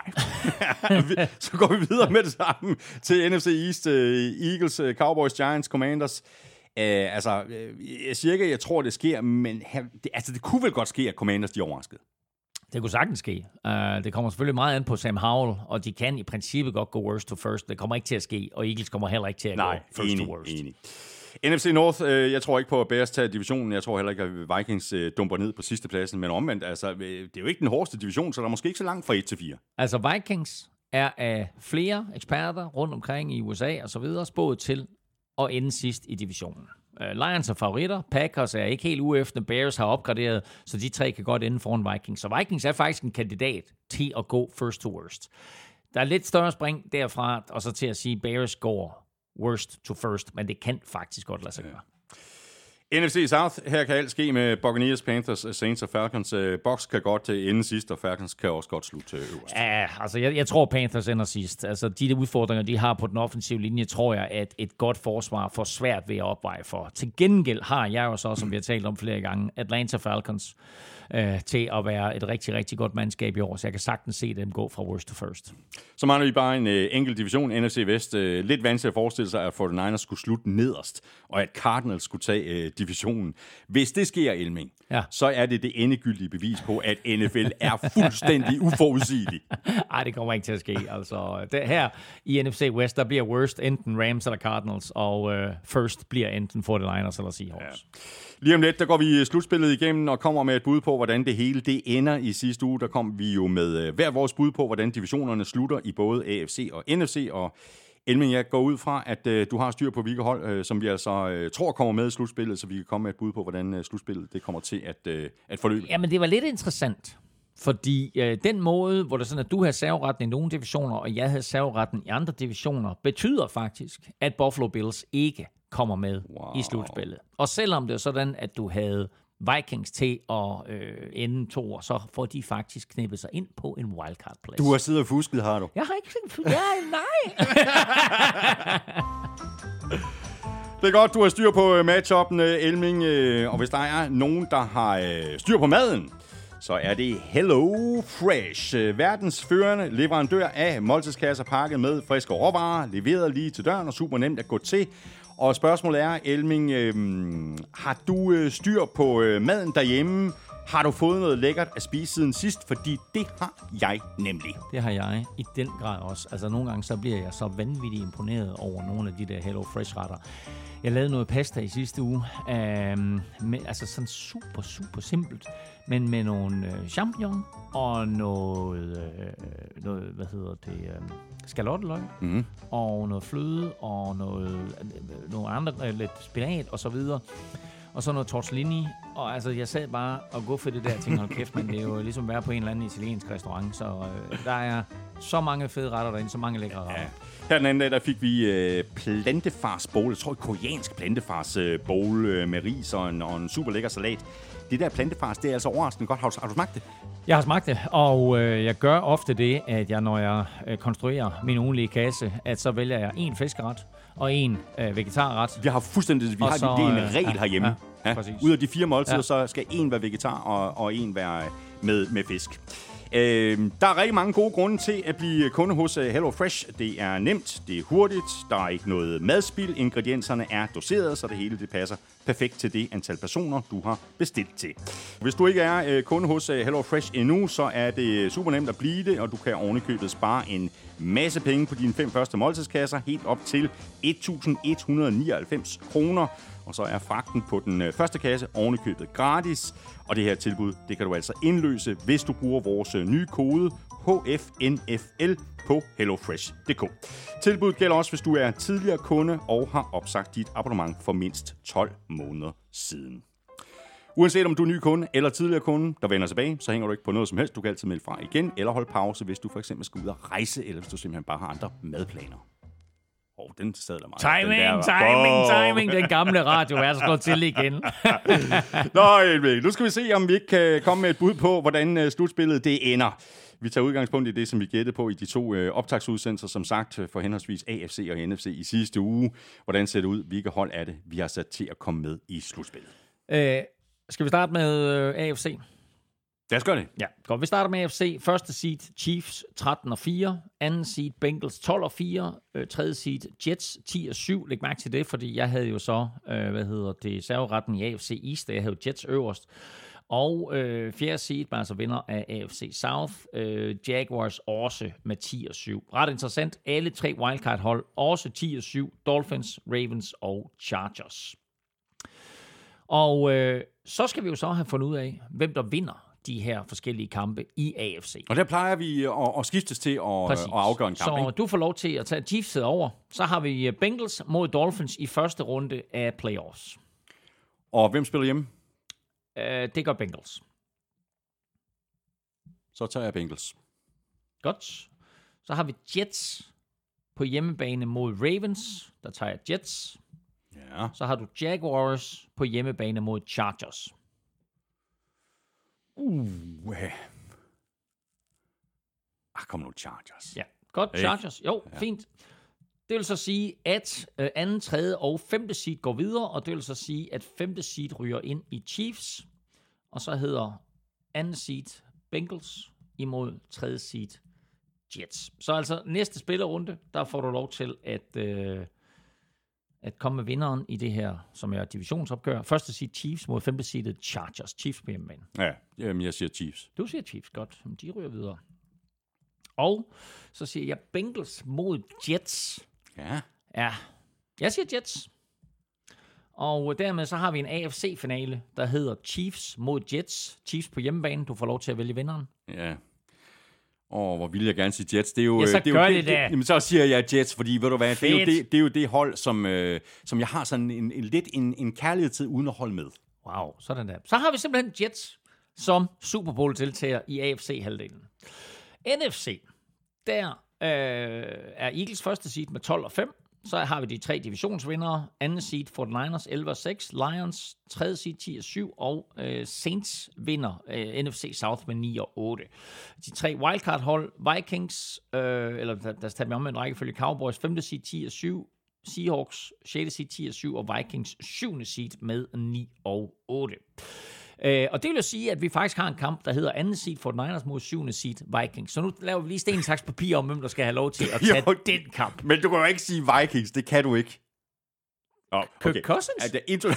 Så går vi videre med det samme til N F C East. Eagles, Cowboys, Giants, Commanders. Uh, altså, jeg siger ikke, at jeg tror, det sker, men her, det, altså, det kunne vel godt ske, at Commanders de er overrasket. Det kunne sagtens ske. Uh, det kommer selvfølgelig meget an på Sam Howell, og de kan i princippet godt gå worst to first. Det kommer ikke til at ske, og Eagles kommer heller ikke til at Nej, gå first enig, to worst. Enig. N F C North, øh, jeg tror ikke på, at Bears tager divisionen. Jeg tror heller ikke, at Vikings øh, dumper ned på sidste pladsen. Men omvendt, altså, øh, det er jo ikke den hårdeste division, så der er måske ikke så langt fra et til fire. Altså, Vikings er af flere eksperter rundt omkring i U S A og så videre spået til at ende sidst i divisionen. Uh, Lions er favoritter, Packers er ikke helt uefne, Bears har opgraderet, så de tre kan godt ende foran Vikings. Så Vikings er faktisk en kandidat til at gå first to worst. Der er lidt større spring derfra, og så til at sige, Bears går worst to first, men det kan faktisk godt lade sig gøre. N F C South, her kan alt ske med Buccaneers, Panthers, Saints og Falcons. Bucs kan godt ende sidst, og Falcons kan også godt slutte øverst. Ja, altså jeg, jeg tror Panthers ender sidst. Altså de der udfordringer, de har på den offensive linje, tror jeg, at et godt forsvar får svært ved at opveje for. Til gengæld har jeg jo så, som vi har talt om flere gange, Atlanta Falcons øh, til at være et rigtig, rigtig godt mandskab i år, så jeg kan sagtens se dem gå fra worst to first. Så mangler vi bare en øh, enkelt division, N F C Vest. Øh, lidt vanskeligt at forestille sig, at forty-niners skulle slutte nederst, og at Cardinals skulle tage øh, divisionen. Hvis det sker, Elming, ja. så er det det endegyldige bevis på, at N F L er fuldstændig uforudsigelig. Ej, det kommer ikke til at ske. Altså, det her i N F C West, der bliver worst enten Rams eller Cardinals, og uh, first bliver enten forty-niners eller Seahawks. Ja. Lige om lidt, der går vi slutspillet igennem og kommer med et bud på, hvordan det hele det ender i sidste uge. Der kom vi jo med uh, hver vores bud på, hvordan divisionerne slutter i både A F C og N F C, og Elming, jeg går ud fra, at øh, du har styr på hvilke hold, øh, som vi altså øh, tror kommer med i slutspillet, så vi kan komme med et bud på, hvordan øh, slutspillet det kommer til at, øh, at forløbe. Jamen, det var lidt interessant, fordi øh, den måde, hvor det sådan, at du havde serveretten i nogle divisioner, og jeg havde serveretten i andre divisioner, betyder faktisk, at Buffalo Bills ikke kommer med wow. i slutspillet. Og selvom det er sådan, at du havde Vikings til at øh, ende to år, så får de faktisk knippet sig ind på en wildcard-plads. Du har siddet og fusket, har du? Jeg har ikke fusket. Ja, nej. Det er godt, du har styr på matchuppen, Elming. Og hvis der er nogen, der har styr på maden, så er det Hello Fresh. Verdens førende leverandør af måltidskasser pakket med friske råvarer, leveret lige til døren og super nemt at gå til. Og spørgsmålet er, Elming, øh, har du øh, styr på øh, maden derhjemme? Har du fået noget lækkert at spise siden sidst? Fordi det har jeg nemlig. Det har jeg i den grad også. Altså nogle gange så bliver jeg så vanvittigt imponeret over nogle af de der Hello Fresh-retter. Jeg lavede noget pasta i sidste uge. Øh, med, altså sådan super, super simpelt. Men med nogle øh, champignon og noget, øh, noget, hvad hedder det, øh, skalotteløg, mm. og noget fløde og noget, øh, nogle andre, øh, lidt spinat og så videre. Og så noget tortellini. Og altså, jeg sad bare og gå for det der ting, hold kæft, men det er jo ligesom at være på en eller anden italiensk restaurant. Så øh, der er så mange fede retter derinde, så mange lækre retter. Ja. Her den anden dag, der fik vi øh, plantefars bowl. Jeg tror, et koreansk plantefars øh, bowl øh, med ris og en, og en super lækker salat. Det der plantefars, det er altså overraskende godt. Har du, har du smagt det? Jeg har smagt det, og øh, jeg gør ofte det, at jeg, når jeg øh, konstruerer min ugenlige kasse, at så vælger jeg en fiskeret og en øh, vegetarret. Vi har fuldstændig, vi har så, det er en regel ja, herhjemme. Ja, ja. Ud af de fire måltider, ja. så skal en være vegetar og, og en være med, med fisk. Øh, der er rigtig mange gode grunde til at blive kunde hos uh, Hello Fresh. Det er nemt, det er hurtigt, der er ikke noget madspild, ingredienserne er doseret, så det hele det passer perfekt til det antal personer, du har bestilt til. Hvis du ikke er uh, kunde hos uh, Hello Fresh endnu, så er det super nemt at blive det, og du kan ovenikøbet spare en masse penge på dine fem første måltidskasser, helt op til et tusind et hundrede nioghalvfems kroner. Og så er fragten på den første kasse ovenikøbet gratis. Og det her tilbud, det kan du altså indløse, hvis du bruger vores nye kode H F N F L på hellofresh punktum d k. Tilbuddet gælder også, hvis du er tidligere kunde og har opsagt dit abonnement for mindst tolv måneder siden. Uanset om du er ny kunde eller tidligere kunde, der vender tilbage, så hænger du ikke på noget som helst. Du kan altid melde fra igen eller holde pause, hvis du for eksempel skal ud og rejse, eller hvis du simpelthen bare har andre madplaner. Åh, oh, den sad der meget. Timing, den der, timing, oh. timing. Den gamle radio er så til igen. Nå, Elving, nu skal vi se, om vi ikke kan komme med et bud på, hvordan uh, slutspillet det ender. Vi tager udgangspunkt i det, som vi gættede på i de to uh, optagsudsendelser, som sagt, for henholdsvis A F C og N F C i sidste uge. Hvordan ser det ud? Hvilke hold er det, vi har sat til at komme med i slutspillet? Øh, skal vi starte med uh, A F C? Lad os gøre det. Ja, godt. Vi starter med A F C. Første seed Chiefs tretten og fire. Anden seed Bengals tolv og fire. Øh, tredje seed Jets ti og syv. Læg mærke til det, fordi jeg havde jo så, øh, hvad hedder det, serveretten i A F C East, da jeg havde Jets øverst. Og øh, fjerde seed var altså vinder af A F C South. Øh, Jaguars også med ti og syv. Ret interessant. Alle tre wildcard-hold også ti og syv. Dolphins, Ravens og Chargers. Og øh, så skal vi jo så have fundet ud af, hvem der vinder de her forskellige kampe i A F C. Og der plejer vi at, at skiftes til at, at afgøre en kamp. Så ikke? du får lov til at tage Chiefs over. Så har vi Bengals mod Dolphins i første runde af playoffs. Og hvem spiller hjemme? Uh, det gør Bengals. Så tager jeg Bengals. Godt. Så har vi Jets på hjemmebane mod Ravens. Der tager jeg Jets. Ja. Så har du Jaguars på hjemmebane mod Chargers. Uh. Ah, kom nu, Chargers. Ja, godt. Chargers. Jo, ja. Fint. Det vil så sige, at øh, anden, tredje og femte seed går videre, og det vil så sige, at femte seed ryger ind i Chiefs, og så hedder anden seed Bengals imod tredje seed Jets. Så altså næste spillerunde, der får du lov til at, øh, at komme med vinderen i det her, som er divisionsopgør. Første seed Chiefs mod femte seedet Chargers. Chiefs på hjemmebane. Ja, jamen jeg siger Chiefs. Du siger Chiefs, godt. De ryger videre. Og så siger jeg Bengals mod Jets. Ja. Ja, jeg siger Jets. Og dermed så har vi en A F C-finale, der hedder Chiefs mod Jets. Chiefs på hjemmebane. Du får lov til at vælge vinderen. Ja. Åh, hvor vil jeg gerne sige Jets. Det er jo, ja, så det er gør jo, det, det, det, det, så siger jeg Jets, fordi ved du hvad, det er, jo det, det er jo det hold, som, øh, som jeg har sådan en, en lidt en, en kærlighed til, uden at holde med. Wow, sådan der. Så har vi simpelthen Jets som Super Bowl-deltager i A F C-halvdelen. N F C, der øh, er Eagles første seed med tolv og fem. Så har vi de tre divisionsvindere. Anden seed forty-niners elleve og seks. Lions tredje seed ti og syv. Og øh, Saints vinder øh, N F C South med ni og otte. De tre wildcard-hold. Vikings, øh, eller der, der tager vi om en rækkefølge. Cowboys femte seed ti og syv. Seahawks sjette seed ti og syv. Og Vikings syvende seed med ni og otte. Uh, og det vil jo sige, at vi faktisk har en kamp, der hedder anden seed forty-niners mod syvende seed Vikings. Så nu laver vi lige sten, saks, papir om, hvem der skal have lov til at tage jo, den kamp. Men du kan jo ikke sige Vikings, det kan du ikke. Oh, okay. Kirk Cousins? Er det en, to...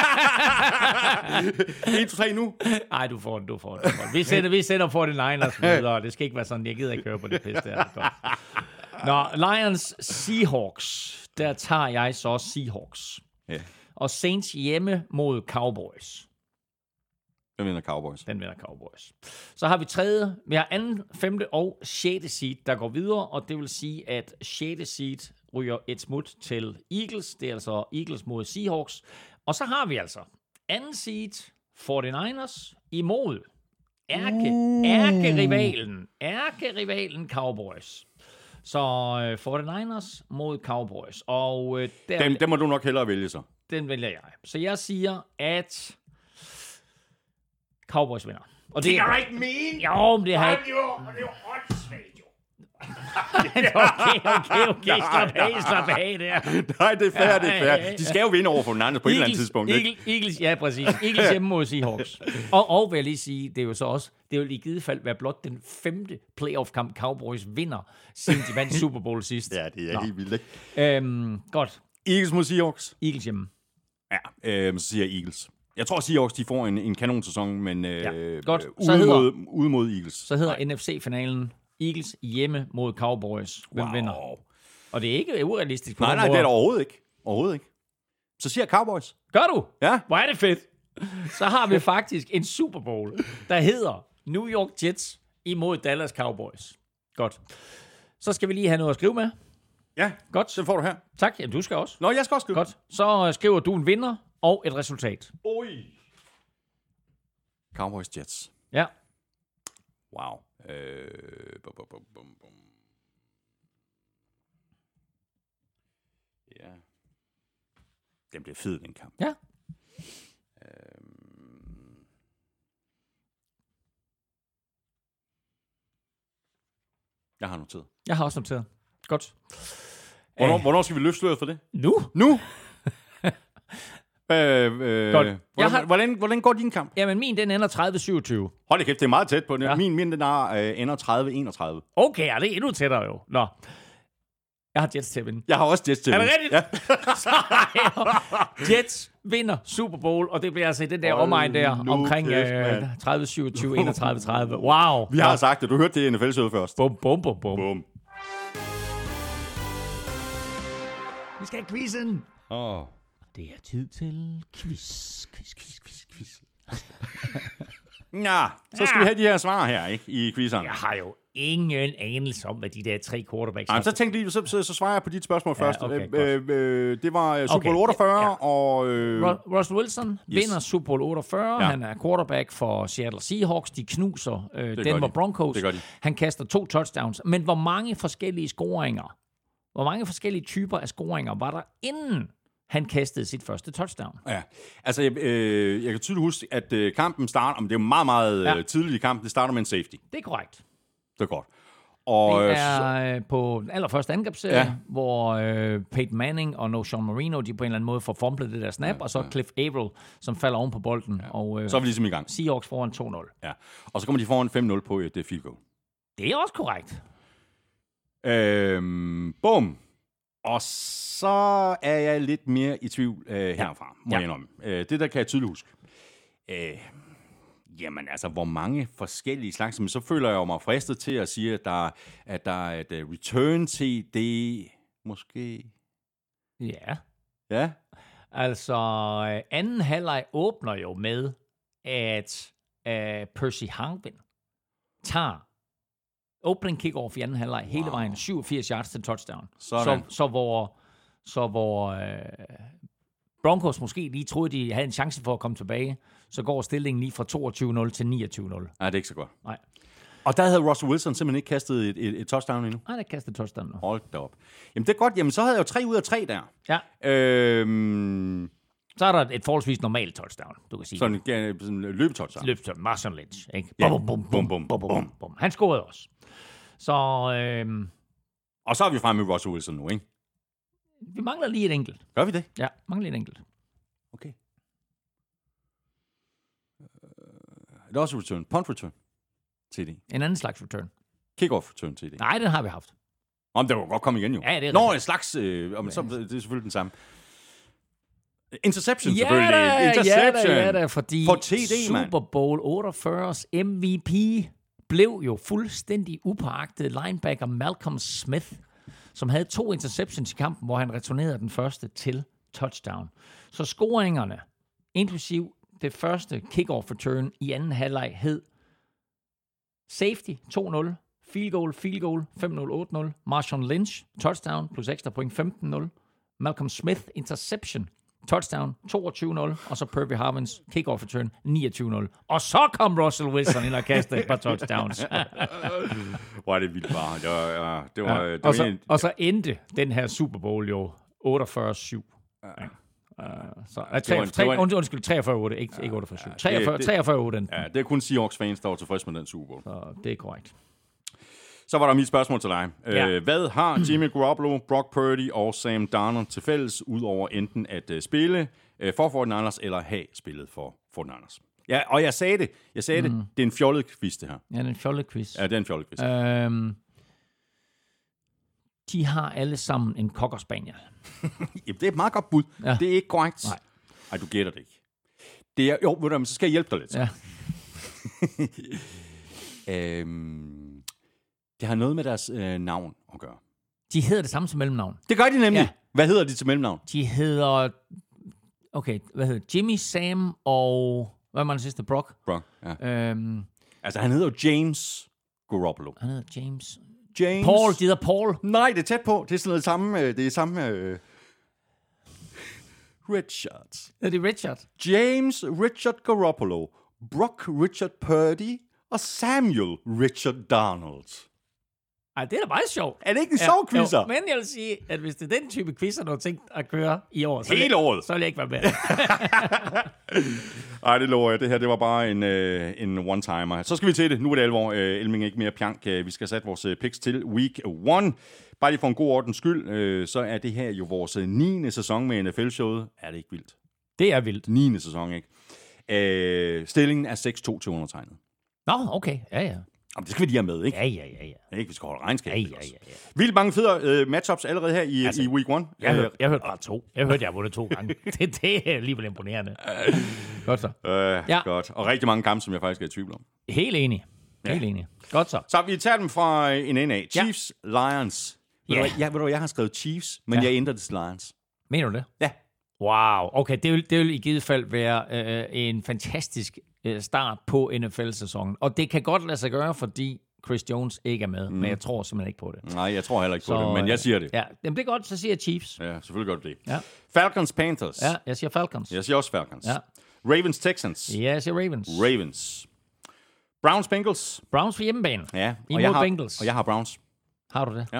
en, to, tre nu? Nej, du får den, du får den. Vi sætter, vi sætter forty-niners videre. Det skal ikke være sådan, jeg gider ikke høre på det pisse der. Nå, Lions Seahawks. Der tager jeg så Seahawks. Ja. Og Saints hjemme mod Cowboys. Den vinder Cowboys. Den vinder Cowboys. Så har vi tredje, vi har anden, femte og sjette seed, der går videre, og det vil sige, at sjette seed ryger et smut til Eagles. Det er altså Eagles mod Seahawks. Og så har vi altså anden seed forty-niners imod ærke, ærkerivalen, ærkerivalen Cowboys. Så uh, forty-niners mod Cowboys. Og uh, der, den, den må du nok hellere vælge så. Den vælger jeg. Så jeg siger, at Cowboys vinder. Og det er ikke mean. Jo, men det har ikke. Det er jo åndssvagt, jo. okay, okay, okay. Slap af, slap af der. Nej, det er fair, det er fair. De skal jo vinde over for den anden på Eagles, et eller andet tidspunkt. Eagles, Eagles, ja, præcis. Eagles hjemme mod Seahawks. Og, og vil jeg lige sige, det er jo så også, det vil i givet fald være blot den femte playoff-kamp, Cowboys vinder, siden de vandt Super Bowl sidst. Ja, det er Nå. helt vildt, ikke? Øhm, godt. Eagles mod Seahawks. Eagles hjemme. Ja, øh, så siger jeg Eagles. Jeg tror, Seahawks de får en, en kanonsæson, men øh, ja, godt. Øh, ude, hedder, mod, ude mod Eagles. Så hedder Nej. N F C-finalen Eagles hjemme mod Cowboys. Hvem wow. vinder? Og det er ikke urealistisk på nej, den nej, måde. det er det overhovedet ikke. Overhovedet ikke. Så siger jeg Cowboys. Gør du? Ja. Hvor er det fedt. Så har vi faktisk en Super Bowl, der hedder New York Jets imod Dallas Cowboys. Godt. Så skal vi lige have noget at skrive med. Ja, godt. Den får du her. Tak. Jamen, du skal også. Nå, jeg skal også skrive. Godt. Så skriver du en vinder og et resultat. Oj. Cowboys Jets. Ja. Wow. Øh, bum, bum, bum, bum. Ja. Den bliver fed, den kamp. Ja. Øhm. Jeg har noteret. Jeg har også noteret. Godt. Hvornår, Æh. hvornår skal vi løfte sløret for det? Nu. Nu? Øh, øh, hvordan, har... hvordan, hvordan går din kamp? Jamen, min den ender tredive syvogtyve. Hold da kæft, det er meget tæt på. Ja. Min, min den er, øh, ender tredive enogtredive. Okay, ja, det er endnu tættere jo. Nå. Jeg har Jets til at vinde. Jeg har også Jets til at vinde. Er det rigtigt? Ja. Jets vinder Super Bowl, og det bliver altså i den der omegn der, omkring øh, tredive syvogtyve, enogtredive tredive. Wow. Vi har ja. sagt det. Du hørte det i N F L-showet først. Bum, bum, bum, bum. Bum. Vi skal have quizzen. Åh. Oh. Det er tid til quiz, quiz, quiz, quiz, quiz. Ja, så skal ja. vi have de her svar her, ikke, i quizzen. Jeg har jo ingen anelse om, hvad de der tre quarterbacks har. Så tænk lige, så, så, så svarer jeg på dit spørgsmål ja, først. Okay, øh, øh, det var Super Bowl okay. otteogfyrre, ja, ja. og... Øh, Russell Wilson yes. vinder Super Bowl otteogfyrre. Ja. Han er quarterback for Seattle Seahawks. De knuser øh, Denver de. Broncos. Det gør de. Han kaster to touchdowns. Men hvor mange forskellige scoringer, hvor mange forskellige typer af scoringer var der inden han kastede sit første touchdown? Ja, altså jeg, øh, jeg kan tydeligt huske, at øh, kampen starter, men det er jo meget, meget ja. tidligt i kampen, det starter med en safety. Det er korrekt. Det er godt. Og, det er øh, på den allerførste angrebsserie, ja. hvor øh, Peyton Manning og Sean Marino, de på en eller anden måde får fumblet det der snap, ja, og så ja. Cliff Averill, som falder oven på bolden. Ja. Og, øh, så er vi ligesom i gang. Seahawks foran to nul. Ja, og så kommer de foran fem nul på et uh, field goal. Det er også korrekt. Øhm, bum. Og så er jeg lidt mere i tvivl øh, herfra, må ja. jeg indrømme. Øh, det der kan jeg tydeligt huske. Øh, jamen altså, hvor mange forskellige slags, men så føler jeg mig fristet til at sige, at der, at der er et uh, return T D, måske. Ja. Ja. Altså, anden halvleg åbner jo med, at uh, Percy Harvin tager opening kickoff i anden halvleg, wow. hele vejen, syvogfirs yards til touchdown. Så, så hvor, så hvor øh, Broncos måske lige troede, de havde en chance for at komme tilbage, så går stillingen lige fra toogtyve nul til niogtyve nul. Nej, det er ikke så godt. Nej. Og der havde Russell Wilson simpelthen ikke kastet et, et, et touchdown endnu? Nej, der har ikke kastet et touchdown nu. Hold da op. Jamen det er godt, jamen så havde jeg jo tre ud af tre der. Ja. Øhm... Så er der et forholdsvis normalt touchdown, du kan sige. Sådan en, sådan en løbetouchdown. Løbetouchdown, Marshawn Lynch, ikke? Ja. Bum, bum, bum, bum, bum, bum, bum. Han scorede også. Så, øhm, og så er vi fremme med Russell Wilson nu, ikke? Vi mangler lige et enkelt. Gør vi det? Ja, mangler lige et enkelt. Okay. Uh, det er også return. Punt return. T D. En anden slags return. Kick-off return T D. Nej, den har vi haft. Om det var godt komme igen jo. Ja, det er Nå, en slags... Øh, om, så, det er selvfølgelig den samme. Interception, ja, selvfølgelig. Da, Interception. Ja, da, ja, da, fordi for T D, man. Super Bowl otteogfyrres M V P blev jo fuldstændig upåagtet linebacker Malcolm Smith, som havde to interceptions i kampen, hvor han returnerede den første til touchdown. Så scoringerne, inklusiv det første kick-off return i anden halvleg, hed safety to nul, field goal, field goal fem nul, otte nul, Marshawn Lynch touchdown plus ekstra point femten nul, Malcolm Smith interception touchdown toogtyve nul, og så Percy Harvins kick-off return niogtyve nul. Og så kom Russell Wilson ind og kastede et par touchdowns. Hvor er det vildt bare. Det var, ja, det var, ja. det og, var så, en... og så endte den her Super Bowl jo otteogfyrre syv. Ja. Uh, så, uh, tre, en, tre, en, undskyld, treogfyrre otte, ikke, ja, ikke otteogfyrre syv. Ja, treogfyrre otte. Ja, det er kun Seahawks-fans, der var tilfreds med den Super Bowl. Så det er korrekt. Så var der mit spørgsmål til dig. Ja. Øh, hvad har Jimmy Garoppolo, Brock Purdy og Sam Darnold til fælles, udover enten at uh, spille uh, for forty-niners eller have spillet for forty-niners? Ja, og jeg sagde det. Jeg sagde mm. det. Det er en fjollet quiz, det her. Ja, det er en fjollet quiz. Ja, det er en fjollet quiz. Øhm, de har alle sammen en cocker spaniel. Jamen, det er et meget godt bud. Ja. Det er ikke korrekt. Nej. Ej, du gætter det ikke. Det er, jo, ved du, så skal jeg hjælpe dig lidt. Ja. øhm, det har noget med deres øh, navn at gøre. De hedder det samme som mellemnavn. Det gør de nemlig. Ja. Hvad hedder de til mellemnavn? De hedder... Okay, hvad hedder Jimmy, Sam og... Hvad var den sidste? Brock? Brock, ja. Øhm, altså, han hedder jo James Garoppolo. Han hedder James... James... Paul, de hedder Paul. Nej, det er tæt på. Det er sådan noget samme... Det er samme... Øh... Richard. Er det Richard? James Richard Garoppolo, Brock Richard Purdy og Samuel Richard Darnold. Ej, det er da meget sjovt. Er det ikke en sjov ja, quizzer? Men jeg vil sige, at hvis det er den type quizzer, du har tænkt at køre i år, så, hele jeg, året. så vil jeg ikke være med. Ej, det lover jeg. Det her, det var bare en, øh, en one-timer. Så skal vi til det. Nu er det alvor. Øh, Elming ikke mere pjank. Vi skal sætte vores picks til week one. Bare lige for en god ordens skyld, øh, så er det her jo vores niende sæson med N F L-showet. Er det ikke vildt? Det er vildt. niende sæson, ikke? Øh, stillingen er seks to til undertegnet. Nå, okay. Ja, ja. Jamen, det skal vi lige have med, ikke? Ja, ja, ja, ja. Ikke? Vi skal holde regnskab. Ja, ja, ja, ja. Vildt mange fede uh, matchups allerede her i, altså, i week one. Jeg hørte, jeg hørte bare to. Jeg hørte, jeg har vundet to gange. det, det er alligevel imponerende. Godt så. Uh, ja. Godt. Og rigtig mange kampe, som jeg faktisk er i tvivl om. Helt enig. Helt ja. enig. Godt så. Så vi tager dem fra en ende af. Chiefs, ja. Lions. Ved ja. du, jeg, ved du, jeg har skrevet Chiefs, men ja. jeg ændrer det til Lions. Mener du det? Ja. Wow. Okay, det vil, det vil i givet fald være øh, en fantastisk øh, start på N F L-sæsonen. Og det kan godt lade sig gøre, fordi Chris Jones ikke er med, mm. men jeg tror simpelthen ikke på det. Nej, jeg tror heller ikke på så, det, men jeg siger det. Ja, jamen det er godt, så siger jeg Chiefs. Ja, selvfølgelig godt det. Ja. Falcons, Panthers. Ja, jeg siger Falcons. Jeg siger også Falcons. Ja. Ravens, Texans. Ja, jeg siger Ravens. Ravens. Browns, Bengals. Browns for hjemmebane. Ja, og imod jeg har, Bengals. Og jeg har Browns. Har du det? Ja.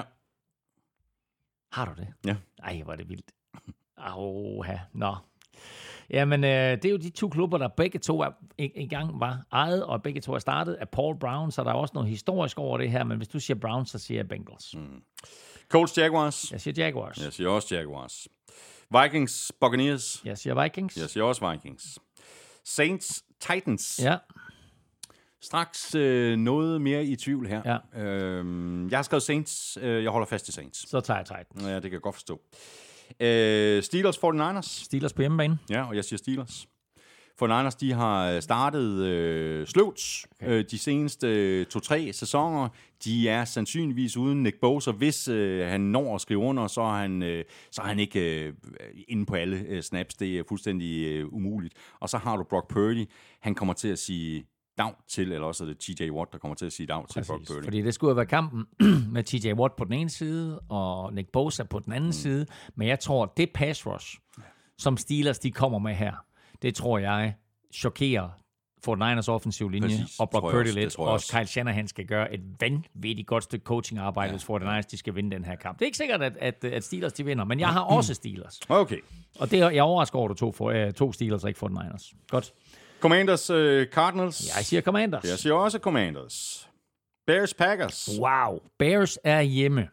Har du det? Ja. Ej, hvor er det vildt. Åh, nå. Jamen, øh, det er jo de to klubber, der begge to er, en, en gang var ejet, og begge to er startet af Paul Brown, så der er også noget historisk over det her, men hvis du siger Browns, så siger jeg Bengals. Mm. Colts, Jaguars. Jeg siger Jaguars. Jeg siger også Jaguars. Vikings, Buccaneers. Jeg siger Vikings. Jeg siger også Vikings. Saints, Titans. Ja. Straks øh, noget mere i tvivl her. Ja. Øhm, jeg har skrevet Saints. Øh, jeg holder fast i Saints. Så tager jeg Titans. Ja, det kan jeg godt forstå. Øh, Steelers, forty-niners. Steelers på hjemmebane. Ja, og jeg siger Steelers. forty-niners, de har startet øh, sløvt okay. øh, de seneste øh, to-tre sæsoner. De er sandsynligvis uden Nick Bosa. Hvis øh, han når at skrive under, så er han, øh, så er han ikke øh, inde på alle øh, snaps. Det er fuldstændig øh, umuligt. Og så har du Brock Purdy. Han kommer til at sige dag til, eller også er det T J Watt, der kommer til at sige dag til Brock Purdy. Fordi det skulle have været kampen med T J Watt på den ene side, og Nick Bosa på den anden mm. side. Men jeg tror, det pass rush, som Steelers de kommer med her, det tror jeg chokerer forty-niners offensiv linje, præcis, og Brock Purdy lidt, og også Kyle Shanahan skal gøre et vanvittigt godt stykke coaching-arbejde, ja. Hvis forty-niners de skal vinde den her kamp. Det er ikke sikkert, at, at, at Steelers de vinder, men jeg har også Steelers. Okay. Og det er, jeg overrasker over, at du to, for, uh, to Steelers og ikke forty-niners. Godt. Commanders, uh, Cardinals. Jeg siger Commanders. Jeg siger også Commanders. Bears, Packers. Wow. Bears er hjemme.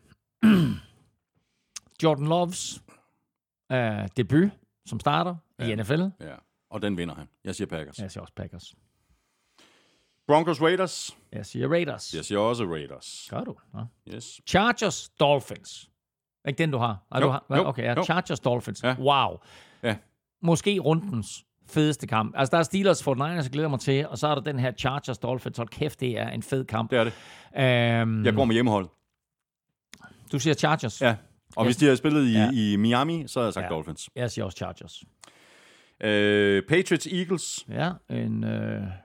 Jordan Loves uh, debut, som starter ja. i N F L. Ja, og den vinder han. Jeg siger Packers. Jeg siger også Packers. Broncos, Raiders. Jeg siger Raiders. Jeg siger også Raiders. Gør du? Ja. Yes. Chargers, Dolphins. Ikke den, du har? Er jo, du har? Jo, okay, ja. Chargers, Dolphins. Ja. Wow. Ja. Måske rundens fedeste kamp. Altså, der er Steelers forty-niners, jeg glæder mig til, og så er der den her Chargers Dolphins. Hold kæft, det er en fed kamp. Det er det. Um, jeg går med hjemmehold. Du siger Chargers? Ja. Og yes. hvis de har spillet i, ja. i Miami, så har jeg sagt ja. Dolphins. Jeg siger også Chargers. Uh, Patriots, Eagles. Ja, en uh,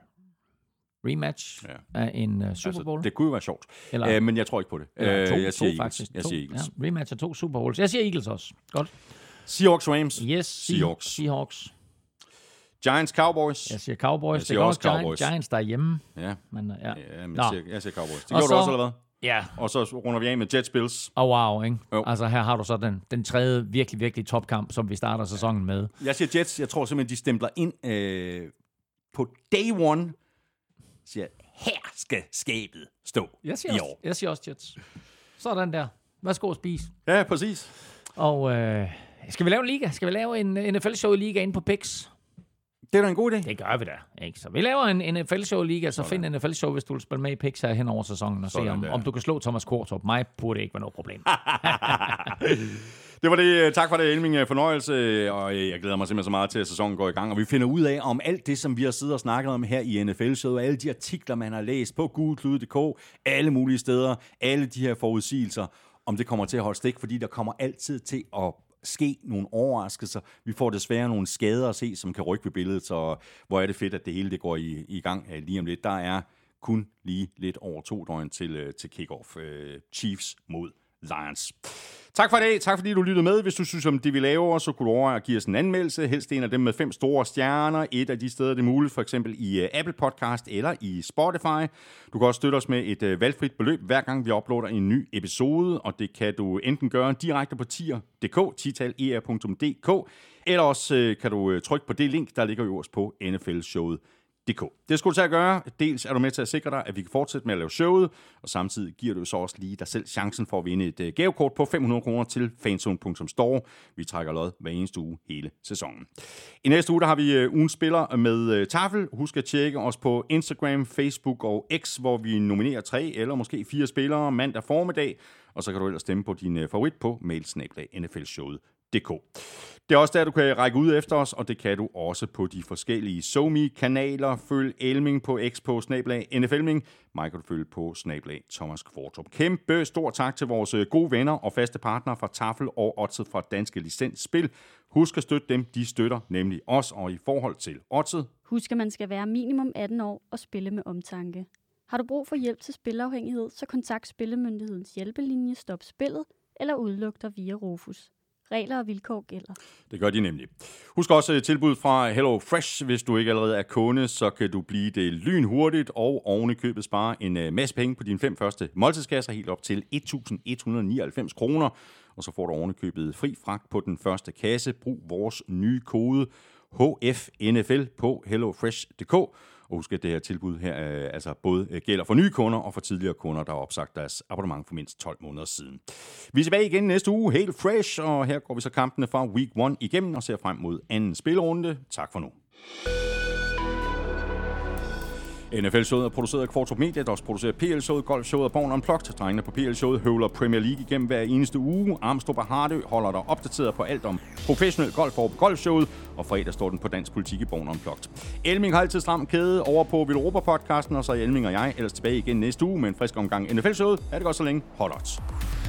rematch ja. af en uh, Super Bowl. Altså, det kunne jo være sjovt, Eller, uh, men jeg tror ikke på det. Uh, to, jeg siger to, Eagles. Faktisk. Jeg to, siger Eagles. Ja, rematch af to Super Bowls. Jeg siger Eagles også. Godt. Seahawks, Rams. Yes, Seahawks. Seahawks. Giants, Cowboys. Jeg siger Cowboys. Jeg siger det også går Cowboys. Giants, der er hjemme. Ja. Men, ja. ja men jeg, siger, jeg siger Cowboys. Det og gjorde så, du også, eller hvad? Ja. Og så runder vi af med Jets, Bills. Og oh, wow, ikke? Jo. Altså, her har du så den, den tredje virkelig, virkelig topkamp, som vi starter sæsonen med. Jeg siger Jets. Jeg tror simpelthen, de stempler ind øh, på day one. Siger, her skal skabet stå jeg siger i også, år. Jeg siger også Jets. Sådan der. Værsgo at spise. Ja, præcis. Og øh, skal vi lave en liga? Skal vi lave en N F L-show-liga inde på Pix? Det er da en god idé. Det gør vi da. Ikke? Så vi laver en N F L-show-liga, så find en N F L-show, hvis du vil spille med i Pix her hen over sæsonen, og se, om, om du kan slå Thomas Kortrup. Mig burde det ikke være noget problem. Det var det. Tak for det, Elming. Fornøjelse, og jeg glæder mig simpelthen så meget til, at sæsonen går i gang. Og vi finder ud af, om alt det, som vi har siddet og snakket om her i N F L-showet, alle de artikler, man har læst på gulklud punktum d k, alle mulige steder, alle de her forudsigelser, om det kommer til at holde stik, fordi der kommer altid til at ske nogle overraskelser. Vi får desværre nogle skader at se, som kan rykke ved billedet, så hvor er det fedt, at det hele det går i, i gang lige om lidt. Der er kun lige lidt over to døgn til, til kick-off. Chiefs mod Lions. Tak for det. Tak fordi du lyttede med. Hvis du synes om det, vi laver, så kunne du overveje at give os en anmeldelse. Helst en af dem med fem store stjerner. Et af de steder, det er muligt, for eksempel i uh, Apple Podcast eller i Spotify. Du kan også støtte os med et uh, valgfrit beløb, hver gang vi uploader en ny episode. Og det kan du enten gøre direkte på tier punktum d k, tital punktum e r punktum d k, eller også uh, kan du uh, trykke på det link, der ligger øverst på N F L showet punktum punktum d k. Det skulle du til at gøre. Dels er du med til at sikre dig, at vi kan fortsætte med at lave showet, og samtidig giver du så også lige dig selv chancen for at vinde et gavekort på fem hundrede kroner til fanzone punktum store. Vi trækker lod hver eneste uge hele sæsonen. I næste uge der har vi ugens spiller med Tafel. Husk at tjekke os på Instagram, Facebook og X, hvor vi nominerer tre eller måske fire spillere mandag formiddag, og så kan du ellers stemme på din favorit på mail snabel-a n f l showet punktum d k. Det er også der, du kan række ud efter os, og det kan du også på de forskellige SoMe-kanaler. Følg Elming på X på snabel-a N F Elming. Mig kan du følge på snabel-a Thomas Kvartrup. Kæmpe stor tak til vores gode venner og faste partnere fra Tafel og Oddset fra Danske Licensspil. Husk at støtte dem, de støtter nemlig os, og i forhold til Oddset. Husk, at man skal være minimum atten år og spille med omtanke. Har du brug for hjælp til spilafhængighed, så kontakt Spillemyndighedens hjælpelinje Stop Spillet eller udluk dig via Rufus. Regler og vilkår gælder. Det gør de nemlig. Husk også tilbud fra Hello Fresh. Hvis du ikke allerede er kunde, så kan du blive det lynhurtigt og oven i købet spare en masse penge på dine fem første måltidskasser, helt op til et tusind et hundrede nioghalvfems kroner. Og så får du oven i købet fri fragt på den første kasse. Brug vores nye kode H F N F L på hello fresh punktum d k. Og husk, at det her tilbud her øh, altså både gælder for nye kunder og for tidligere kunder, der har opsagt deres abonnement for mindst tolv måneder siden. Vi er tilbage igen næste uge, helt fresh, og her går vi så kampene fra week one igennem og ser frem mod anden spillerunde. Tak for nu. N F L-showet er produceret af Kvartrup Media, der også producerer P L-showet, golfshowet og Born Unplugged. Drengene på P L-showet høvler Premier League igennem hver eneste uge. Armstrong og Hardø holder dig opdateret på alt om professionel golf over på golfshowet, og fredag står den på Dansk Politik i Born Unplugged. Elming har altid stram kæde over på Villeuropa-podcasten, og så er Elming og jeg ellers tilbage igen næste uge med en frisk omgang N F L-showet. Er det godt så længe? Hold odds.